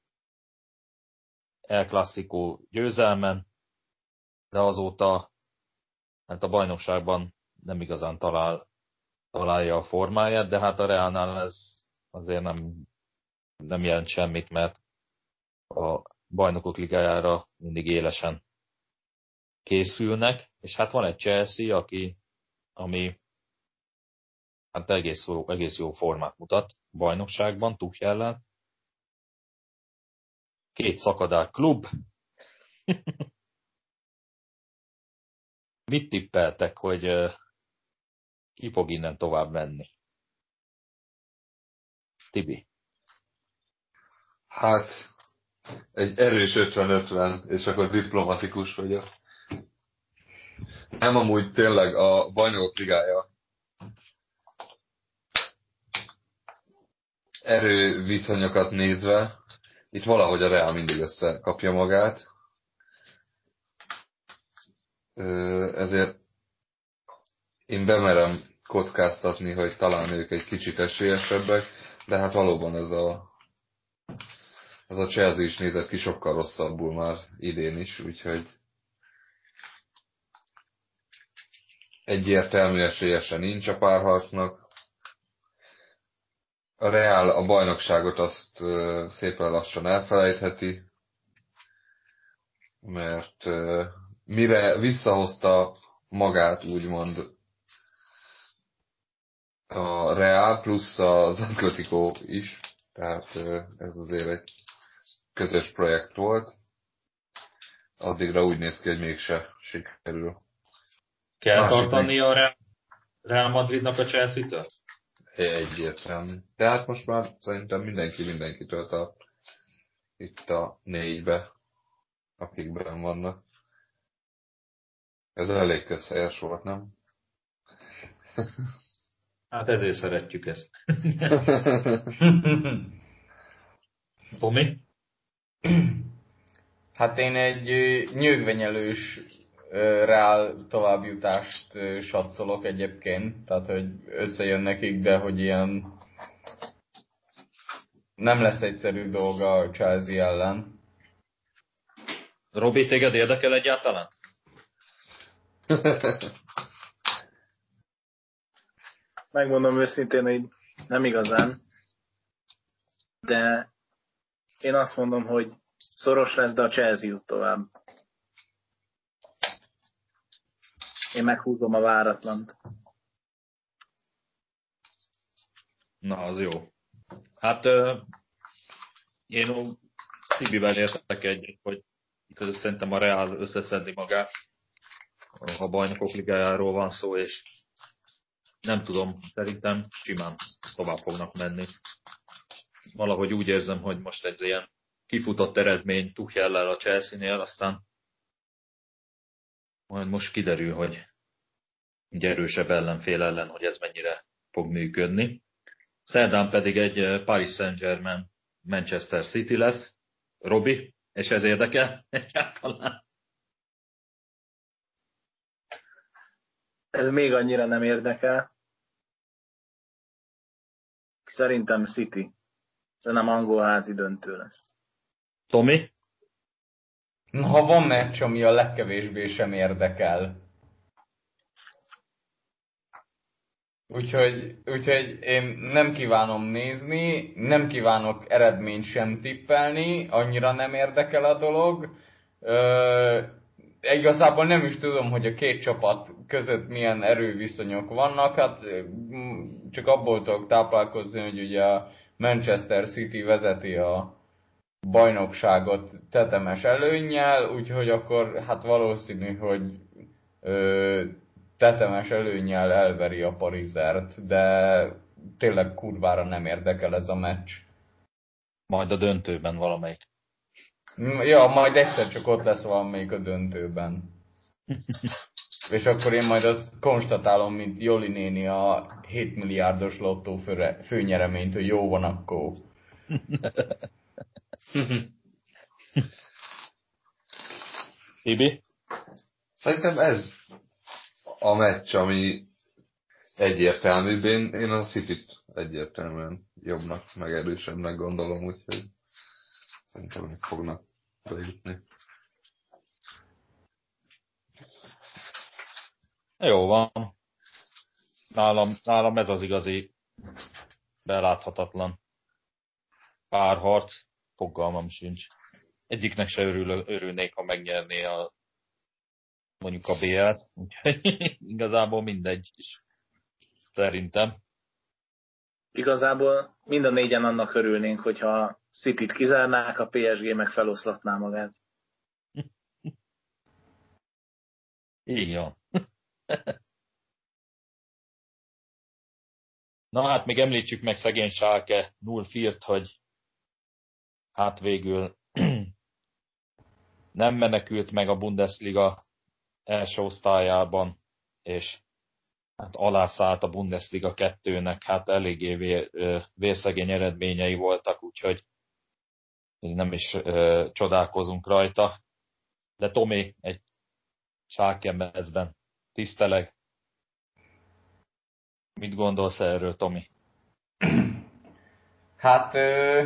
El Clásico győzelmen, de azóta hát a bajnokságban nem igazán talál, találja a formáját, de hát a Realnál ez azért nem, nem jelent semmit, mert a bajnokok ligájára mindig élesen készülnek, és hát van egy Chelsea, aki, ami hát egész jó, egész jó formát mutat a bajnokságban, Tuchellel. Két szakadár klub. Mit tippeltek, hogy uh, ki fog innen tovább menni? Tibi? Hát, egy erős ötven-ötven, és akkor diplomatikus vagyok. Nem, amúgy tényleg a bajnokok ligája erőviszonyokat nézve, itt valahogy a Real mindig összekapja magát. Ezért én bemerem kockáztatni, hogy talán ők egy kicsit esélyesebbek, de hát valóban ez a, ez a Chelsea is nézett ki sokkal rosszabbul már idén is, úgyhogy egyértelmű esélye nincs a párharcnak. A Real a bajnokságot azt szépen lassan elfelejtheti, mert mire visszahozta magát, úgymond a Real plusz az Atletico is, tehát ez azért egy közös projekt volt. Addigra úgy néz ki, hogy mégse sikerül. Kell Másik tartani a Real Madridnak a Chelsea-től? Egyértelmű. Tehát most már szerintem mindenki mindenkitől tart itt a négybe, akikben vannak. Ez elég közhelyes volt, nem? Hát ezért szeretjük ezt. Tomi? Hát én egy nyögvenyelős Real továbbjutást satszolok egyébként, tehát hogy összejön nekik, de hogy ilyen nem lesz egyszerű dolga a Chelsea ellen. Robi, téged érdekel egyáltalán? Megmondom őszintén, hogy nem igazán, de én azt mondom, hogy szoros lesz, de a Chelsea jut tovább. Én meghúzom a váratlant. Na, az jó. Hát euh, én Tibivel értek egyet, hogy itt szerintem a Real összeszedni magát, ha bajnokok ligájáról van szó, és nem tudom, szerintem simán tovább fognak menni. Valahogy úgy érzem, hogy most egy ilyen kifutott eredmény Tuchellel a Chelsea-nél, aztán majd most kiderül, hogy egy erősebb ellenfél ellen, hogy ez mennyire fog működni. Szerdán pedig egy Paris Saint-Germain Manchester City lesz. Robi, és ez érdekel egyáltalán? Ez még annyira nem érdekel. Szerintem City. Szerintem angol házi döntő lesz. Tomi? Ha van meccs, ami a legkevésbé sem érdekel. Úgyhogy, úgyhogy én nem kívánom nézni, nem kívánok eredményt sem tippelni, annyira nem érdekel a dolog. Ö, igazából nem is tudom, hogy a két csapat között milyen erőviszonyok vannak, hát csak abból tudok táplálkozni, hogy ugye a Manchester City vezeti a bajnokságot tetemes előnnyel, úgyhogy akkor hát valószínű, hogy ö, tetemes előnnyel elveri a Parizert, de tényleg kurvára nem érdekel ez a meccs. Majd a döntőben valamelyik. Ja, majd egyszer csak ott lesz valamelyik a döntőben. És akkor én majd azt konstatálom, mint Joli néni a hét milliárdos lottó főre, főnyereményt, hogy jó van akkor. Tibi? Szerintem ez a meccs, ami egyértelműbb. Én, én a City-t egyértelműen jobbnak, meg erősebbnek gondolom, úgyhogy szerintem meg fognak bejutni. Jó van. Nálam, nálam ez az igazi beláthatatlan párharc. Fogalmam sincs. Egyiknek se örül, örülnék, ha megnyerné a mondjuk a bé el-t. Úgyhogy igazából mindegy is. Szerintem. Igazából mind a négyen annak örülnénk, hogyha Cityt kizárnák, a pé es gé meg feloszlatná magát. Így van. Na hát még említsük meg szegény Schalke null viert, hogy hát végül nem menekült meg a Bundesliga első osztályában, és hát alászállt a Bundesliga kettőnek, hát eléggé vér, vérszegény eredményei voltak, úgyhogy nem is ö, csodálkozunk rajta. De Tomi, egy sákjemezben tiszteleg. Mit gondolsz erről, Tomi? Hát, ö,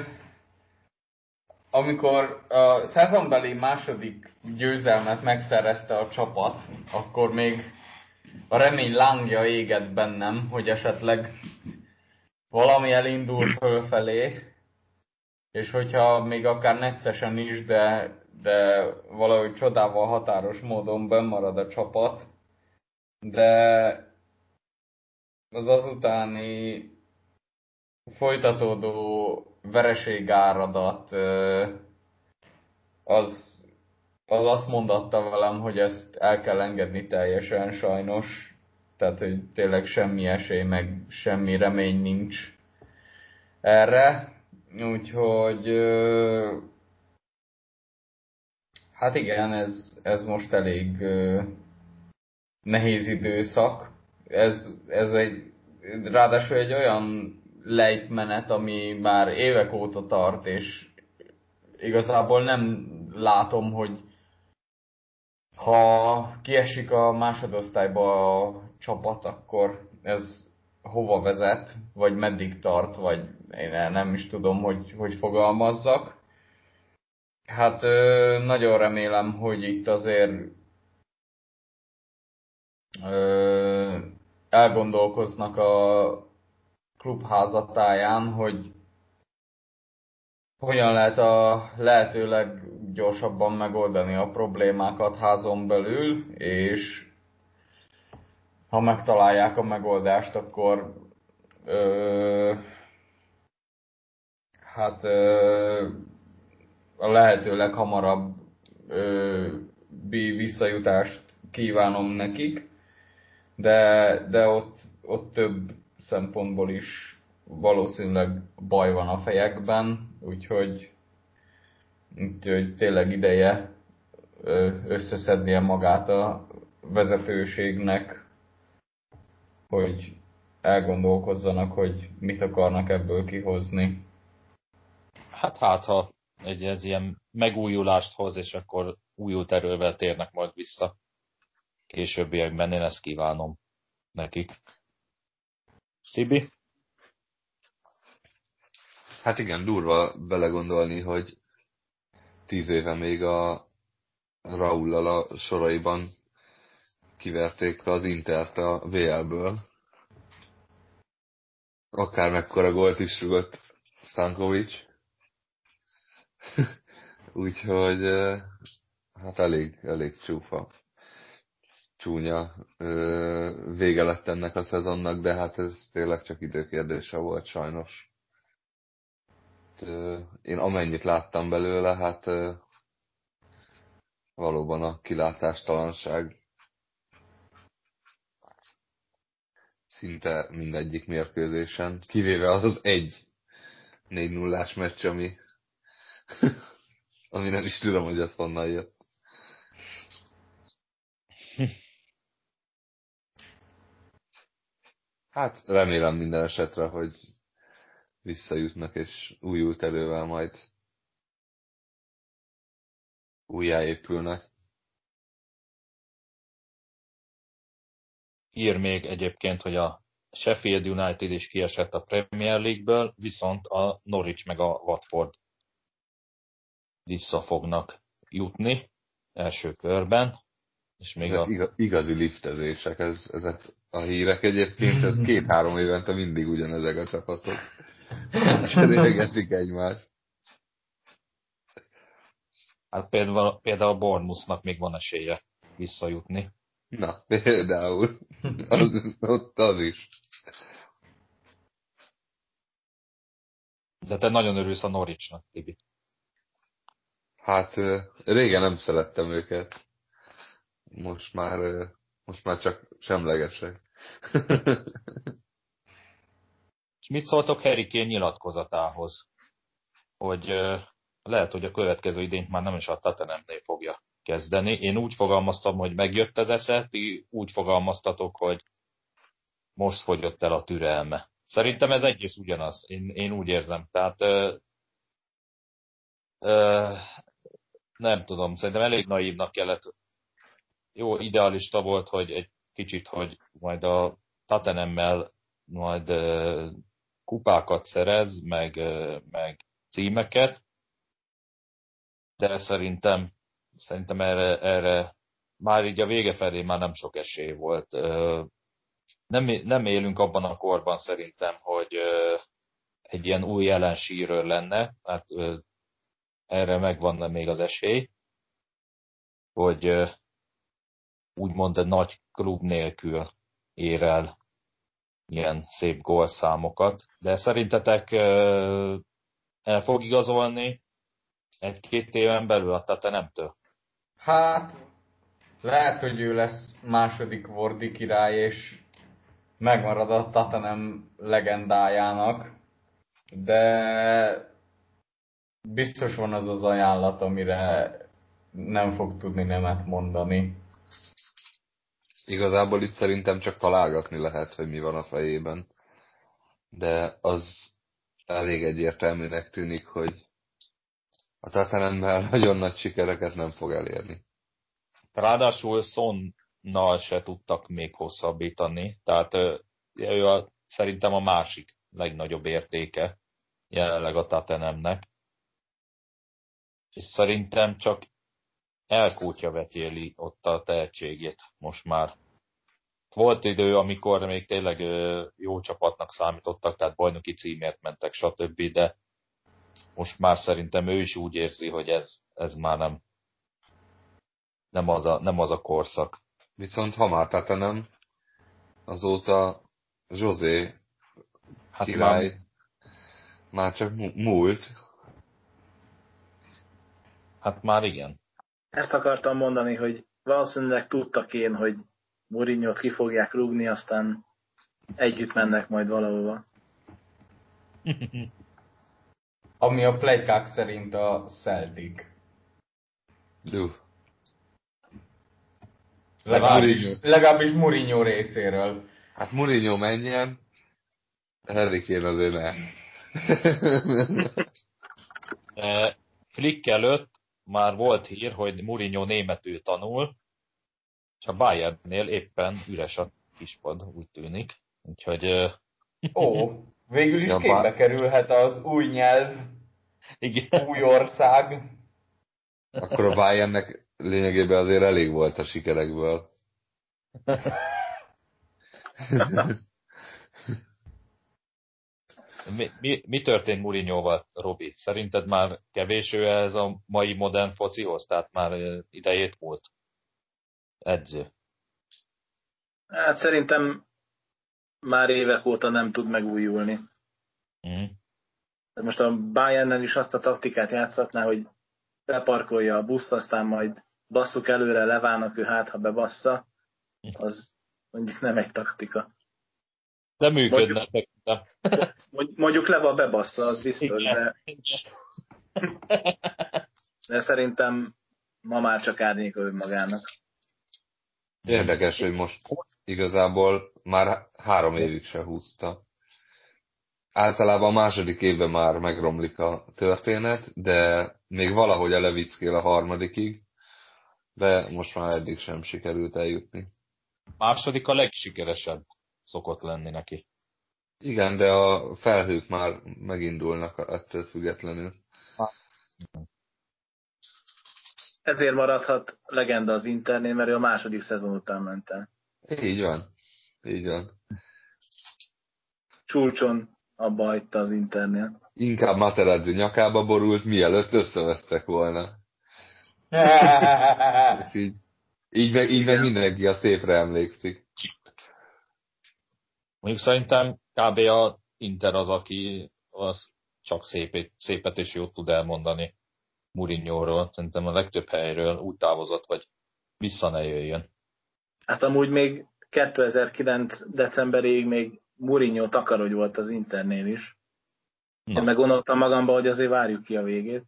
amikor a szezonbeli második győzelmet megszerezte a csapat, akkor még a remény lángja égett bennem, hogy esetleg valami elindul fölfelé, és hogyha még akár neccesen is, de, de valahogy csodával határos módon benn marad a csapat, de az azutáni folytatódó vereségáradat az, az azt mondatta velem, hogy ezt el kell engedni teljesen sajnos. Tehát, hogy tényleg semmi esély, meg semmi remény nincs erre. Úgyhogy hát igen, ez, ez most elég nehéz időszak. Ez, ez egy, ráadásul egy olyan lejtmenet, ami már évek óta tart, és igazából nem látom, hogy ha kiesik a másodosztályba a csapat, akkor ez hova vezet, vagy meddig tart, vagy én nem is tudom, hogy, hogy fogalmazzak. Hát nagyon remélem, hogy itt azért elgondolkoznak a klub házatáján, hogy hogyan lehet a lehetőleg gyorsabban megoldani a problémákat házon belül, és ha megtalálják a megoldást, akkor ö, hát ö, a lehető leghamarabb ö, visszajutást kívánom nekik, de, de ott, ott több szempontból is valószínűleg baj van a fejekben, úgyhogy, úgyhogy tényleg ideje összeszednie magát a vezetőségnek, hogy elgondolkozzanak, hogy mit akarnak ebből kihozni. Hát hát, ha egy ez ilyen megújulást hoz, és akkor újult erővel térnek majd vissza későbbiekben, én ezt kívánom nekik. Tibi? Hát igen, durva belegondolni, hogy tíz éve még a Raullal a soraiban kiverték az Intert a vé el-ből. Akár mekkora gólt is rúgott Stankovic. Úgyhogy hát elég, elég csúfa, csúnya vége lett ennek a szezonnak, de hát ez tényleg csak időkérdése volt sajnos. Én amennyit láttam belőle, hát valóban a kilátástalanság szinte mindegyik mérkőzésen, kivéve az az egy négy nullás meccs, ami, ami nem is tudom, hogy ez honnan jött. Hát remélem minden esetre, hogy visszajutnak és újult erővel majd újjáépülnek. Ír még egyébként, hogy a Sheffield United is kiesett a Premier League-ből, viszont a Norwich meg a Watford vissza fognak jutni első körben. És még ezek a... igazi liftezések, ez, ezek a hírek egyébként, ez két-három évente mindig ugyanezek a csapatok. Cserélgetik egymást. Hát például, például a Bournemouthnak még van esélye visszajutni. Na, például. Az, ott az is. De te nagyon örülsz a Norwichnak, Tibi. Hát régen nem szerettem őket. Most már, most már csak semlegesek. És mit szóltok Harry Kane nyilatkozatához? Hogy lehet, hogy a következő idényt már nem is a Tottenhamnél fogja kezdeni. Én úgy fogalmaztam, hogy megjött az esze, ti úgy fogalmaztatok, hogy most fogyott el a türelme. Szerintem ez egy és ugyanaz. Én, én úgy érzem. Tehát Uh, nem tudom, szerintem elég naívnak kellett. Jó, idealista volt, hogy egy kicsit, hogy majd a Tottenhammel majd uh, kupákat szerez, meg, uh, meg címeket, de szerintem, szerintem erre, erre már így a vége felé már nem sok esély volt. Uh, nem, nem élünk abban a korban szerintem, hogy uh, egy ilyen új ellensírőr lenne, hát uh, erre megvan még az esély, hogy uh, úgymond egy nagy klub nélkül ér el ilyen szép gólszámokat. De szerintetek uh, el fog igazolni egy-két éven belül a Tottenhamtől? Hát, lehet, hogy ő lesz második Wardy király, és megmarad a Tottenham legendájának, de biztos van az az ajánlat, amire nem fog tudni nemet mondani. Igazából itt szerintem csak találgatni lehet, hogy mi van a fejében. De az elég egyértelműnek tűnik, hogy a Tottenhammel nagyon nagy sikereket nem fog elérni. Ráadásul Sonnal se tudtak még hosszabbítani, tehát ő a, szerintem a másik legnagyobb értéke jelenleg a Tottenhamnek. És szerintem csak elkútja vetéli ott a tehetségét most már. Volt idő, amikor még tényleg jó csapatnak számítottak, tehát bajnoki címért mentek, stb., de most már szerintem ő is úgy érzi, hogy ez, ez már nem, nem, az a, nem az a korszak. Viszont ha már Tottenham, azóta José Hát király már, már csak múlt. hát már igen. Ezt akartam mondani, hogy valószínűleg tudtak én, hogy Mourinho-t ki fogják rúgni, aztán együtt mennek majd valahova. Ami a pletykák szerint a Celtic. Duh. Legalábbis, Mourinho. legalábbis Mourinho részéről. Hát Mourinho menjen, Harry Kane azért ne. Flick előtt már volt hír, hogy Mourinho németül tanul, és a Bayernnél éppen üres a kispad, úgy tűnik. Úgyhogy... Ó, végül is Ja, képbe bár... kerülhet az új nyelv, igen. új ország. Akkor a Bayernnek lényegében azért elég volt a sikerekből. Mi, mi, mi történt Mourinhoval, Robi? Szerinted már kevés ő ez a mai modern focihoz? Tehát már idejét volt edző? Hát szerintem már évek óta nem tud megújulni. Mm. Most a Bayernnel is azt a taktikát játszhatná, hogy beparkolja a buszt, aztán majd basszuk előre, leválnak, ő hát, ha bebassza, az mondjuk nem egy taktika. De működne. Mondjuk, mondjuk Leva bebassza, az biztos, de, de szerintem ma már csak árnyékol magának. Érdekes, hogy most igazából már három évig se húzta. Általában a második évben már megromlik a történet, de még valahogy elevickél a harmadikig, de most már eddig sem sikerült eljutni. Második a legsikeresebb szokott lenni neki. Igen, de a felhők már megindulnak ettől függetlenül. Ezért maradhat legenda az Internél, mert ő a második szezon után ment el. Így van. Így van. Csúcson abba hagyta az Internél. Inkább Materazzi nyakába borult, mielőtt összevesztek volna. És így, így, meg, így meg mindenki a szépre emlékszik. Mondjuk szerintem kb. A Inter az, aki az csak szépet, szépet és jót tud elmondani Mourinhoról. Szerintem a legtöbb helyről úgy távozott, hogy vissza ne jöjjön. Hát amúgy még kétezer-kilenc decemberéig még Mourinho takarodj volt az Internél is. Na. Én meg gondoltam magamba, hogy azért várjuk ki a végét.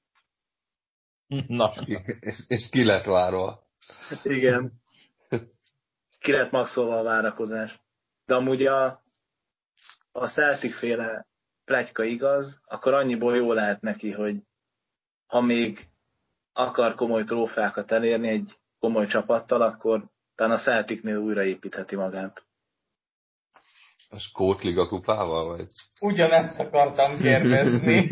Na. És, és ki lett várva. Igen. Ki lett maxolva a várakozás. De amúgy a, a Celtic féle pletyka igaz, akkor annyiból jó lehet neki, hogy ha még akar komoly trófeákat elérni egy komoly csapattal, akkor talán a Celticnél újraépítheti magát. A Skót Liga kupával, vagy? Ugyanezt akartam kérdezni.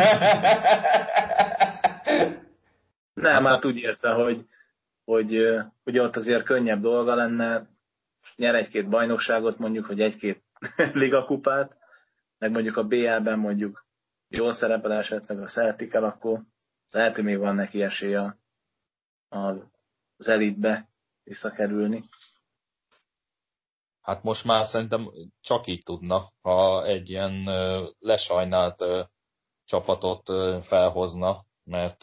Nem, hát úgy érte, hogy, hogy ugye ott azért könnyebb dolga lenne, nyer egy-két bajnokságot, mondjuk, hogy egy-két ligakupát, meg mondjuk a bé el-ben mondjuk jól szerepel esetleg a Celtic-el, akkor lehet, hogy még van neki esélye az elitbe visszakerülni. Hát most már szerintem csak így tudna, ha egy ilyen lesajnált csapatot felhozna, mert,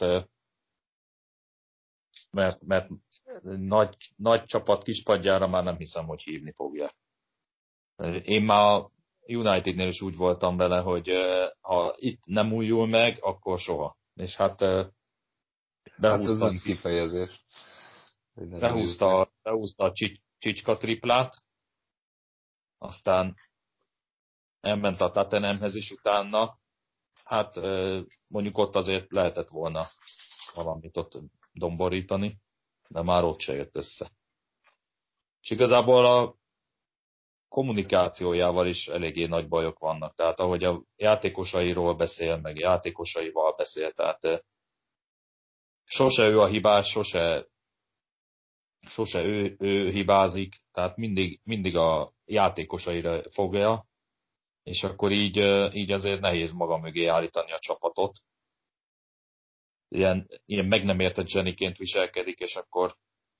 mert, mert nagy, nagy csapat kispadjára már nem hiszem, hogy hívni fogja. Én már a Unitednél is úgy voltam vele, hogy ha itt nem újul meg, akkor soha. És hát behúzta, hát kifejezés. behúzta, behúzta a Csicska triplát, aztán elment a Tottenhamhez is utána, hát mondjuk ott azért lehetett volna valamit ott domborítani, de már ott se jött össze. És igazából a kommunikációjával is eléggé nagy bajok vannak, tehát ahogy a játékosairól beszél, meg játékosaival beszél, tehát sose ő a hibás, sose, sose ő, ő hibázik, tehát mindig, mindig a játékosaira fogja, és akkor így, így azért nehéz maga mögé állítani a csapatot. Ilyen, ilyen meg nem értett zseniként viselkedik, és akkor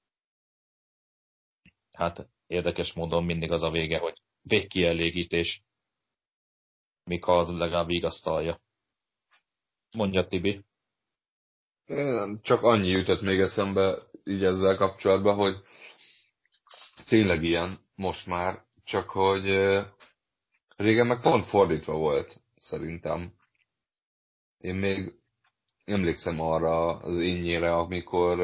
hát érdekes módon mindig az a vége, hogy végkielégítés, míg ha az legalább vigasztalja. Mondja, Tibi. Csak annyi jutott még eszembe így ezzel kapcsolatban, hogy tényleg ilyen most már, csak hogy régen meg pont fordítva volt, szerintem. Én még emlékszem arra az énnyére, amikor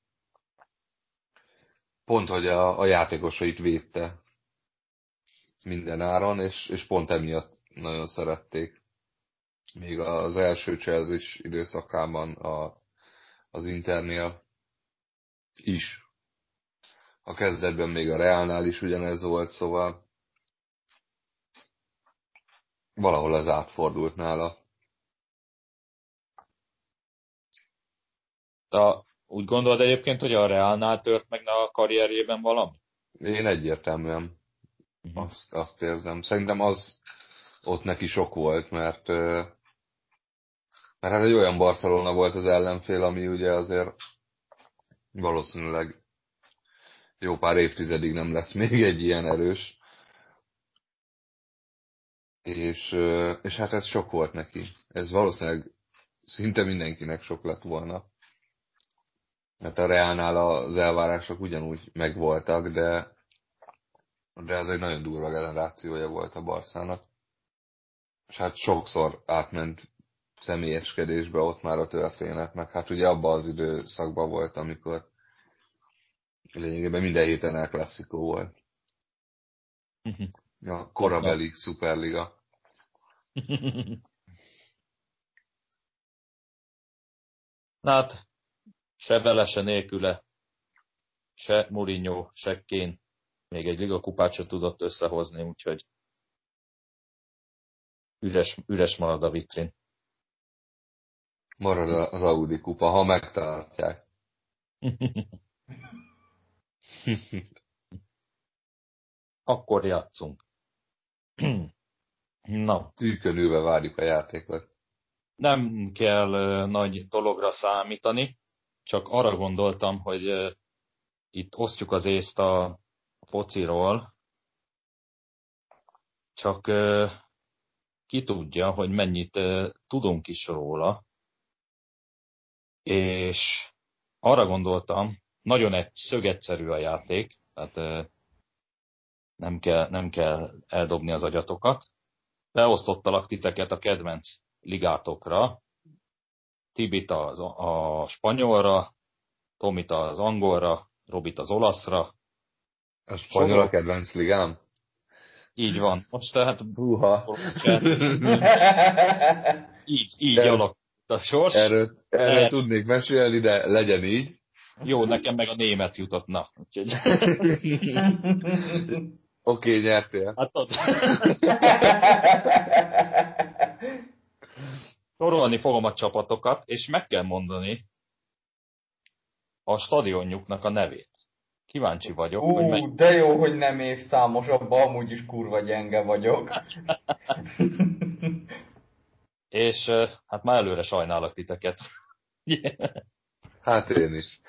pont, hogy a, a játékosait védte minden áron, és, és pont emiatt nagyon szerették. Még az első Chelsea időszakában a, az Internél is. A kezdetben még a Realnál is ugyanez volt, szóval valahol ez átfordult nála. De úgy gondolod egyébként, hogy a Realnál tört meg a karrierjében valami? Én egyértelműen uh-huh. azt, azt érzem. Szerintem az ott neki sok volt, mert, mert hát egy olyan Barcelona volt az ellenfél, ami ugye azért valószínűleg jó pár évtizedig nem lesz még egy ilyen erős. És, és hát ez sok volt neki. Ez valószínűleg szinte mindenkinek sok lett volna. Mert a Realnál az elvárások ugyanúgy megvoltak, de, de ez egy nagyon durva generációja volt a Barszának. És hát sokszor átment személyeskedésbe ott már a történet, meg hát ugye abban az időszakban volt, amikor lényegében minden héten El Clasico volt. A korabeli szuperliga. Na hát, se vele, se nélküle, se Mourinho, se Kane még egy ligakupát se tudott összehozni, úgyhogy üres, üres marad a vitrin. Marad az Audi kupa, ha megtartják. Akkor játszunk. Na. Tűkönülve várjuk a játékot. Nem kell uh, nagy dologra számítani, csak arra gondoltam, hogy uh, itt osztjuk az észt a fociról, csak uh, ki tudja, hogy mennyit uh, tudunk is róla, és arra gondoltam, nagyon egy szögegyszerű a játék, tehát uh, nem kell, nem kell eldobni az agyatokat. Beosztottalak titeket a kedvenc ligátokra, Tibit az, a spanyolra, Tomit az angolra, Robit az olaszra. A spanyol a kedvenc ligám? Így van. Most tehát Buha. így, így alakult a sors. Erről, Erről Ne. tudnék mesélni, de legyen így. Jó, nekem meg a német jutott, na. Úgyhogy, Oké, okay, nyertél. hát ott. Sorolni fogom a csapatokat, és meg kell mondani a stadionjuknak a nevét. Kíváncsi vagyok, Ú, hogy mely... de jó, hogy nem évszámos, abban amúgy is kurva gyenge vagyok. És eh, hát már előre sajnálok titeket. Hát én is.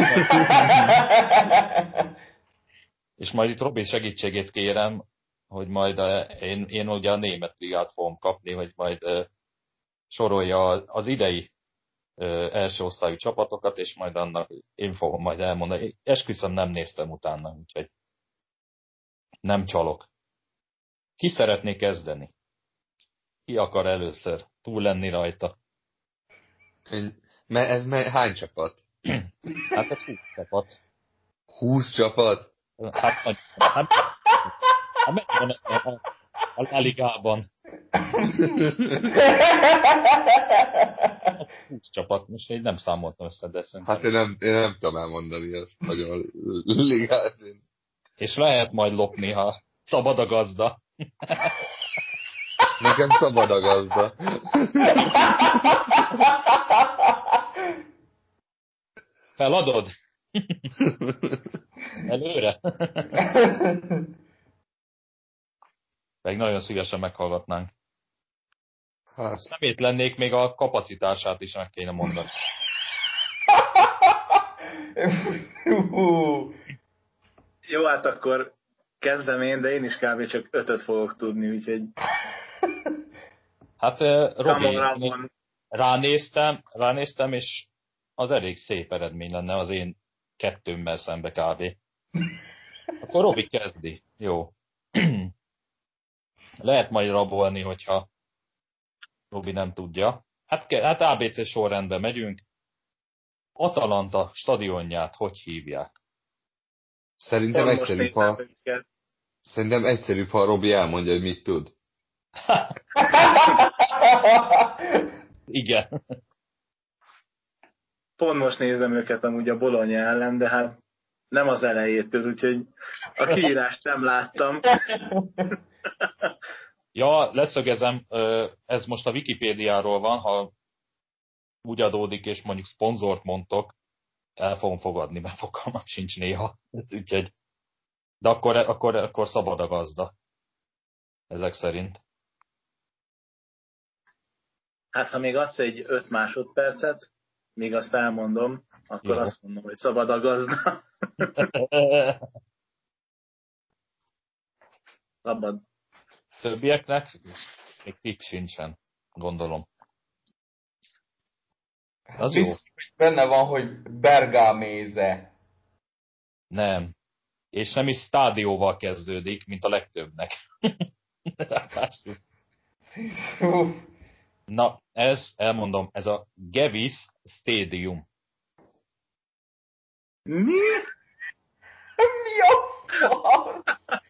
És majd itt Robi segítségét kérem, hogy majd eh, én, én ugye a német ligát fogom kapni, hogy majd eh, sorolja az idei eh, első osztályú csapatokat, és majd annak én fogom majd elmondani. Esküszöm, nem néztem utána, úgyhogy nem csalok. Ki szeretné kezdeni? Ki akar először túl lenni rajta? Én, me, ez me, hány csapat? Hát ez húsz csapat. Húsz csapat? Hát, nagy- hát, hát megvan a, a, a La Ligában húsz csapat, most én nem számoltam össze, de szerintem. Hát én nem, én nem tudom elmondani ezt nagyon ligát. És lehet majd lopni, ha szabad a gazda. Nekem szabad a gazda. Feladod? Előre? Meg nagyon szívesen meghallgatnánk. Hát, Szemét lennék, még a kapacitását is meg kéne mondani. Jó, hát akkor kezdem én, de én is kb. Csak ötöt fogok tudni, úgyhogy... Hát eh, Robi, Come on, Ramon. ránéztem, ránéztem, és az elég szép eredmény lenne az én kettőmmel szembe kb. Akkor Robi kezdi. Jó. Lehet majd rabolni, hogyha Robi nem tudja. Hát, ke- hát á bé cé sorrendben megyünk. Atalanta stadionját hogy hívják? szerintem Pont most egyszerűbb, néztem ha, őket. szerintem egyszerűbb, ha Robi elmondja, hogy mit tud. Igen. Pont most nézem őket amúgy a Bologna ellen, de hát nem az elejétől, úgyhogy a kiírást nem láttam. Ja, leszögezem, ö, ez most a Wikipédiáról van, ha úgy adódik, és mondjuk szponzort mondtok, el fogom fogadni, mert fogalmam sincs néha. Úgyhogy, de akkor, akkor, akkor szabad a gazda. Ezek szerint. Hát ha még adsz egy öt másodpercet, még azt elmondom, akkor Jó. azt mondom, hogy szabad a gazda. Szabad. Többieknek még tipp sincsen, gondolom. Az jó. Biztos, hogy benne van, hogy Bergaméze. Nem. És nem is stádióval kezdődik, mint a legtöbbnek. Na, ez, elmondom, ez a Gevis Stadium. Mi? Mi a fasz?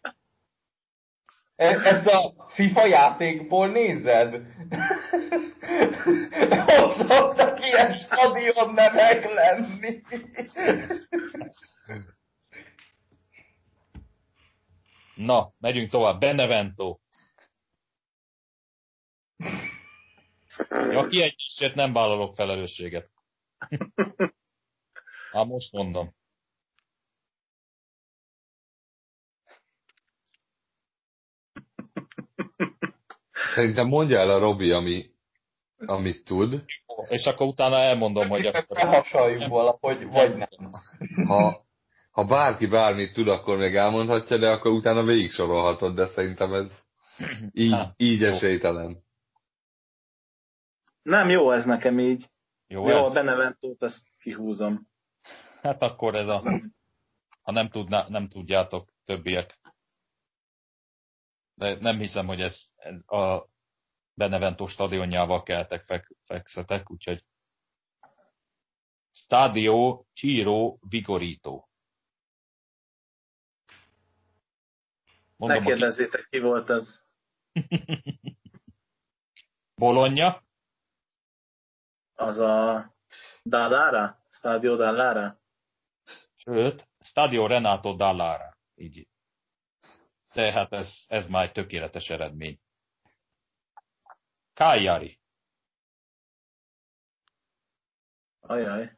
E- Ezt a FIFA játékból nézed? Ott szoktak ilyen stadion nevek lenni. Na, megyünk tovább. Benevento. Ja, kiegyesért nem vállalok felelősséget. Hát most mondom. Szerintem mondja el a Robi, ami, amit tud. És akkor utána elmondom, hogy akkor... Elhasaljuk valahogy, vagy nem. Ha, ha bárki bármit tud, akkor még elmondhatja, de akkor utána végig sorolhatod, de szerintem ez így, Hát, így jó. esélytelen. Nem jó ez nekem így. Jó, Jó, ez? a Beneventót azt kihúzom. Hát akkor ez a... Ha nem, tudná, nem tudjátok többiek. De nem hiszem, hogy ez, ez a Benevento stadionjával keltek, fek, fekszetek, úgyhogy Stadio Ciro Vigorito. Ne Mondom, aki... kérdezzétek, ki volt az. Bologna, Az a Dallara? Stadio Dallara? Sőt, Stadio Renato Dallara. Így. Tehát ez, ez már egy tökéletes eredmény. Cagliari. Ajaj.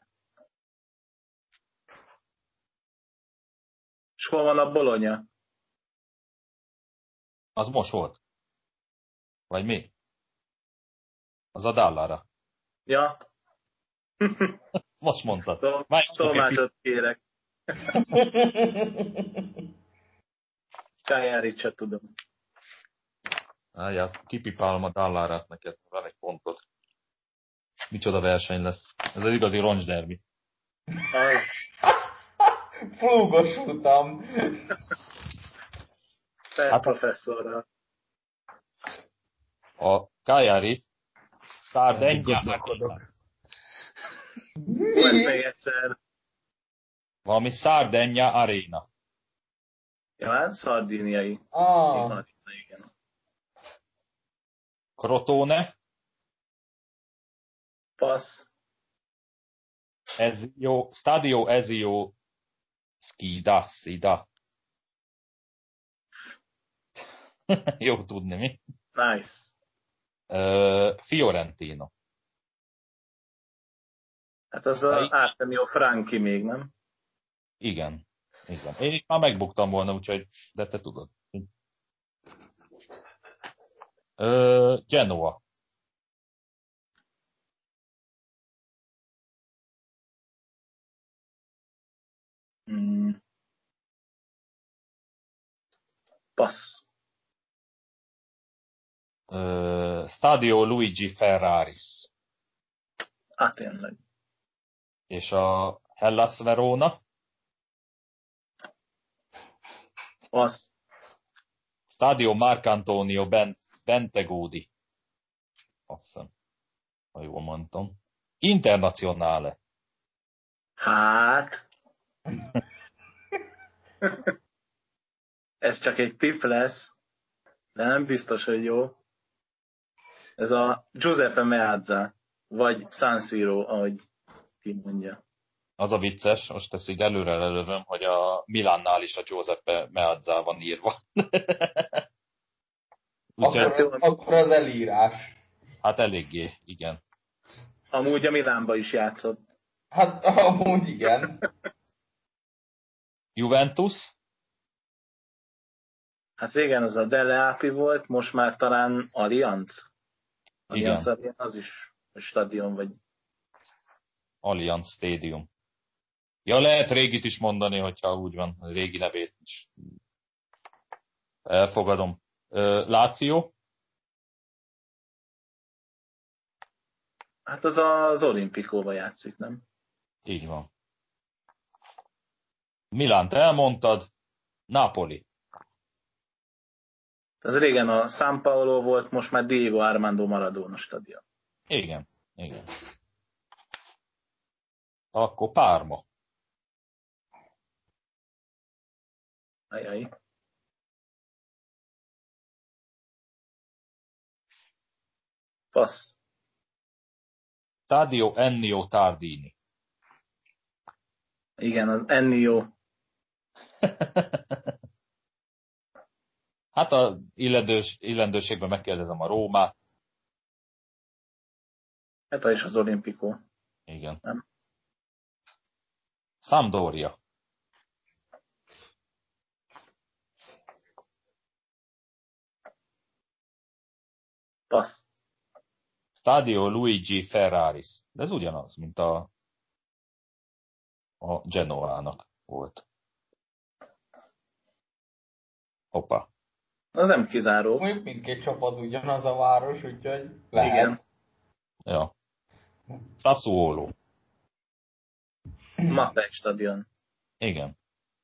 És hol van a Bologna? Az most volt. Vagy mi? Az a Dallara. Ja. Most mondtad. Tol- Már Tolmácsot kérek. Cagliarit se tudom. Álljál, kipipálom a Dallarát neked, van egy pontot. Micsoda verseny lesz. Ez egy igazi roncsderbi. Az. Flúgosultam. Per Hát- professzorral. A Cagliari Sardegna Gondolkodok. Hú, ezt még egyszer. valami Sardegna Arena. Ja, hát szardíniai. Ah, Igen. Crotone, Passz. Ezio, Stadio Ezio Skida, Sida. Jó tudni, mi? Nice. Uh, Fiorentino. Hát az a Artemio Franchi még, nem? Igen. Igen. Én itt már megbuktam volna, úgyhogy, de te tudod. Uh, Genoa. Mm. Passz. Uh, Stadio Luigi Ferraris. Hát tényleg. És a Hellas Verona. Passz. Stadio Marcantonio ben, Bentegodi. Azt hiszem, ha jól mondtam. Internazionale. Hát. Ez csak egy tipp lesz, de nem biztos, hogy jó. Ez a Giuseppe Meazza, vagy San Siro, ahogy ki mondja. Az a vicces, most ezt így előre lelövöm, hogy a Milánnál is a Giuseppe Meazza van írva. Úgyhogy, akkor, akkor az elírás. hát eléggé, igen. Amúgy a Milánba is játszott. Hát amúgy igen. Juventus, Hát régen az a Dele Alpi volt, most már talán Allianz. Allianz Igen. Arena, az is a stadion, vagy Allianz Stadium. Ja, lehet régit is mondani, hogyha úgy van, a régi nevét is. Elfogadom. Ö, Lazio, hát az az Olimpikóba játszik, nem? így van. Milánt elmondtad, Napoli. Az régen a San Paolo volt, most már Diego Armando Maradona stadion. Igen, igen. Akkor Parma. Ajaj. Passz. Stadio Ennio Tardini. Igen, az Ennio. Hát a illetős, illendőségben megkérdezem a Rómát. Hát az is az Olimpikó. Igen. Nem. Sampdoria. Passz. Stadio Luigi Ferraris. De ez ugyanaz, mint a, a Genoának volt. Hoppá. Az nem kizáró. Mondjuk mindkét csapat ugyanaz a város, úgyhogy lehet. Igen. Ja. Sassuolo. Mappei stadion. Igen.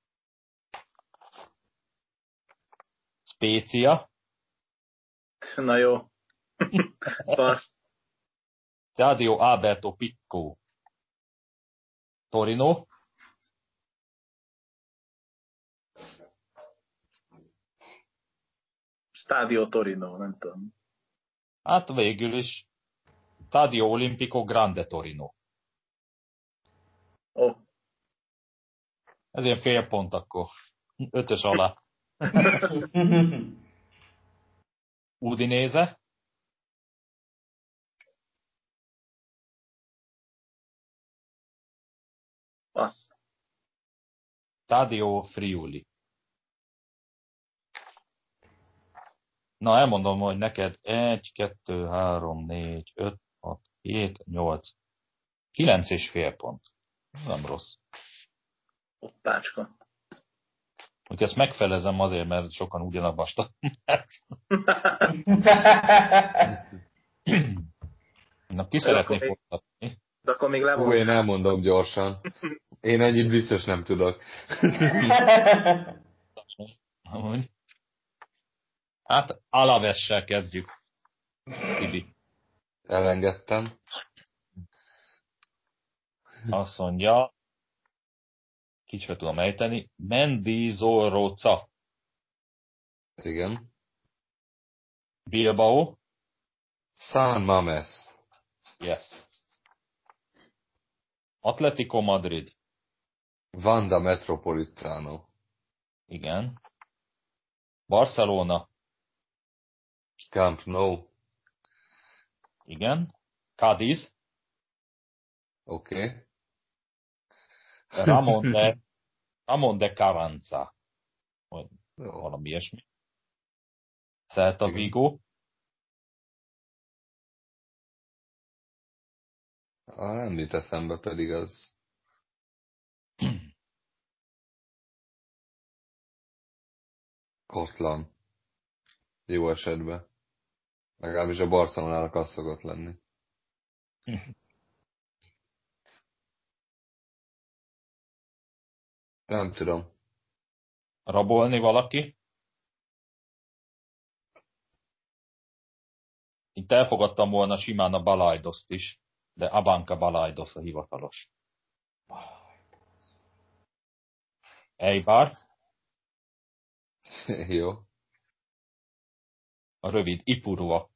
Spezia. Na jó. Passz. Stadio Alberto Picco. Torino. Stadio Torino, nem tudom. Hát végül is Stadio Olimpico Grande Torino. Ó. Oh. Ezért fél pont akkor. Ötös alá. Udinese. Passz. Stadio Friuli. Na, elmondom, hogy neked egy, kettő, három, négy, öt, hat, hét, nyolc, kilenc és fél pont. Nem rossz. Hoppácska. Hogy ezt megfelezem azért, mert sokan ugyanabban Na, ki szeretné folytatni? De akkor még Hú, levonsz. én elmondom gyorsan. Én ennyit biztos nem tudok. Hát, Alavessel kezdjük. Tibi. Elengedtem. Azt mondja, kicsit tudom ejteni, Mendizorroza. Igen. Bilbao. San Mames. Yes. Atletico Madrid. Wanda Metropolitano. Igen. Barcelona. Camp Nou. Igen. Cádiz. Oké. Okay. Ramon de, Ramon de Carranza. Vagy Jó. valami ilyesmi. Celta Vigo. Ah, nem jut eszembe, pedig az... Kotlan. Jó esetben. Legalábbis a Barcelonának az szokott lenni. Nem tudom. Rabolni valaki? Itt elfogadtam volna simán a Balaidoszt is, de Abanka Balaidos a hivatalos. Eibar. Jó. A rövid Ipurua.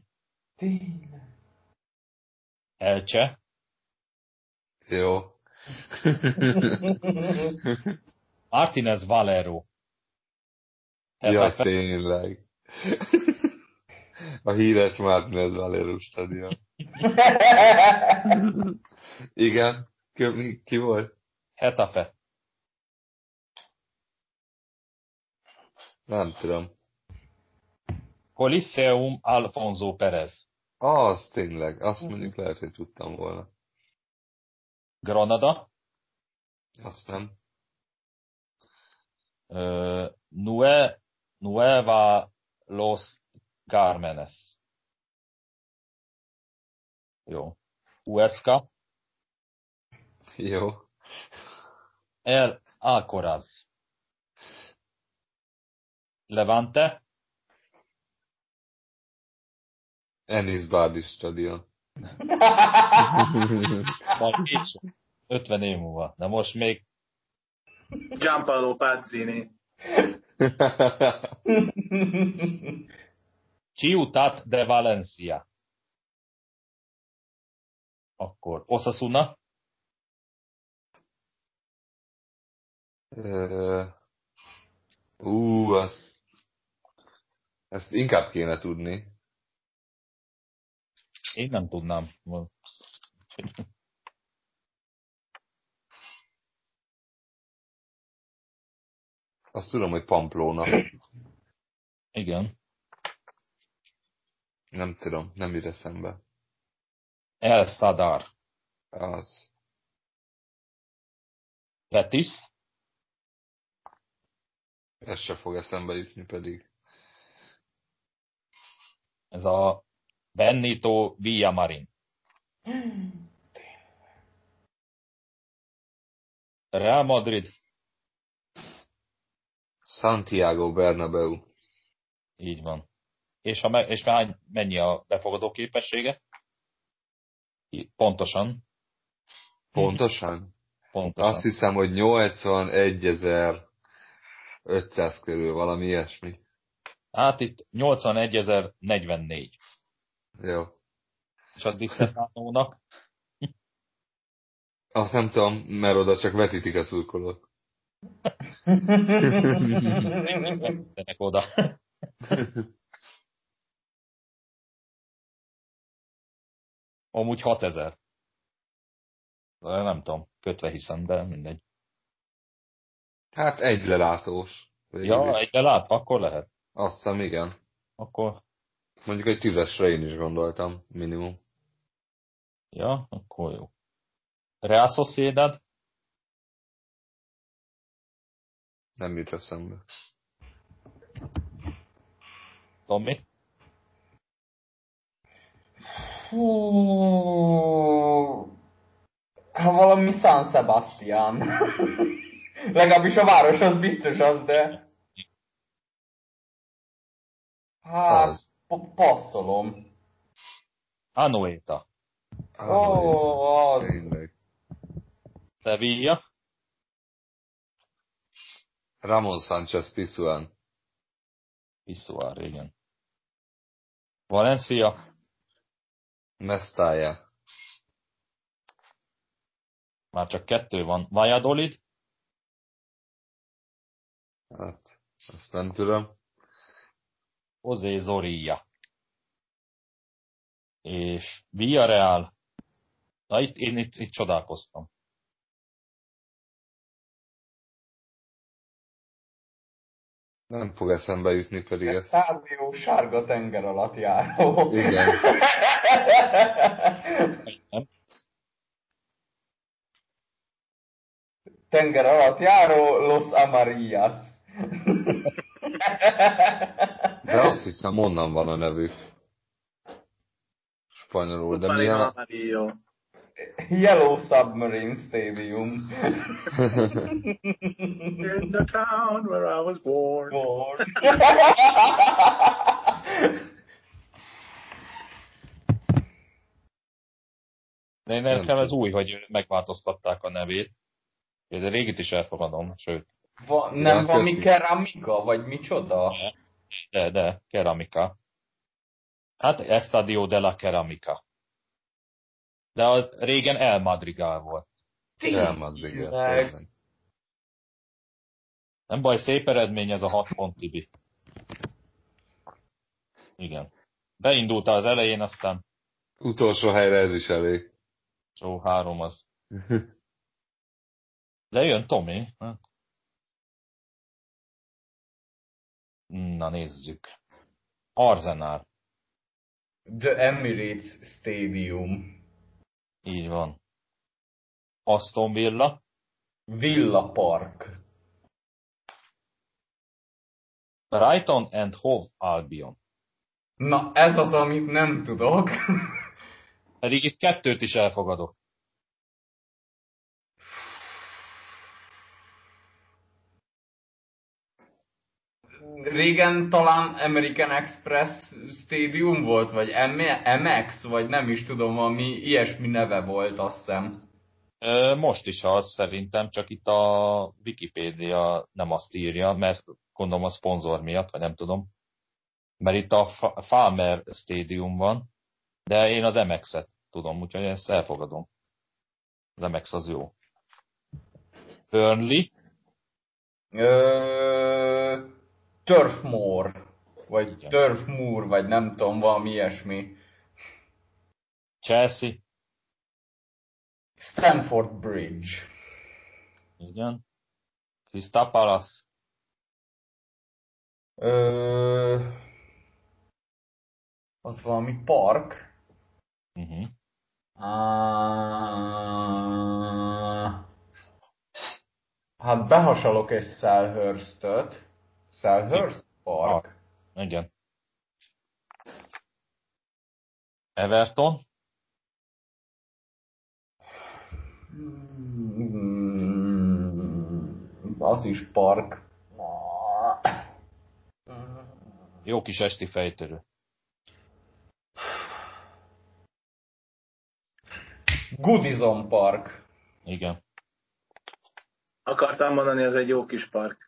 Elche. Jó. Martínez Valero. Ja, tényleg. A híres Martínez Valero stadion. Igen. Ki, ki volt? Hetafe. Nem tudom. Coliseum Alfonso Perez. Az tényleg. Azt mondjuk lehet, hogy tudtam volna. Granada. Azt nem. Uh, Nue, Nueva Los Carmenes. Jó. Huesca. Jó. El Alcoraz. Levante. Enis Bárdis stadion. Majd később. ötven év múlva. De most még Gianpaolo Pazzini. Ciutat de Valencia. Akkor Osasuna. Ú, uh, azt, ezt inkább kéne tudni. Én nem tudnám. Azt tudom, hogy Pamplona. Igen. Nem tudom, nem jut eszembe. El Sadar. Az. Betis. Ez se fog eszembe jutni pedig. Ez a Benito Villamarin. Real Madrid. Santiago Bernabéu. Így van. És, ha me- és hány, mennyi a befogadó képessége? Pontosan. Pontosan? Pontosan. Azt hiszem, hogy nyolcvanegyezer-ötszáz körül, valami ilyesmi. Hát itt nyolcvanegyezer-negyvennégy. Jó. És a Di Stefano-nak? Azt nem tudom, mert oda csak vetítik a szurkolók. Menjenek oda. Amúgy hatezer. Nem tudom, kötve hiszem, de mindegy. Hát egy lelátós. Ja, egyre lát, akkor lehet. Azt hiszem, igen. Akkor, Mondjuk egy tízesre én is gondoltam, minimum. ja, akkor jó. Real Sociedad? Nem jut eszembe. Tommy? Hú, hát valami San Sebastian. Legalábbis a város az biztos az, de... Hát, Az. pa- passzolom. Anoeta. Ó, oh, az. Tényleg. Sevilla? Ramon Sánchez Pizjuán. Pissoir, igen. Valencia? Mestalla. Már csak kettő van. Valladolid? Hát, azt nem tudom. José Zorrilla. És Villarreal. Na itt, én itt, itt csodálkoztam. Nem fog eszembe jutni pedig Ez ezt. Szádió sárga tenger alatt járó. Igen. Nem? Tenger alatt járó Los Amarillas. De azt hiszem, onnan van a nevük. Spanyolul, de milyen a... Jó. Yellow Submarine Stadium. In the town where I was born. Born. De én nekem ez új, hogy megváltoztatták a nevét. Én de régit is elfogadom, sőt. Va, nem Ja, valami köszi. keramika, vagy micsoda? De, de, Keramika. Hát Estadio de la Keramika. De az régen El Madrigal volt. Real Madrid, Tényleg. tényleg. Nem baj, szép eredmény ez a hat pont, Tibi. Igen. Beindultál az elején, aztán Utolsó helyre ez is elég. só három az. De jön Tomi. Hát. Na nézzük. Arsenal. The Emirates Stadium. Így van. Aston Villa. Villa Park. Brighton and Hove Albion. Na, ez az, amit nem tudok. Pedig itt kettőt is elfogadok. Régen talán American Express Stadium volt, vagy em eksz, vagy nem is tudom, valami ilyesmi neve volt, azt hiszem. Ö, Most is az, szerintem, csak itt a Wikipédia nem azt írja, mert gondolom a szponzor miatt, vagy nem tudom. Mert itt a Fa- Falmer Stadium van, de én az em eksz-et tudom, úgyhogy ezt elfogadom. Az em eksz az jó. Burnley, Ö, Turfmoor, vagy Igen. Turfmoor, vagy nem tudom, valami ilyesmi. Chelsea, Stamford Bridge. igen. Crystal Palace, Ö, az valami park. uh-huh. Ah, hát behasalok egy Selhurst-öt. Selhurst Park. Igen. Everton, Hmm, az is park. jó kis esti fejtörő. Goodison Park. Igen. Akartam mondani, ez egy jó kis park.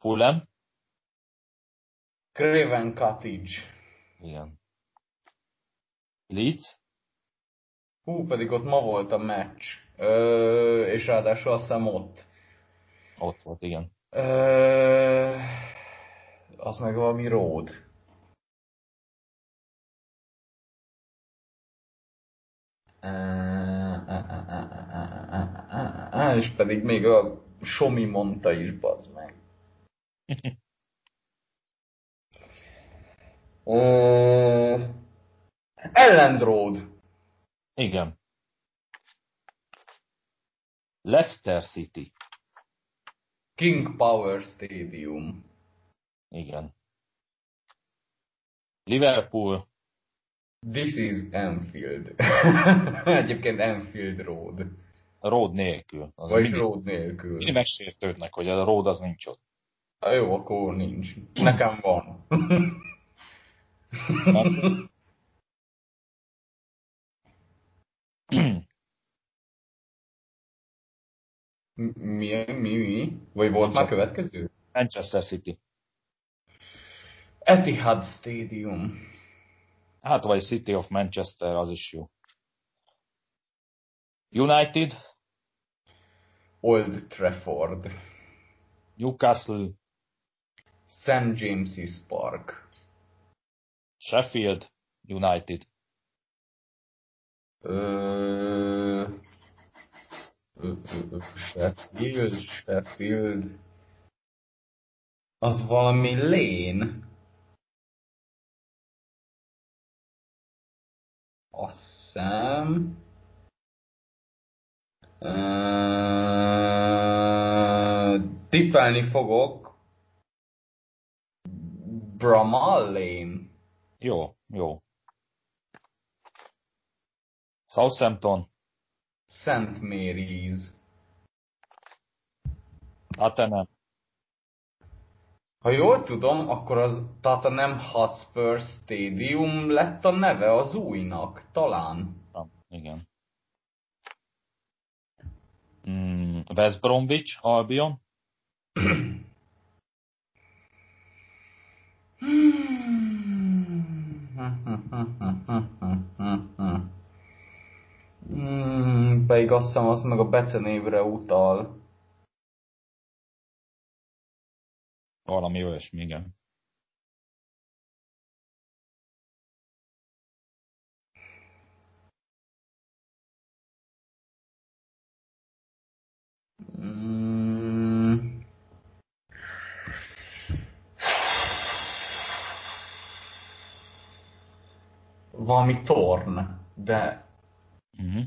Fulham, Craven Cottage. igen. Leeds? Hú, pedig ott ma volt a meccs. Ö, és ráadásul azt hiszem ott. Ott volt, igen. Ö, az meg valami Road. Á, és pedig még a Somi mondta is, bazd meg. Ö, Elland Road. Igen. Leicester City. King Power Stadium. Igen. Liverpool. This is Anfield. Egyébként Anfield Road. Road nélkül. Az Vagy mindig, Road nélkül. mindig megsértődnek, hogy a Road az nincs ott. A jó, akkor nincs. Nekem van. mi, mi, mi? Vagy volt már következő? Manchester City. Etihad Stadium. Hát vagy City of Manchester, az is jó. United. Old Trafford. Newcastle. Saint James's Park. Sheffield United. Ö... Sheffield, Sheffield. Az valami Lane. Azt hiszem. Uh, tippelni fogok. Bramall Lane. Jó, jó. Southampton. Saint Mary's. Tottenham. Ha jól tudom, akkor az Tottenham Hotspur Stadium lett a neve az újnak, talán. Ah, igen. Mm, West Bromwich Albion. Hmm, pedig azt hiszem, az meg a becenévre utal. Valami olyasmi, igen. Hmm. Valami torn, de... Uh-huh.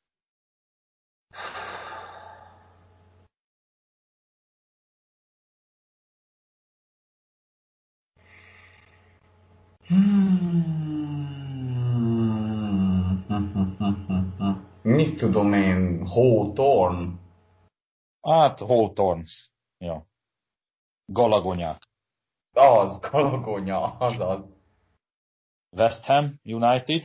Hmm. Mit tudom én? Hawthorne? Hát Hawthorns. Ja. Galagonyák. Az, Galagonya, azaz. West Ham United.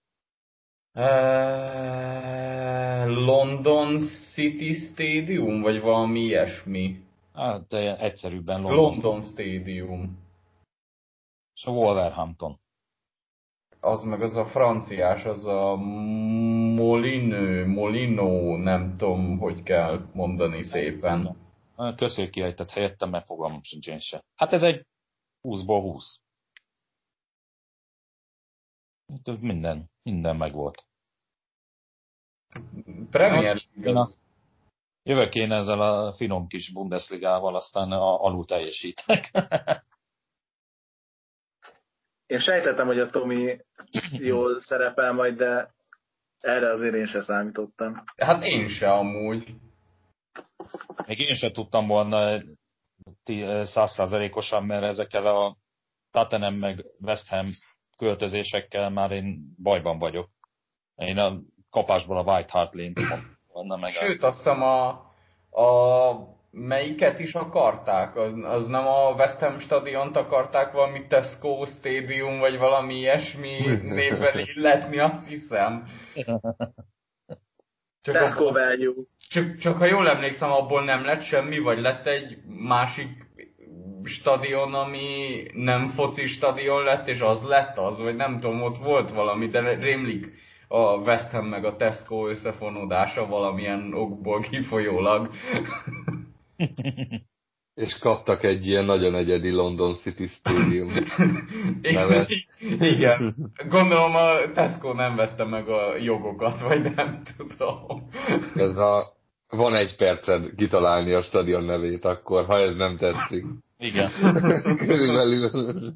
Uh, London City Stadium, vagy valami ilyesmi. Hát de egyszerűbben London. London Stadium. És a Wolverhampton. Az meg az a franciás, az a Molineux, Molino, nem tudom, hogy kell mondani szépen. Köszönjük kiejtett helyettem, mert fogalmam sincs én se. Hát ez egy húszból húsz. Minden, minden megvolt. Premier League az... Jövök én ezzel a finom kis Bundesligával, aztán alul teljesítek. Én sejtettem, hogy a Tomi jól szerepel majd, de erre azért én se számítottam. Hát én se amúgy. Még én sem tudtam volna száz százalékosan, mert ezekkel a Tottenham meg West Ham költözésekkel már én bajban vagyok. Én a kapásból a White Hart Lane-t mondom meg. Sőt, azt hiszem a, a melyiket is akarták? Az, az nem a West Ham stadiont akarták, valami Tesco Stadium, vagy valami ilyesmi névvel illetni, azt hiszem. Csak Tesco value. Csak, csak ha jól emlékszem, abból nem lett semmi, vagy lett egy másik stadion, ami nem foci stadion lett, és az lett az, vagy nem tudom, ott volt valami, de rémlik a West Ham meg a Tesco összefonódása valamilyen okból kifolyólag. És kaptak egy ilyen nagyon egyedi London City Stadium nevet. Igen. Gondolom a Tesco nem vette meg a jogokat, vagy nem tudom. Ez a... Van egy perced kitalálni a stadion nevét akkor, ha ez nem tetszik. Igen. Körülbelül.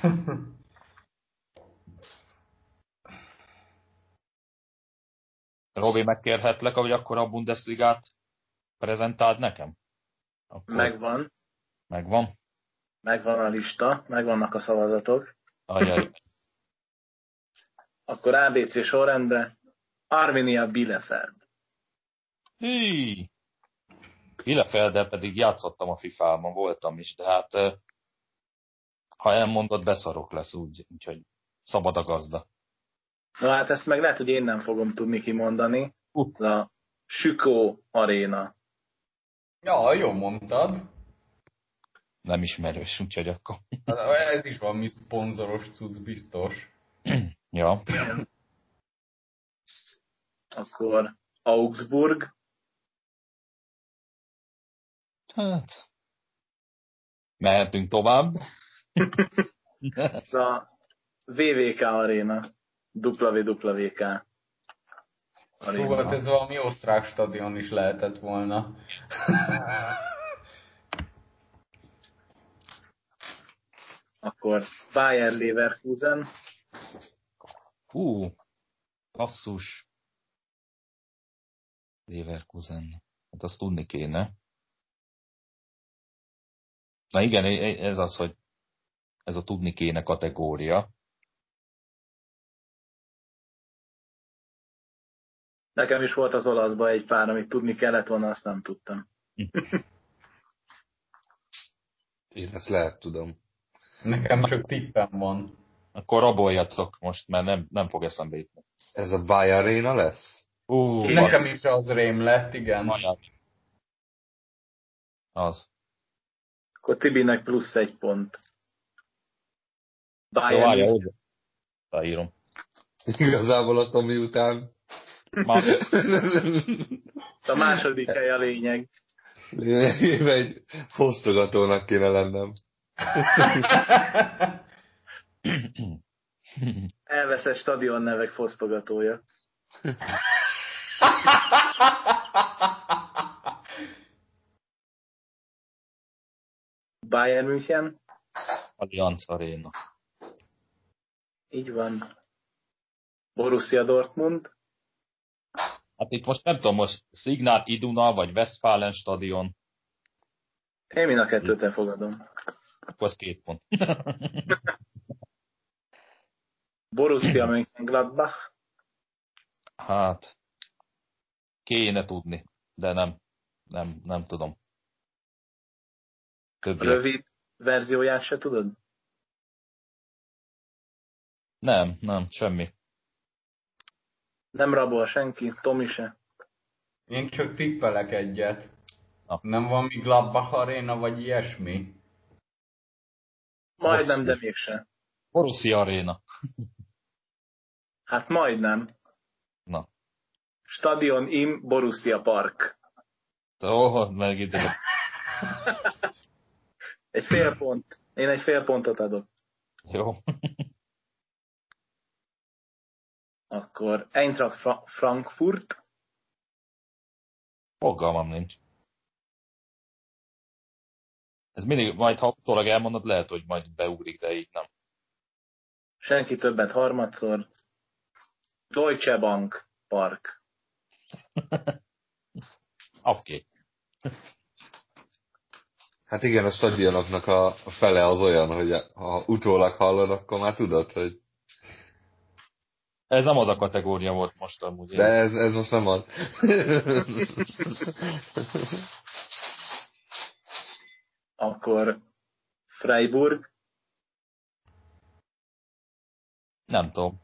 Robi, megkérhetlek, hogy akkor a Bundesligát prezentáld nekem? Akkor Megvan. megvan? Megvan a lista, megvannak a szavazatok. Ajaj. Akkor á bé cé sorrendben Arminia Bielefeld. Hí! Bielefelddel pedig játszottam a fifában, voltam is, de hát ha elmondod, beszarok lesz úgy, úgyhogy szabad a gazda. Na hát ezt meg lehet, hogy én nem fogom tudni kimondani. Uh. A Schüco Arena. Ja, jó mondtad. Nem ismerős, úgyhogy akkor... Ez is valami szponzoros cucc biztos. Ja. Akkor Augsburg. Hát... Mehetünk tovább. Ez a vé vé ká Arena. dupla vé dupla vé ká Arena. Hú, hát ez valami osztrák stadion is lehetett volna. Akkor Bayer Leverkusen. Hú, basszus. Leverkusen. Hát azt tudni kéne. Na igen, ez az, hogy ez a tudni kéne kategória. Nekem is volt az olaszban egy pár, amit tudni kellett volna, azt nem tudtam. Én ezt lehet tudom. Nekem csak tippem van. Akkor raboljatok most, mert nem, nem fog eszembe jutni. Ez a Bayer Arena lesz? Hú, Nekem is az rém lett, igen. Magyar. Az. Akkor Tibinek plusz egy pont. Jó, várja, úgy. Beírom. Igazából a Tomi után. Már. A második hely a lényeg. Én egy fosztogatónak kéne lennem. Elveszett stadion nevek fosztogatója. Bayern München. Allianz Arena. Így van. Borussia Dortmund. Hát itt most nem tudom, most Signal Iduna vagy Westfalen stadion. Én mind a kettőt elfogadom. Akkor az két pont. Borussia Mönchengladbach. Hát, kéne tudni, de nem, nem, nem tudom. Többiek. Rövid verzióját se tudod? Nem, nem, semmi. Nem rabol senki, Tomi se. Én csak tippelek egyet. Na. Nem van mi Gladbach Arena, vagy ilyesmi? Majdnem, de mégse. Borussia Arena. Hát majdnem. Na. Stadion im Borussia Park. Ó, meg ide. Egy fél pont. Én egy fél pontot adok. Jó. Akkor Eintracht Fra- Frankfurt. Fogalmam nincs. Ez mindig, majd ha utólag elmondod, lehet, hogy majd beugrik, de így nem. Senki többet harmadszor. Deutsche Bank Park. Oké. Hát igen, a stadionoknak a fele az olyan, hogy ha utólag hallod, akkor már tudod, hogy... Ez nem az a kategória volt most amúgy. De ez, ez most nem az. Akkor Freiburg. Nem tudom.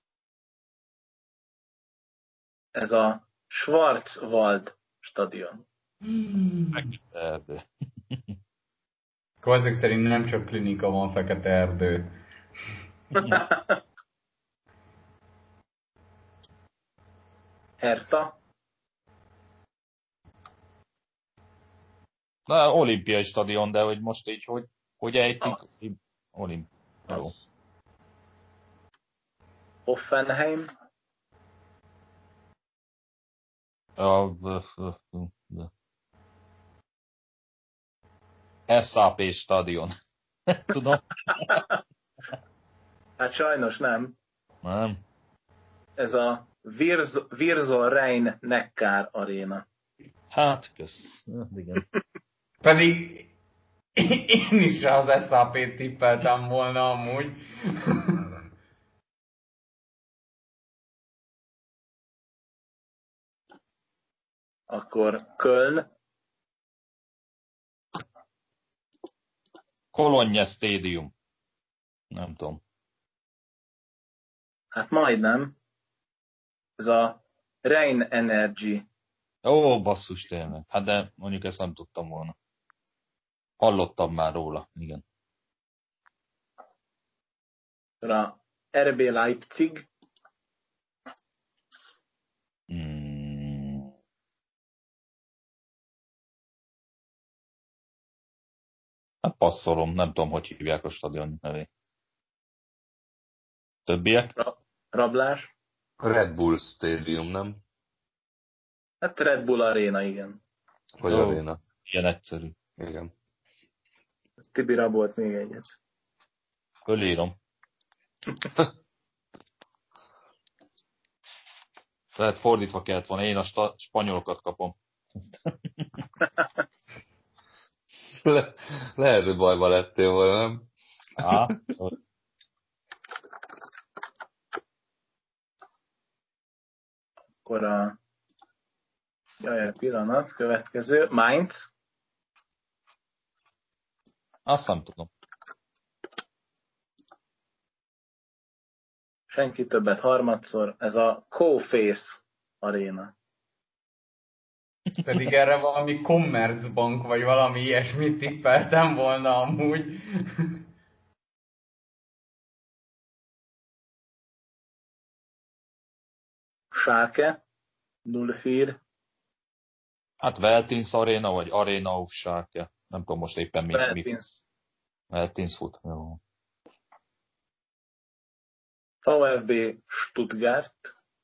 Ez a Schwarzwald stadion. Erdő. Akkor ezek szerint nem csak klinika van, Fekete Erdő. Herta. Na, olimpiai stadion, de hogy most így, hogy, hogy ejtik? Az. Olimp. Jó. Az. Hoffenheim. A, es á pé stadion. Tudom? Hát sajnos nem. Nem. Ez a Wirz- Wirsel Rhein Neckar Arena. Hát, kösz. Igen. Pedig én is az es á pét tippeltem volna amúgy. Akkor Köln. Cologne Stadium. Nem tudom. Hát majdnem. Ez a Rhein Energy. Ó, basszus tényleg. Hát de mondjuk ezt nem tudtam volna. Hallottam már róla, igen. A er bé Leipzig. Hmm. Hát passzolom, nem tudom, hogy hívják a stadion nevét. Többiek? Ra- Rablás. Red Bull Stadium, nem? Hát Red Bull Arena, igen. Vagy Ó. Arena. Ilyen egyszerű. Igen. Tibi rabolt még egyet. Fölírom. Tehát fordítva kellett volna, én a sta- spanyolokat kapom. Le- lehet, hogy bajba lettél volna, nem? Á, Akkor a... Jaj, egy pillanat, következő. Mainz. azt nem tudom. Senki többet harmadszor. Ez a Coface Arena. Pedig erre valami Commerzbank, vagy valami ilyesmit tippeltem volna amúgy. Schalke. nulla négy. Hát Veltins Arena, vagy Arena of Schalke. Nem tudom most éppen mi. mi. Veltins. Veltins fut. Jó. VfB Stuttgart.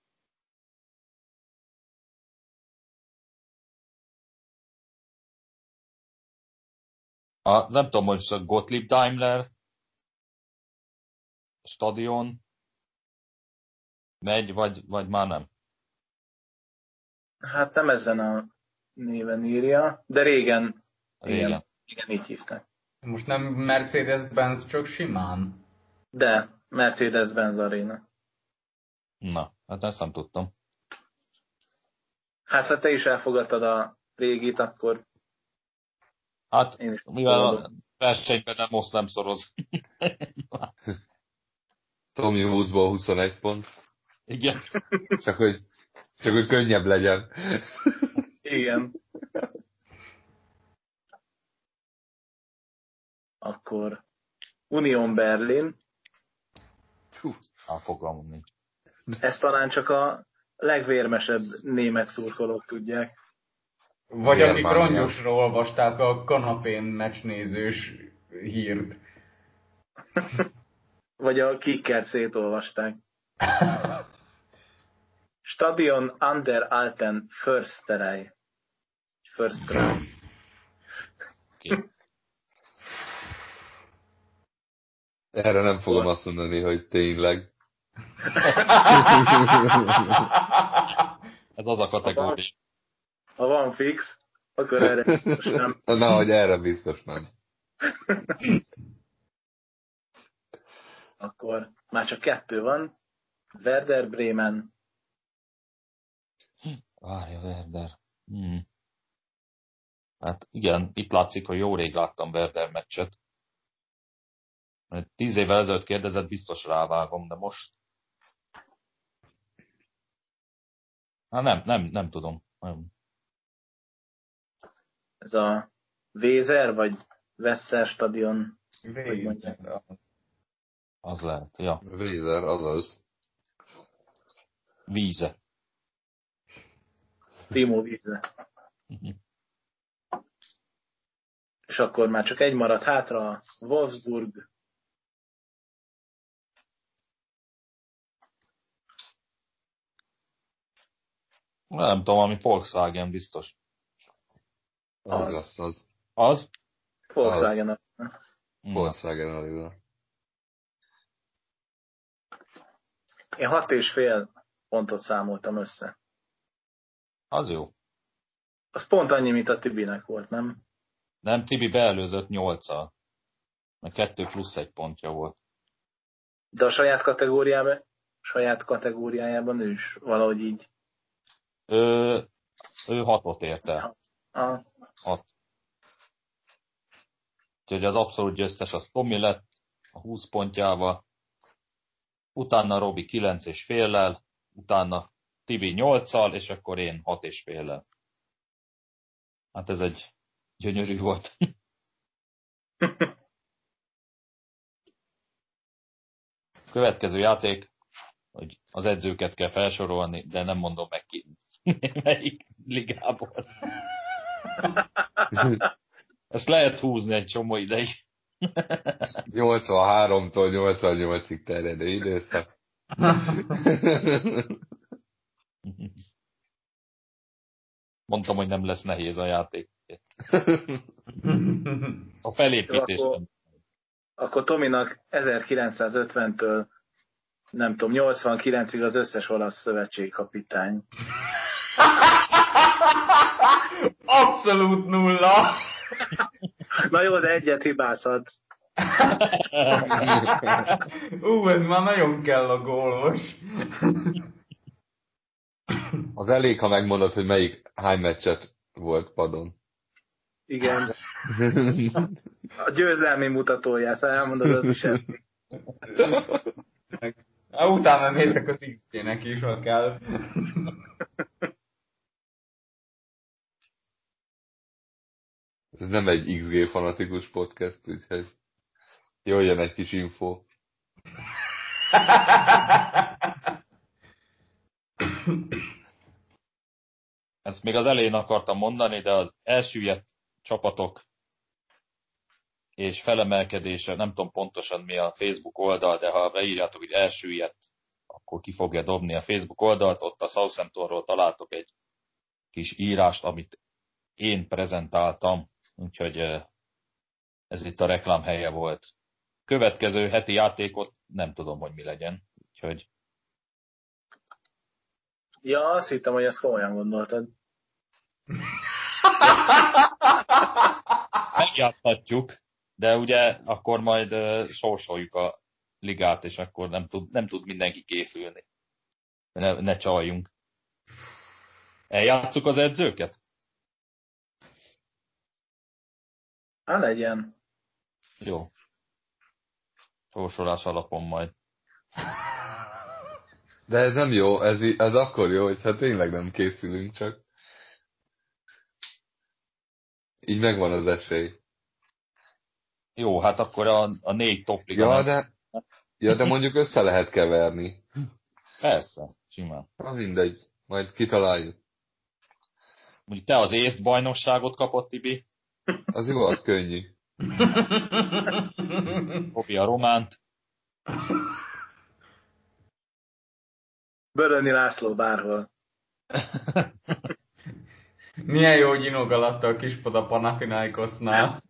A, nem tudom, hogy a Gottlieb Daimler stadion megy, vagy, vagy már nem. Hát nem ezen a néven írja, de régen, Régen. igen, igen, így hívták. Most nem Mercedes-Benz, csak simán. De Mercedes-Benz Arena. Na, hát ezt nem tudtam. Hát ha te is elfogadtad a régit, akkor Hát, én is mivel a fogadom. versenyben nem most nem szoroz. Tomi húszból huszonegy pont. Igen. Csak hogy, csak hogy könnyebb legyen. Igen. Akkor Union Berlin. A fogalmam nincs. Ezt talán csak a legvérmesebb német szurkolók tudják. Vagy akik Germánia. rongyosra olvasták a kanapén meccsnézős hírt. Vagy a kikkert szétolvasták. Stadion an der alten Försterei. Försterei. Okay. Erre nem fogom azt mondani, hogy tényleg. Ez az a kategória. Ha van fix, akkor erre biztos nem. Na, hogy erre biztos nem. Akkor már csak kettő van. Werder Bremen. Várja, Werder. Hmm. Hát igen, itt látszik, hogy jó rég láttam Werder meccset. Mert tíz évvel ezelőtt kérdezett, biztos rávágom, de most... Hát nem, nem, nem tudom. Nem. Ez a Weser, vagy Vesser stadion. Hogy mondják. Az lehet, ja. Weser, azaz. Víze. Timo Wiese. És akkor már csak egy maradt hátra, Wolfsburg. Nem tudom, ami Volkswagen biztos. Az, Az. lesz az. Az? Volkswagen. Az. Volkswagen Arena. Én hat és fél pontot számoltam össze. Az jó. Az pont annyi, mint a Tibinek volt, nem? Nem, Tibi beelőzött nyolccal. Mert kettő plusz egy pontja volt. De a saját kategóriában, saját kategóriájában ő is valahogy így. Ő, ő hatot ért el. A, Hat. Úgyhogy az abszolút győztes az Tomi lett a húsz pontjával. Utána Robi kilenc és féllel. Utána Tibi nyolccal, és akkor én hat és féllel. Hát ez egy gyönyörű volt. Következő játék, hogy az edzőket kell felsorolni, de nem mondom meg ki, melyik ligából. Ezt lehet húzni egy csomó ideig. nyolcvanháromtól nyolcvannyolcig terjedő időszak. Mondtam, hogy nem lesz nehéz a játék. A felépítés. Jó, akkor, akkor Tominak ezerkilencszázötventől nem tudom, nyolcvankilencig az összes olasz szövetségkapitány. Abszolút nulla! Na jó, de egyet hibázhatsz. Ú, ez már nagyon kell a gólos. Az elég, ha megmondod, hogy melyik hány meccset volt padon. Igen. A győzelmi mutatóját, ha elmondod, az is elég. Utána nézek az iksz gé-nek is, ha kell. Ez nem egy iksz gé fanatikus podcast, úgyhogy jöjjön egy kis info. Ezt még az elején akartam mondani, de az elsüllyedt csapatok és felemelkedése, nem tudom pontosan mi a Facebook oldal, de ha beírjátok, hogy elsüllyedt, akkor ki fogja dobni a Facebook oldalt, ott a Southamptonról találtok egy kis írást, amit én prezentáltam, úgyhogy ez itt a reklám helye volt. Következő heti játékot nem tudom, hogy mi legyen, úgyhogy... Ja, azt hittem, hogy ezt komolyan gondoltad. Megjátszhatjuk, de ugye akkor majd uh, sorsoljuk a ligát, és akkor nem tud, nem tud mindenki készülni. Ne, ne csaljunk. Eljátsszuk az edzőket? Hát legyen. Jó. Sorsolás alapon majd. De ez nem jó, ez, ez akkor jó, hogyha tényleg nem készülünk csak. Így megvan az esély. Jó, hát akkor a, a négy topliga. Ja, nem... de, ja, de mondjuk össze lehet keverni. Persze, simán. Na mindegy, majd kitaláljuk. Mondjuk te az észt bajnokságot kapott, Tibi. Az jó, az könnyű. Robi a románt. Böröni László bárhol. Milyen jó gyinog alatt a kispad a Panathinaikosnál.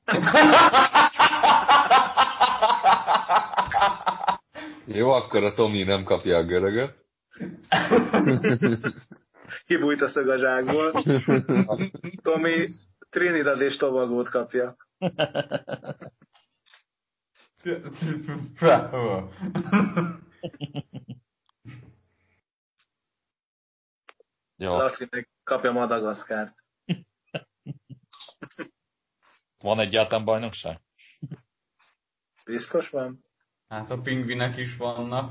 Jó, akkor a Tomi nem kapja a görögöt. Kibújt a szög a zsákból. Tomi Trinidad és Tobagót kapja. Jó. Laci meg kapja Madagaszkárt. Van egyáltalán bajnokság? Biztos van? Hát a pingvinek is vannak.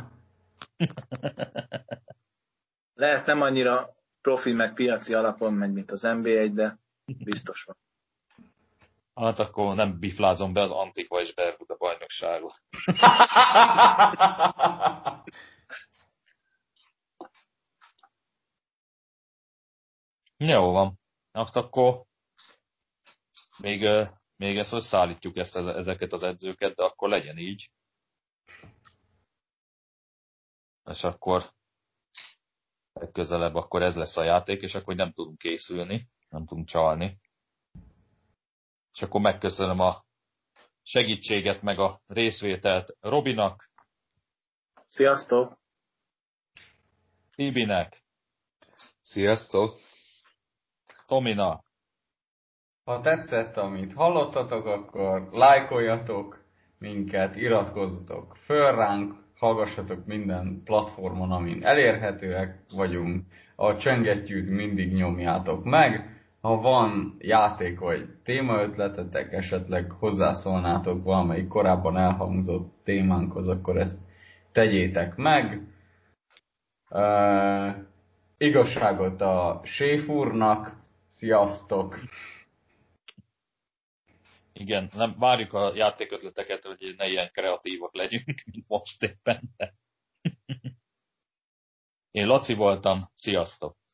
Lehet nem annyira profi meg piaci alapon megy, mint az en bé egy, de biztos van. Hát akkor nem biflázom be az Antikva és Bermuda bajnokságot. Jó van. Hát akkor még, még ezt összeállítjuk ezt, ezeket az edzőket, de akkor legyen így. És akkor legközelebb akkor ez lesz a játék, és akkor nem tudunk készülni, nem tudunk csalni. És akkor megköszönöm a segítséget, meg a részvételt Robinak. Sziasztok! Tibinek. Sziasztok! Tominak. Ha tetszett, amit hallottatok, akkor lájkoljatok minket, iratkozzatok föl ránk, hallgassatok minden platformon, amin elérhetőek vagyunk. A csöngettyűt mindig nyomjátok meg. Ha van játék vagy témaötletetek, esetleg hozzászólnátok valamelyik korábban elhangzott témánkhoz, akkor ezt tegyétek meg. Uh, igazságot a séf úrnak. Sziasztok! Igen, nem, várjuk a játékötleteket, hogy ne ilyen kreatívak legyünk, mint most éppen. Én Laci voltam, sziasztok!